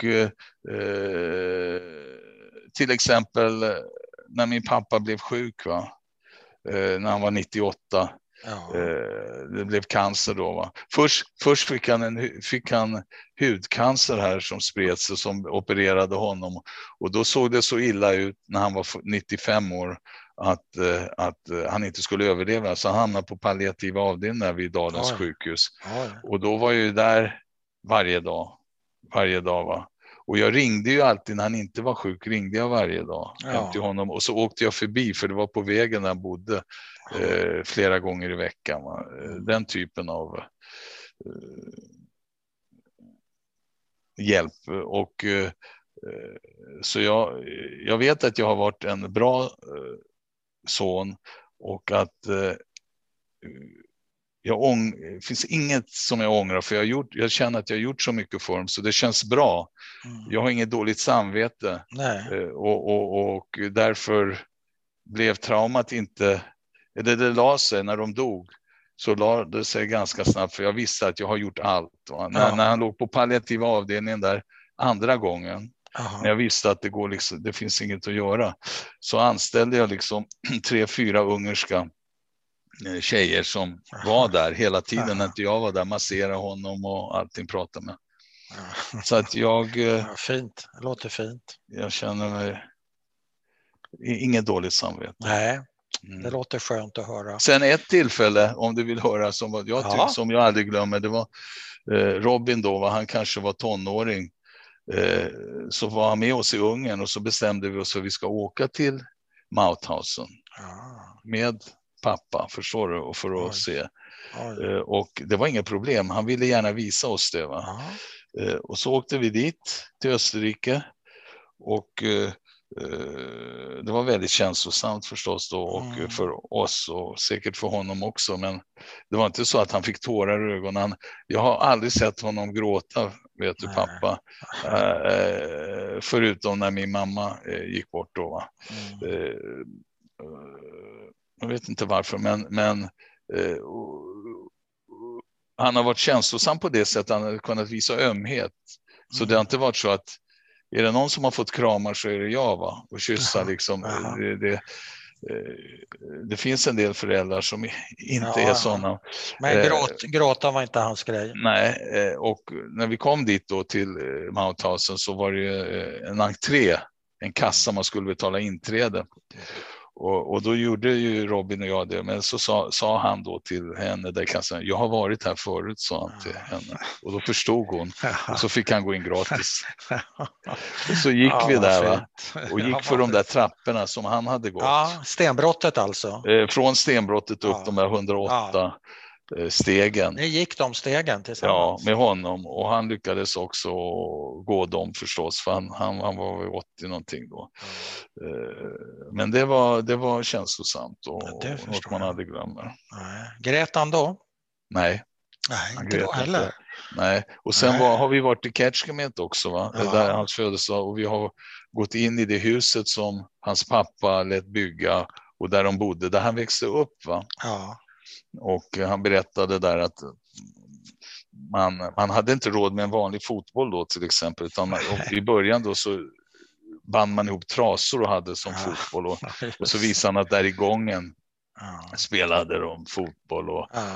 Speaker 2: till exempel när min pappa blev sjuk, när han var 98. Det blev cancer då. Va? Först fick han hudcancer här som spred sig, som opererade honom. Och då såg det så illa ut när han var 95 år att han inte skulle överleva. Så han hamnade på palliativa avdelningar vid Dalens sjukhus. Och då var jag ju där varje dag. Va? Och jag ringde ju alltid när han inte var sjuk, ringde jag varje dag till honom. Och så åkte jag förbi, för det var på vägen där han bodde flera gånger i veckan. Va? Den typen av hjälp. Och så jag vet att jag har varit en bra son och att det finns inget som jag ångrar, för jag känner att jag har gjort så mycket för dem, så det känns bra. Jag har inget dåligt samvete. Och därför blev traumat inte, det la sig när de dog, så la det sig ganska snabbt, för jag visste att jag har gjort allt. När han låg på palliativa avdelningen där andra gången, när jag visste att det finns inget att göra, så anställde jag 3-4 ungerska tjejer som var där hela tiden när inte jag var där, massera honom och allting, prata med. Så att
Speaker 1: fint, det låter fint.
Speaker 2: Jag känner mig inget dåligt samvete.
Speaker 1: Nej, det låter skönt att höra.
Speaker 2: Sen ett tillfälle, om du vill höra, som jag aldrig glömmer, det var Robin då, han kanske var tonåring. Så var han med oss i Ungern och så bestämde vi oss för att vi ska åka till Mauthausen. med pappa, förstår du, och för att se. Och det var inga problem, han ville gärna visa oss det, va. Och så åkte vi dit till Österrike och det var väldigt känslosamt förstås då, och för oss och säkert för honom också, men det var inte så att han fick tårar i ögonen. Jag har aldrig sett honom gråta, vet du, pappa, förutom när min mamma gick bort då, va. Jag vet inte varför, men han har varit känslosam på det sättet, han har kunnat visa ömhet. Så det har inte varit så att är det någon som har fått kramar så är det jag, va? Och kyssa liksom. Det finns en del föräldrar som inte är sådana.
Speaker 1: Men gråta var inte hans grej.
Speaker 2: Nej, och när vi kom dit då till Mauthausen så var det en entré, en kassa man skulle betala inträde. Och då gjorde ju Robin och jag det, men så sa han då till henne där kassan, jag har varit här förut, sa han till henne. Och då förstod hon, och så fick han gå in gratis. Och så gick vi där, va? Och gick för de där trapporna som han hade gått.
Speaker 1: Ja, stenbrottet alltså.
Speaker 2: Från stenbrottet upp de där 108 stegen.
Speaker 1: Ni gick de stegen tillsammans?
Speaker 2: Ja, med honom. Och han lyckades också gå dem förstås. För han var 80 någonting då. Men det var känslosamt. Och något man hade glömt.
Speaker 1: Grät han då?
Speaker 2: Nej.
Speaker 1: Nej, inte då heller.
Speaker 2: Inte. Nej. Och sen har vi varit i Kecskemét också, va? Där hans födelsedag. Och vi har gått in i det huset som hans pappa lät bygga. Och där de bodde. Där han växte upp, va?
Speaker 1: Ja.
Speaker 2: Och han berättade där att man hade inte råd med en vanlig fotboll då till exempel, utan i början då så band man ihop trasor och hade som fotboll, och så visade han att där i gången spelade de fotboll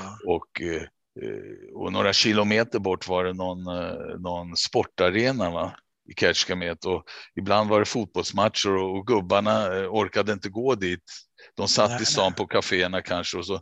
Speaker 2: och några kilometer bort var det någon sportarena, va, i Kecskemét, och ibland var det fotbollsmatcher och gubbarna orkade inte gå dit. De satt i stan på kaféerna kanske, och så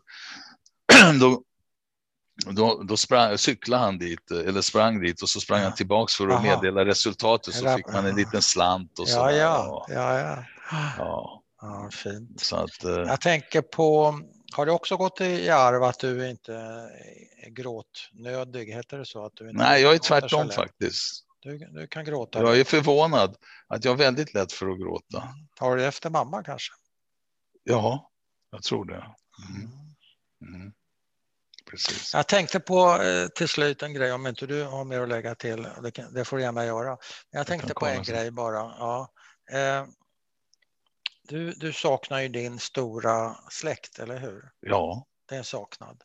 Speaker 2: då cyklade han dit, eller sprang dit, och så sprang han tillbaks för att meddela resultatet, så fick man en liten slant och så.
Speaker 1: Ja, fint.
Speaker 2: Så att,
Speaker 1: jag tänker på, har det också gått i arv att du inte är gråtnödig, heter det så? Att du inte
Speaker 2: nej, jag är tvärtom faktiskt.
Speaker 1: Du kan gråta.
Speaker 2: Jag är förvånad att jag är väldigt lätt för att gråta.
Speaker 1: Har du efter mamma kanske?
Speaker 2: Ja, jag tror det. Precis.
Speaker 1: Jag tänkte på till slut en grej, om inte du har mer att lägga till, det får du gärna göra. Jag tänkte på en grej bara. Ja. Du saknar ju din stora släkt, eller hur?
Speaker 2: Ja.
Speaker 1: Det är saknad.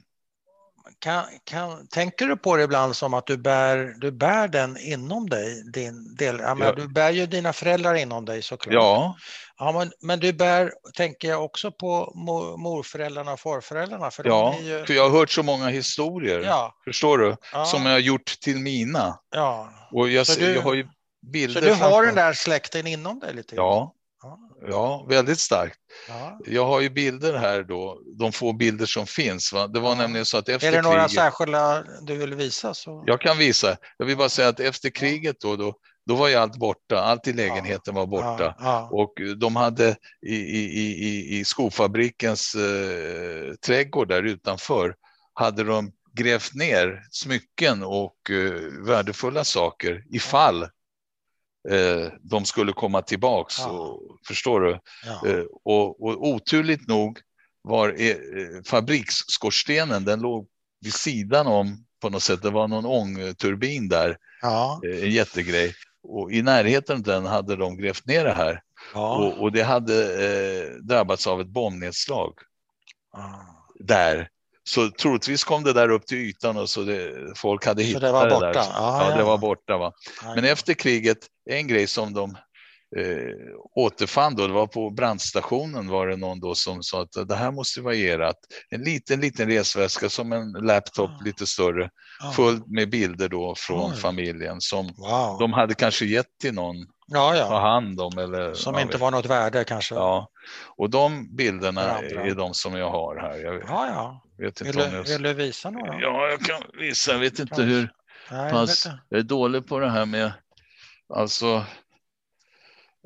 Speaker 1: Tänker du på det ibland som att du bär den inom dig, din del? Du bär ju dina föräldrar inom dig såklart. Ja, men du tänker jag också på morföräldrarna och farföräldrarna. För
Speaker 2: för jag har hört så många historier, förstår du, som jag har gjort till mina.
Speaker 1: Ja.
Speaker 2: Och jag har ju bilder.
Speaker 1: Så du har den där släkten inom dig lite?
Speaker 2: Ja, väldigt starkt. Jag har ju bilder här då, de få bilder som finns, va? Det var nämligen så att efter kriget...
Speaker 1: Är det några särskilda du vill visa? Så...
Speaker 2: Jag kan visa. Jag vill bara säga att efter kriget då var ju allt borta. Allt i lägenheten var borta. Och de hade i skofabrikens trädgård där utanför hade de grävt ner smycken och värdefulla saker ifall de skulle komma tillbaks, förstår du? Och oturligt nog var fabriksskorstenen, den låg vid sidan om på något sätt. Det var någon ångturbin där, en jättegrej. Och i närheten av den hade de grävt ner det här. Och det hade drabbats av ett bombnedslag där. Så troligtvis kom det där upp till ytan, och så folk hade hittat det var borta. Det där. Det var borta, va? Men efter kriget, en grej som de återfann då, det var på brandstationen, var det någon då som sa att det här måste varierat. En liten resväska som en laptop, lite större, full med bilder då från familjen som de hade kanske gett till någon ta hand om, eller
Speaker 1: som inte var något värde kanske.
Speaker 2: Och de bilderna är de som jag har här.
Speaker 1: Vill du visa några?
Speaker 2: Ja, jag kan visa. Jag vet inte hur pass jag är dålig på det här med, alltså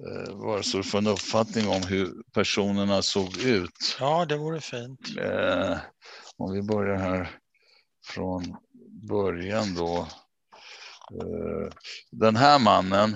Speaker 2: Bara så du får en uppfattning om hur personerna såg ut.
Speaker 1: Ja, det vore fint.
Speaker 2: Om vi börjar här från början då. Den här mannen,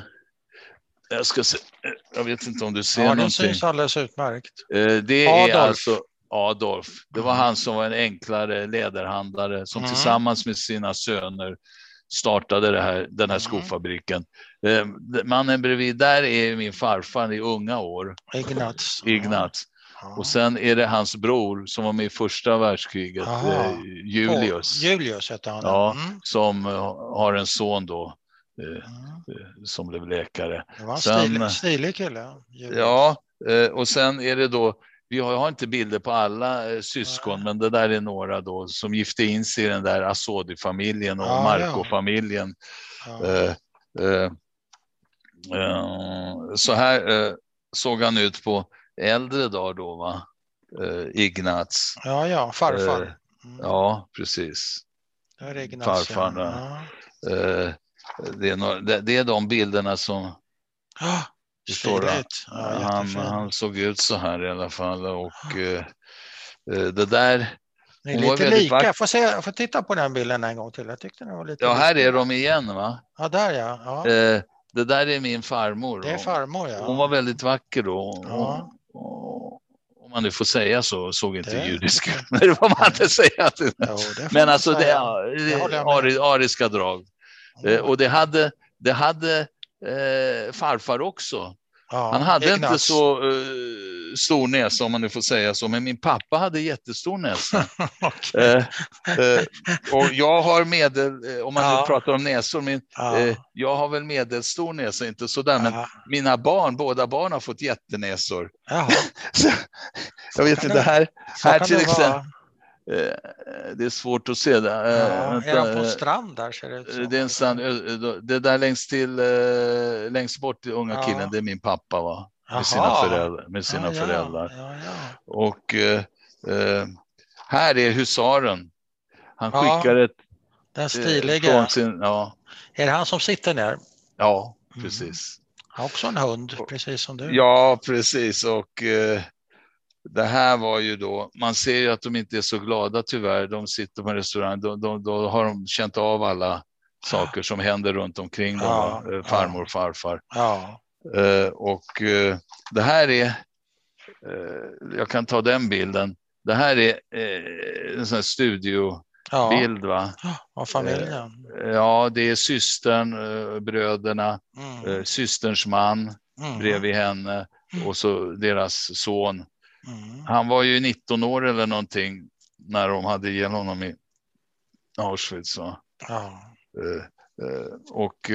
Speaker 2: jag vet inte om du ser någonting. Ja, det
Speaker 1: syns alldeles utmärkt.
Speaker 2: Det Adolf. Är alltså Adolf. Det var han som var en enklare läderhandlare som tillsammans med sina söner startade den här skofabriken. Mannen bredvid där är min farfar i unga år. Ignaz. Och sen är det hans bror som var med i första världskriget, Julius.
Speaker 1: Julius heter han.
Speaker 2: Ja, som har en son då som blev läkare.
Speaker 1: Det var en stilig kille. Julius.
Speaker 2: Ja, och sen är det då, vi har inte bilder på alla syskon, men det där är några då som gifte in sig i den där Asodi-familjen och Marco-familjen. Så här såg han ut på äldre dagar då, va? Ignaz.
Speaker 1: Ja, farfar.
Speaker 2: Ja, precis.
Speaker 1: Det är Ignaz,
Speaker 2: farfar. Ja. Det är de bilderna som han såg ut så här i alla fall. Och det där...
Speaker 1: Ni är lite lika. Får titta på den bilden en gång till. Jag tyckte det var lite
Speaker 2: lika. Här är de igen, va?
Speaker 1: Ja, där ja.
Speaker 2: Det där är min farmor.
Speaker 1: Det är farmor, ja.
Speaker 2: Hon var väldigt vacker då. Om man nu får säga så, såg inte judisk ut. Men det får man inte säga. Men alltså det är ariska drag. Och det hade farfar också. Han hade inte så stor näsa, om man nu får säga så, men min pappa hade jättestor näsa. Och jag har om man nu pratar om näsor, jag har väl medelstor näsa, inte sådär, men mina båda barn har fått jättenäsor. Så, jag vet inte, här till exempel. Det är svårt att se det.
Speaker 1: Är han på en strand där, ser det ut som?
Speaker 2: Det är en strand. Det där längst bort, unga killen, det är min pappa, va? Med sina föräldrar. Och här är husaren. Han skickar ett...
Speaker 1: Den stiliga. Är det han som sitter ner?
Speaker 2: Ja, precis.
Speaker 1: Han har också en hund, precis som du.
Speaker 2: Ja, precis. Och... det här var ju då, man ser ju att de inte är så glada tyvärr. De sitter på en restaurang, då har de känt av alla saker som händer runt omkring då, farmor och farfar. Och det här är, jag kan ta den bilden. Det här är en sån här studiobild, va?
Speaker 1: Av familjen.
Speaker 2: Ja, det är systern, bröderna, systerns man bredvid henne och så deras son. Han var ju 19 år eller någonting när de hade ihjäl honom i Auschwitz. Och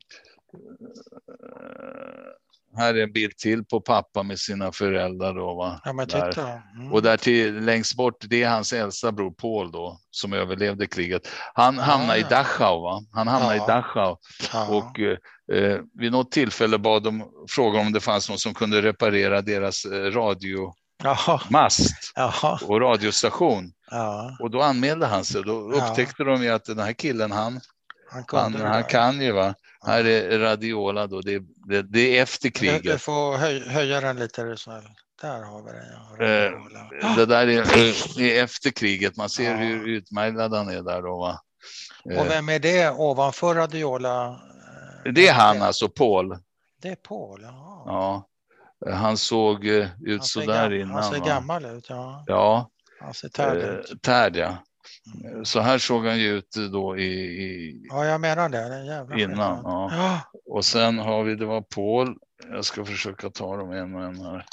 Speaker 2: här är en bild till på pappa med sina föräldrar då, va?
Speaker 1: Ja, men titta.
Speaker 2: Och där till längst bort, det är hans äldsta bror Paul då, som överlevde kriget. Han hamnade i Dachau, va? Han hamnade i Dachau. Och vid något tillfälle bad de fråga om det fanns någon som kunde reparera deras radiomast och radiostation. Och då anmälde han sig. Då upptäckte de ju att den här killen, han kan ju, va? Här är radiola då. Det är efter kriget.
Speaker 1: Du får höja den lite, är du snäll. Där har vi den.
Speaker 2: Det där är efter kriget. Man ser hur utmärglad han är där då, va?
Speaker 1: Och vem är det ovanför radiola?
Speaker 2: Det är han, alltså Paul.
Speaker 1: Det är Paul, ja.
Speaker 2: Ja. Han såg ut så där innan.
Speaker 1: Han ser gammal ut,
Speaker 2: ja.
Speaker 1: Han ser
Speaker 2: tärd, ja. Så här såg han ju ut då
Speaker 1: Ja, jag menar det. Det är jävla
Speaker 2: innan, Och sen har vi, det var Paul. Jag ska försöka ta dem en och en här.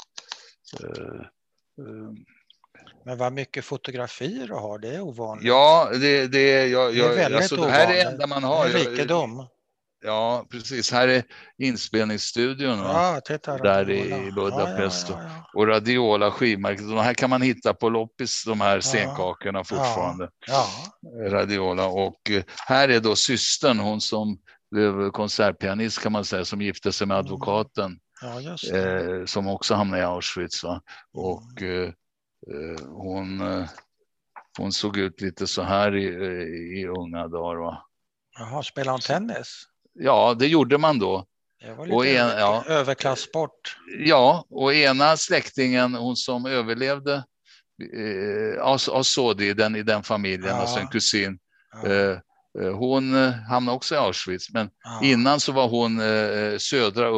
Speaker 1: Men vad mycket fotografier du har, det är ovanligt.
Speaker 2: Ja, det är väldigt
Speaker 1: alltså,
Speaker 2: det här är det enda man har.
Speaker 1: Det är rikedom.
Speaker 2: Ja, precis. Här är inspelningsstudion där i Budapest. Och radiola skivmärket. Och här kan man hitta på loppis de här scenkakorna fortfarande. Radiola. Och här är då systern, hon som blev konsertpianist kan man säga, som gifte sig med advokaten. Som också hamnade i Auschwitz. Va? Och hon såg ut lite så här i unga dagar. Va?
Speaker 1: Jaha, spelade hon tennis?
Speaker 2: Ja, det gjorde man då.
Speaker 1: Det var lite överklassport.
Speaker 2: Ja, och ena släktingen, hon som överlevde av Sodi i den familjen, alltså en kusin. Hon hamnade också i Auschwitz, men innan så var hon södra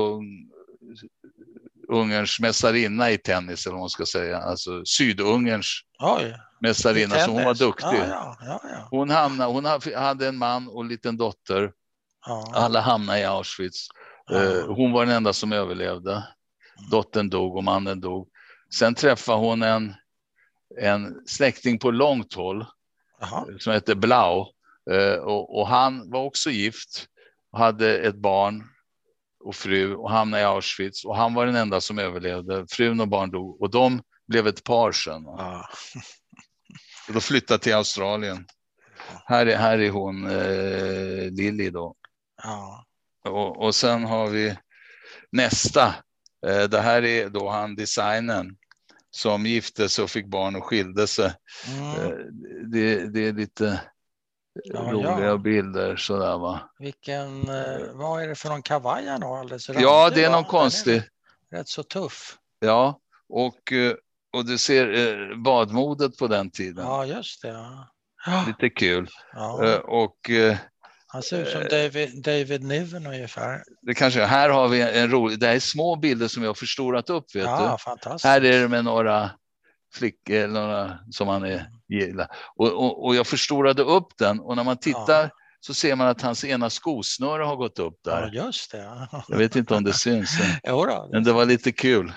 Speaker 2: Ungerns mästarinna i tennis, eller vad man ska säga, alltså Sydungerns mästarinna, så hon var duktig. Hon hade en man och en liten dotter. Alla hamnade i Auschwitz. Hon var den enda som överlevde. Dottern dog och mannen dog. Sen träffade hon en släkting på långt håll som hette Blau. Och han var också gift. Hade ett barn och fru och hamnade i Auschwitz. Och han var den enda som överlevde. Frun och barn dog. Och de blev ett par sen. Och då flyttade till Australien. Här är hon Lilly då. Och sen har vi nästa. Det här är då han designern som gifte sig och fick barn och skilde sig. Det är lite roliga bilder sådär, va.
Speaker 1: Vad är det för någon kavaj han har?
Speaker 2: Ja, det är någon konstig.
Speaker 1: Rätt så tuff.
Speaker 2: Ja, och du ser badmodet på den tiden.
Speaker 1: Ja, just det.
Speaker 2: Lite kul. Och
Speaker 1: han ser ut som David Niven ungefär.
Speaker 2: Det kanske, här har vi en rolig, det är små bilder som jag har förstorat upp, vet du.
Speaker 1: Fantastiskt.
Speaker 2: Här är det med några flickor, några som han gillar. Och jag förstorade upp den, och när man tittar så ser man att hans ena skosnöre har gått upp där.
Speaker 1: Ja, just det.
Speaker 2: Jag vet inte om det syns.
Speaker 1: Jodå,
Speaker 2: men det var lite kul.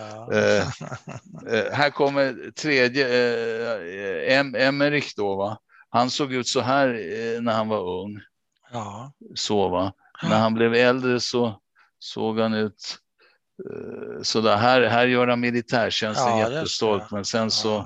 Speaker 2: Här kommer tredje, Emmerich då, va. Han såg ut så här när han var ung. Så, va. När han blev äldre så såg han ut så där. Här gör han militärtjänsten jättestolt, men sen så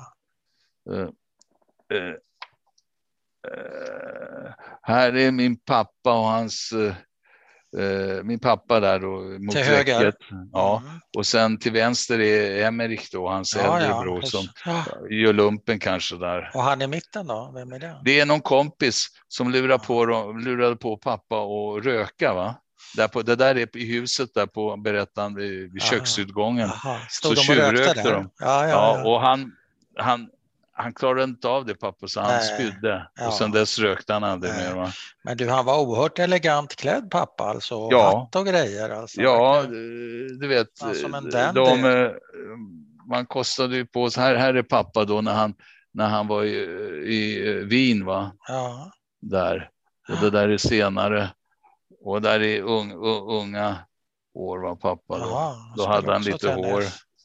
Speaker 2: här är min pappa och hans min pappa där då mot
Speaker 1: till höger.
Speaker 2: Och sen till vänster är Emmerich då, hans äldre bror som gör lumpen kanske där.
Speaker 1: Och han i mitten då, vem är det?
Speaker 2: Det är någon kompis som lurade på pappa och röka, va. Det där är i huset där på berättan vid köksutgången. Så tjuvrökte de. Och han klarade inte av det, pappa, så han spydde. Och sen dess rökte han aldrig mer, va?
Speaker 1: Men du, han var oerhört elegant klädd, pappa, alltså. Hatt och grejer. Alltså.
Speaker 2: Ja, du vet.
Speaker 1: Som en dandy.
Speaker 2: Man kostade ju på så här är pappa då när han var i Wien, va? Där. Och det där är senare. Och där är unga år, var pappa då. Då hade han lite hår.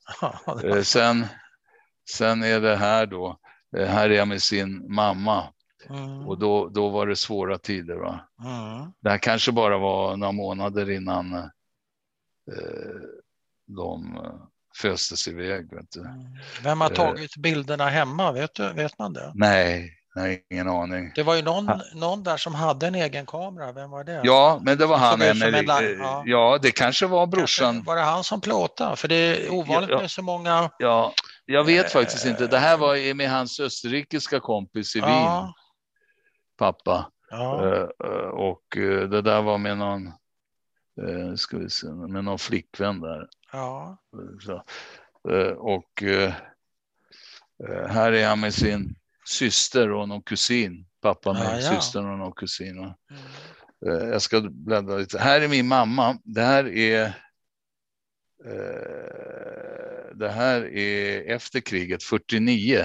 Speaker 2: Sen är det här då. Här är jag med sin mamma. Och då var det svåra tider, va. Det här kanske bara var några månader innan de föstes iväg, vet du.
Speaker 1: Vem har tagit bilderna hemma? Vet man det?
Speaker 2: Nej, ingen aning.
Speaker 1: Det var ju någon där som hade en egen kamera. Vem var det?
Speaker 2: Ja, men det var han. Ja, det kanske var brorsan.
Speaker 1: Kanske var det han som plåtade? För det är ovanligt med så många.
Speaker 2: Ja, jag vet faktiskt inte. Det här var med hans österrikiska kompis i Wien. Pappa. Och det där var med någon ska vi se, med någon flickvän där. Så, och här är han med sin syster och någon kusin. Pappa med systern och någon kusin. Jag ska bläddra lite. Här är min mamma. Det här är efter kriget 49.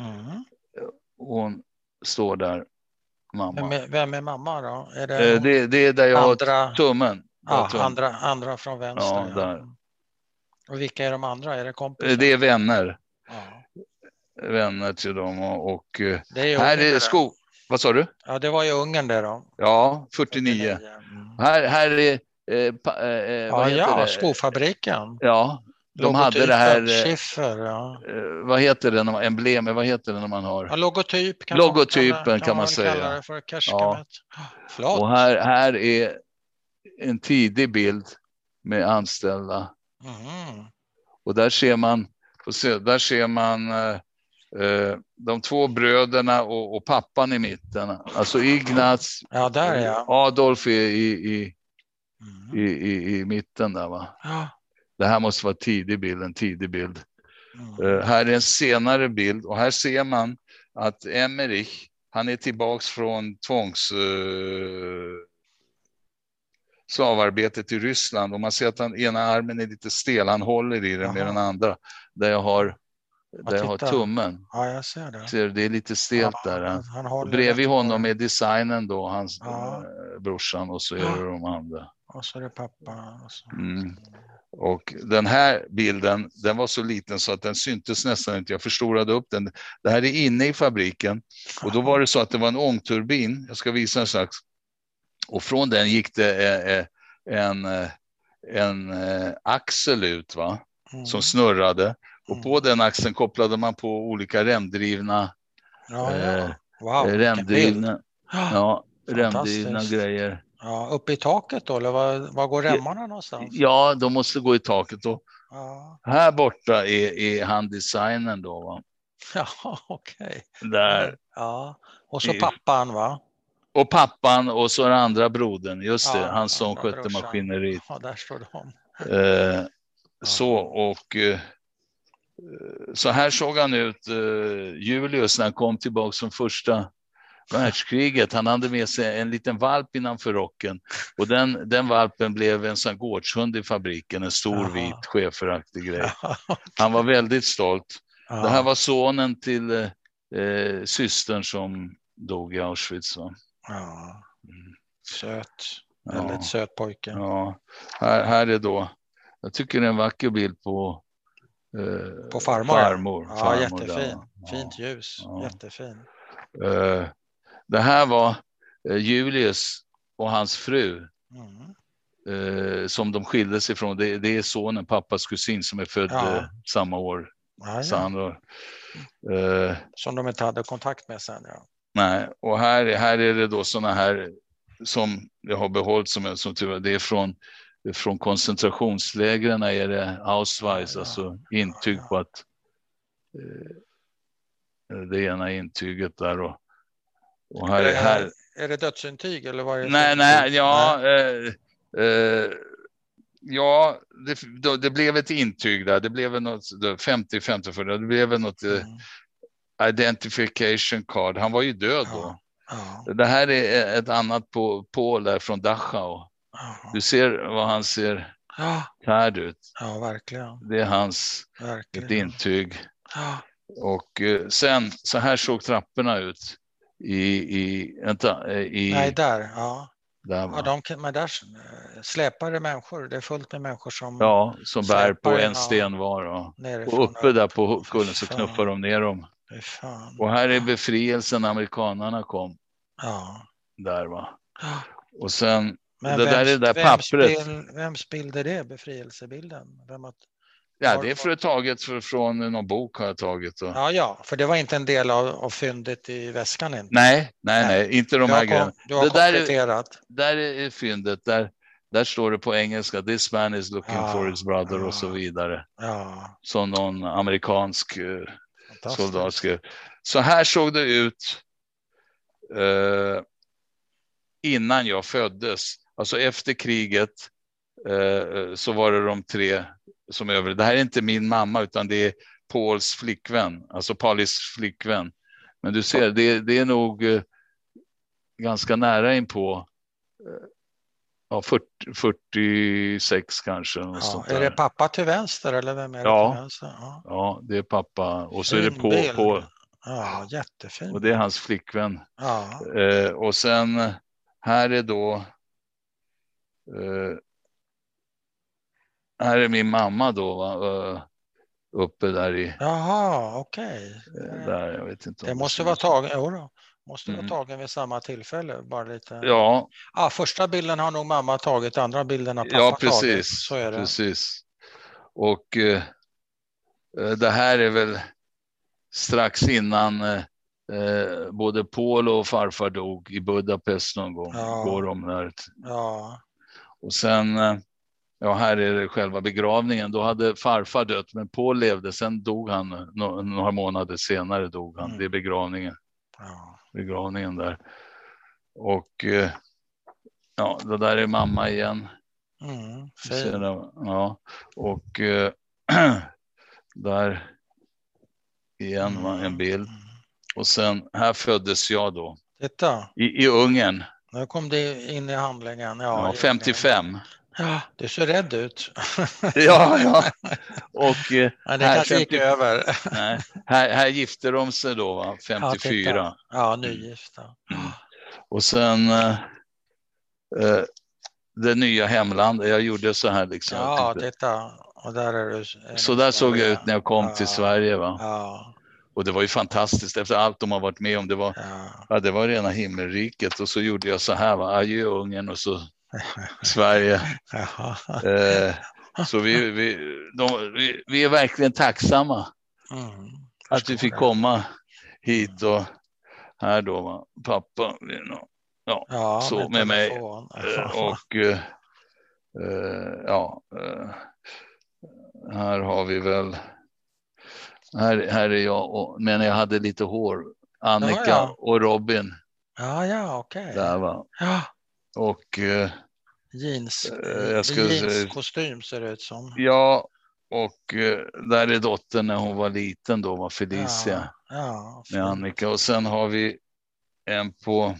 Speaker 2: Hon står där, mamma.
Speaker 1: Vem är mamma då? Är
Speaker 2: det är där jag har tummen.
Speaker 1: Andra från vänster.
Speaker 2: Där.
Speaker 1: Och vilka är de andra? Är det kompisar?
Speaker 2: Det är vänner. Vänner till dem. Och här är sko. Vad sa du?
Speaker 1: Ja, det var ju Ungern där då.
Speaker 2: Ja, 49. Här är vad heter det?
Speaker 1: Skofabriken.
Speaker 2: Ja, de hade det här
Speaker 1: Schiffer,
Speaker 2: vad heter det, emblemet, vad heter det när man har?
Speaker 1: Logotypen
Speaker 2: kan man säga.
Speaker 1: Kalla det för Keshkemet.
Speaker 2: Och här är en tidig bild med anställda. Och där ser man de två bröderna och pappan i mitten. Alltså Ignaz,
Speaker 1: där är jag.
Speaker 2: Adolf i i mitten där, va?
Speaker 1: Ja.
Speaker 2: Det här måste vara en tidig bild. Här är en senare bild och här ser man att Emmerich, han är tillbaks från slavarbetet i Ryssland och man ser att ena armen är lite stel, han håller i den med den andra där jag har tummen.
Speaker 1: Ja, jag ser det.
Speaker 2: Ser, det är lite stelt där.
Speaker 1: Han
Speaker 2: bredvid honom är designen då, hans brorsan, och så är det de andra.
Speaker 1: Och så är det pappa.
Speaker 2: Och den här bilden, den var så liten så att den syntes nästan inte. Jag förstorade upp den. Det här är inne i fabriken. Och då var det så att det var en ångturbin. Jag ska visa en slags. Och från den gick det en axel ut, va? Som snurrade. Och på den axeln kopplade man på olika remdrivna remdrivna grejer.
Speaker 1: Ja, uppe i taket då, eller var går remmarna någonstans?
Speaker 2: Ja, de måste gå i taket då. Ja. Här borta är handdesignen då, va?
Speaker 1: Ja, okej.
Speaker 2: Där.
Speaker 1: Ja, och så pappan, va?
Speaker 2: Och pappan och så den andra brodern, just det, han som skötte maskineriet.
Speaker 1: Ja, där står de.
Speaker 2: Så här såg han ut, Julius, när han kom tillbaka från första världskriget. Han hade med sig en liten valp innanför rocken och den valpen blev en sån gårdshund i fabriken, en stor vit schäferaktig grej. Han var väldigt stolt. Det här var sonen till systern som dog i Auschwitz, va?
Speaker 1: Ja. Söt, väldigt söt pojke.
Speaker 2: Ja, här är då, jag tycker det är en vacker bild på farmor.
Speaker 1: Ja, jättefin. Fint ljus, jättefin.
Speaker 2: Det här var Julius och hans fru som de skildes ifrån. Det är sonen, pappas kusin, som är född samma år.
Speaker 1: Som de inte hade kontakt med sen, ja.
Speaker 2: Nej, och här är det då såna här som jag har behållit som tur. Det är från koncentrationslägren, är det Auschwitz, alltså intyg på att det ena intyget där och här
Speaker 1: är det dödsintyg eller vad är det?
Speaker 2: Det blev ett intyg där. Det blev något 50-50 för det. Det blev något identification card. Han var ju död då. Det här är ett annat Paul där från Dachau. Du ser vad han ser här ut.
Speaker 1: Ja, verkligen.
Speaker 2: Det är hans ett intyg. Och sen så här såg trapporna ut
Speaker 1: Nej, där, ja.
Speaker 2: Där,
Speaker 1: där släpar det människor. Det är fullt med människor som
Speaker 2: bär på en sten var. Och uppe där på kullen så knuffar de ner dem. Och här är befrielsen, amerikanerna kom.
Speaker 1: Ja.
Speaker 2: Där, va. Och sen
Speaker 1: vems bild är det, befrielsebilden?
Speaker 2: Det är taget från någon bok har jag tagit.
Speaker 1: Ja, för det var inte en del av fyndet i väskan inte.
Speaker 2: Nej, inte de här grejerna.
Speaker 1: Du har kompletterat.
Speaker 2: Där är fyndet, där står det på engelska, this man is looking for his brother och så vidare.
Speaker 1: Ja.
Speaker 2: Som någon amerikansk soldat skrev. Så här såg det ut innan jag föddes. Alltså efter kriget så var det de tre som över. Det här är inte min mamma utan det är Pauls flickvän, alltså Paulis flickvän. Men du ser, det är nog ganska nära in på 46 kanske.
Speaker 1: Är det pappa till vänster eller vem är det till vänster?
Speaker 2: Ja, det är pappa. Och så är det Paul.
Speaker 1: Ja, jättefint.
Speaker 2: Och det är hans flickvän.
Speaker 1: Ja.
Speaker 2: Och sen här är då här är min mamma då, va? Uppe där i.
Speaker 1: Jaha, okej.
Speaker 2: Där, jag vet inte.
Speaker 1: Det måste vara tagen. Måste vara tagen vid samma tillfälle, bara lite.
Speaker 2: Ja.
Speaker 1: Första bilden har nog mamma tagit, andra bilden har pappa
Speaker 2: tagit. Ja, precis.
Speaker 1: Så är det.
Speaker 2: Precis. Och det här är väl strax innan både Paul och farfar dog i Budapest någon gång. Går de där.
Speaker 1: Ja.
Speaker 2: Och sen här är det själva begravningen. Då hade farfar dött, men Paul levde. Sen dog han, några månader senare dog han. Det är begravningen. Begravningen där. Och det där är mamma igen. Ja, och där igen en bild. Och sen här föddes jag då.
Speaker 1: Titta.
Speaker 2: I Ungern.
Speaker 1: Nu kom det in i handlingen.
Speaker 2: Ja, 55.
Speaker 1: Ja, du ser rädd ut.
Speaker 2: Ja. Och
Speaker 1: det kanske gick över.
Speaker 2: Nej, här gifte de sig då, va? 54.
Speaker 1: Ja, nygifta.
Speaker 2: Och sen det nya hemlandet. Jag gjorde så här liksom.
Speaker 1: Ja, titta. Och där är du.
Speaker 2: Så där såg jag ut när jag kom till Sverige, va? Ja. Och det var ju fantastiskt efter allt de har varit med om. Det var rena himmelriket. Och så gjorde jag så här, va? Adjö Ungern och så Sverige. Så vi är verkligen tacksamma att vi fick komma hit och här då, va? Pappa så med mig och här har vi väl här är jag men jag hade lite hår, Annika och Robin.
Speaker 1: Okej.
Speaker 2: Där, va?
Speaker 1: Ja.
Speaker 2: Och
Speaker 1: jeanskostym ser det ut som.
Speaker 2: Ja, och där är dottern när hon var liten då, var Felicia. Med Annika. Och sen har vi en på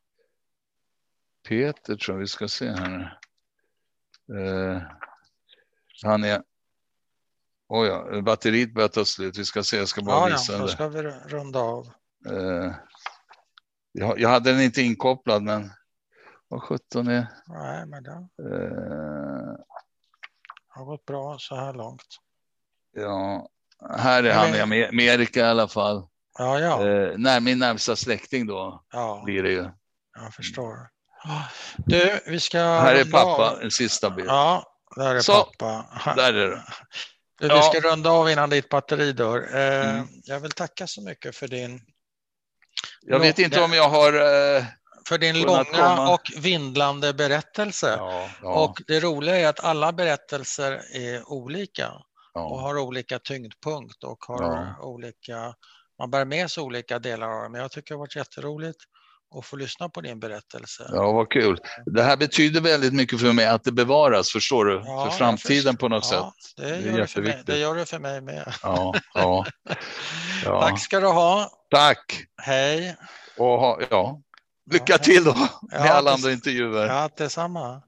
Speaker 2: Peter, tror jag vi ska se här. Han är batteriet börjar ta slut. Vi ska se, jag ska bara visa
Speaker 1: då ska vi runda av.
Speaker 2: Jag hade den inte inkopplad, men vad 17 är.
Speaker 1: Nej, men det har gått bra så här långt.
Speaker 2: Ja, här är han i Amerika i alla fall. Min närmsta släkting då blir det ju.
Speaker 1: Jag förstår. Du, vi ska...
Speaker 2: Här är pappa, en sista bild.
Speaker 1: Ja, där är pappa.
Speaker 2: Där är det.
Speaker 1: Du, vi ska runda av innan ditt batteri dör. Jag vill tacka så mycket för din...
Speaker 2: Jag vet inte om jag har...
Speaker 1: för din långa och vindlande berättelse. Och det roliga är att alla berättelser är olika. Och har olika tyngdpunkt och har olika... Man bär med sig olika delar av det. Men jag tycker det har varit jätteroligt att få lyssna på din berättelse.
Speaker 2: Ja, vad kul. Det här betyder väldigt mycket för mig att det bevaras, förstår du? För framtiden på något sätt.
Speaker 1: Det är jätteviktigt. Det gör det för mig med.
Speaker 2: Ja.
Speaker 1: Tack ska du ha.
Speaker 2: Tack.
Speaker 1: Hej.
Speaker 2: Och lycka till då med alla andra intervjuer.
Speaker 1: Ja, detsamma.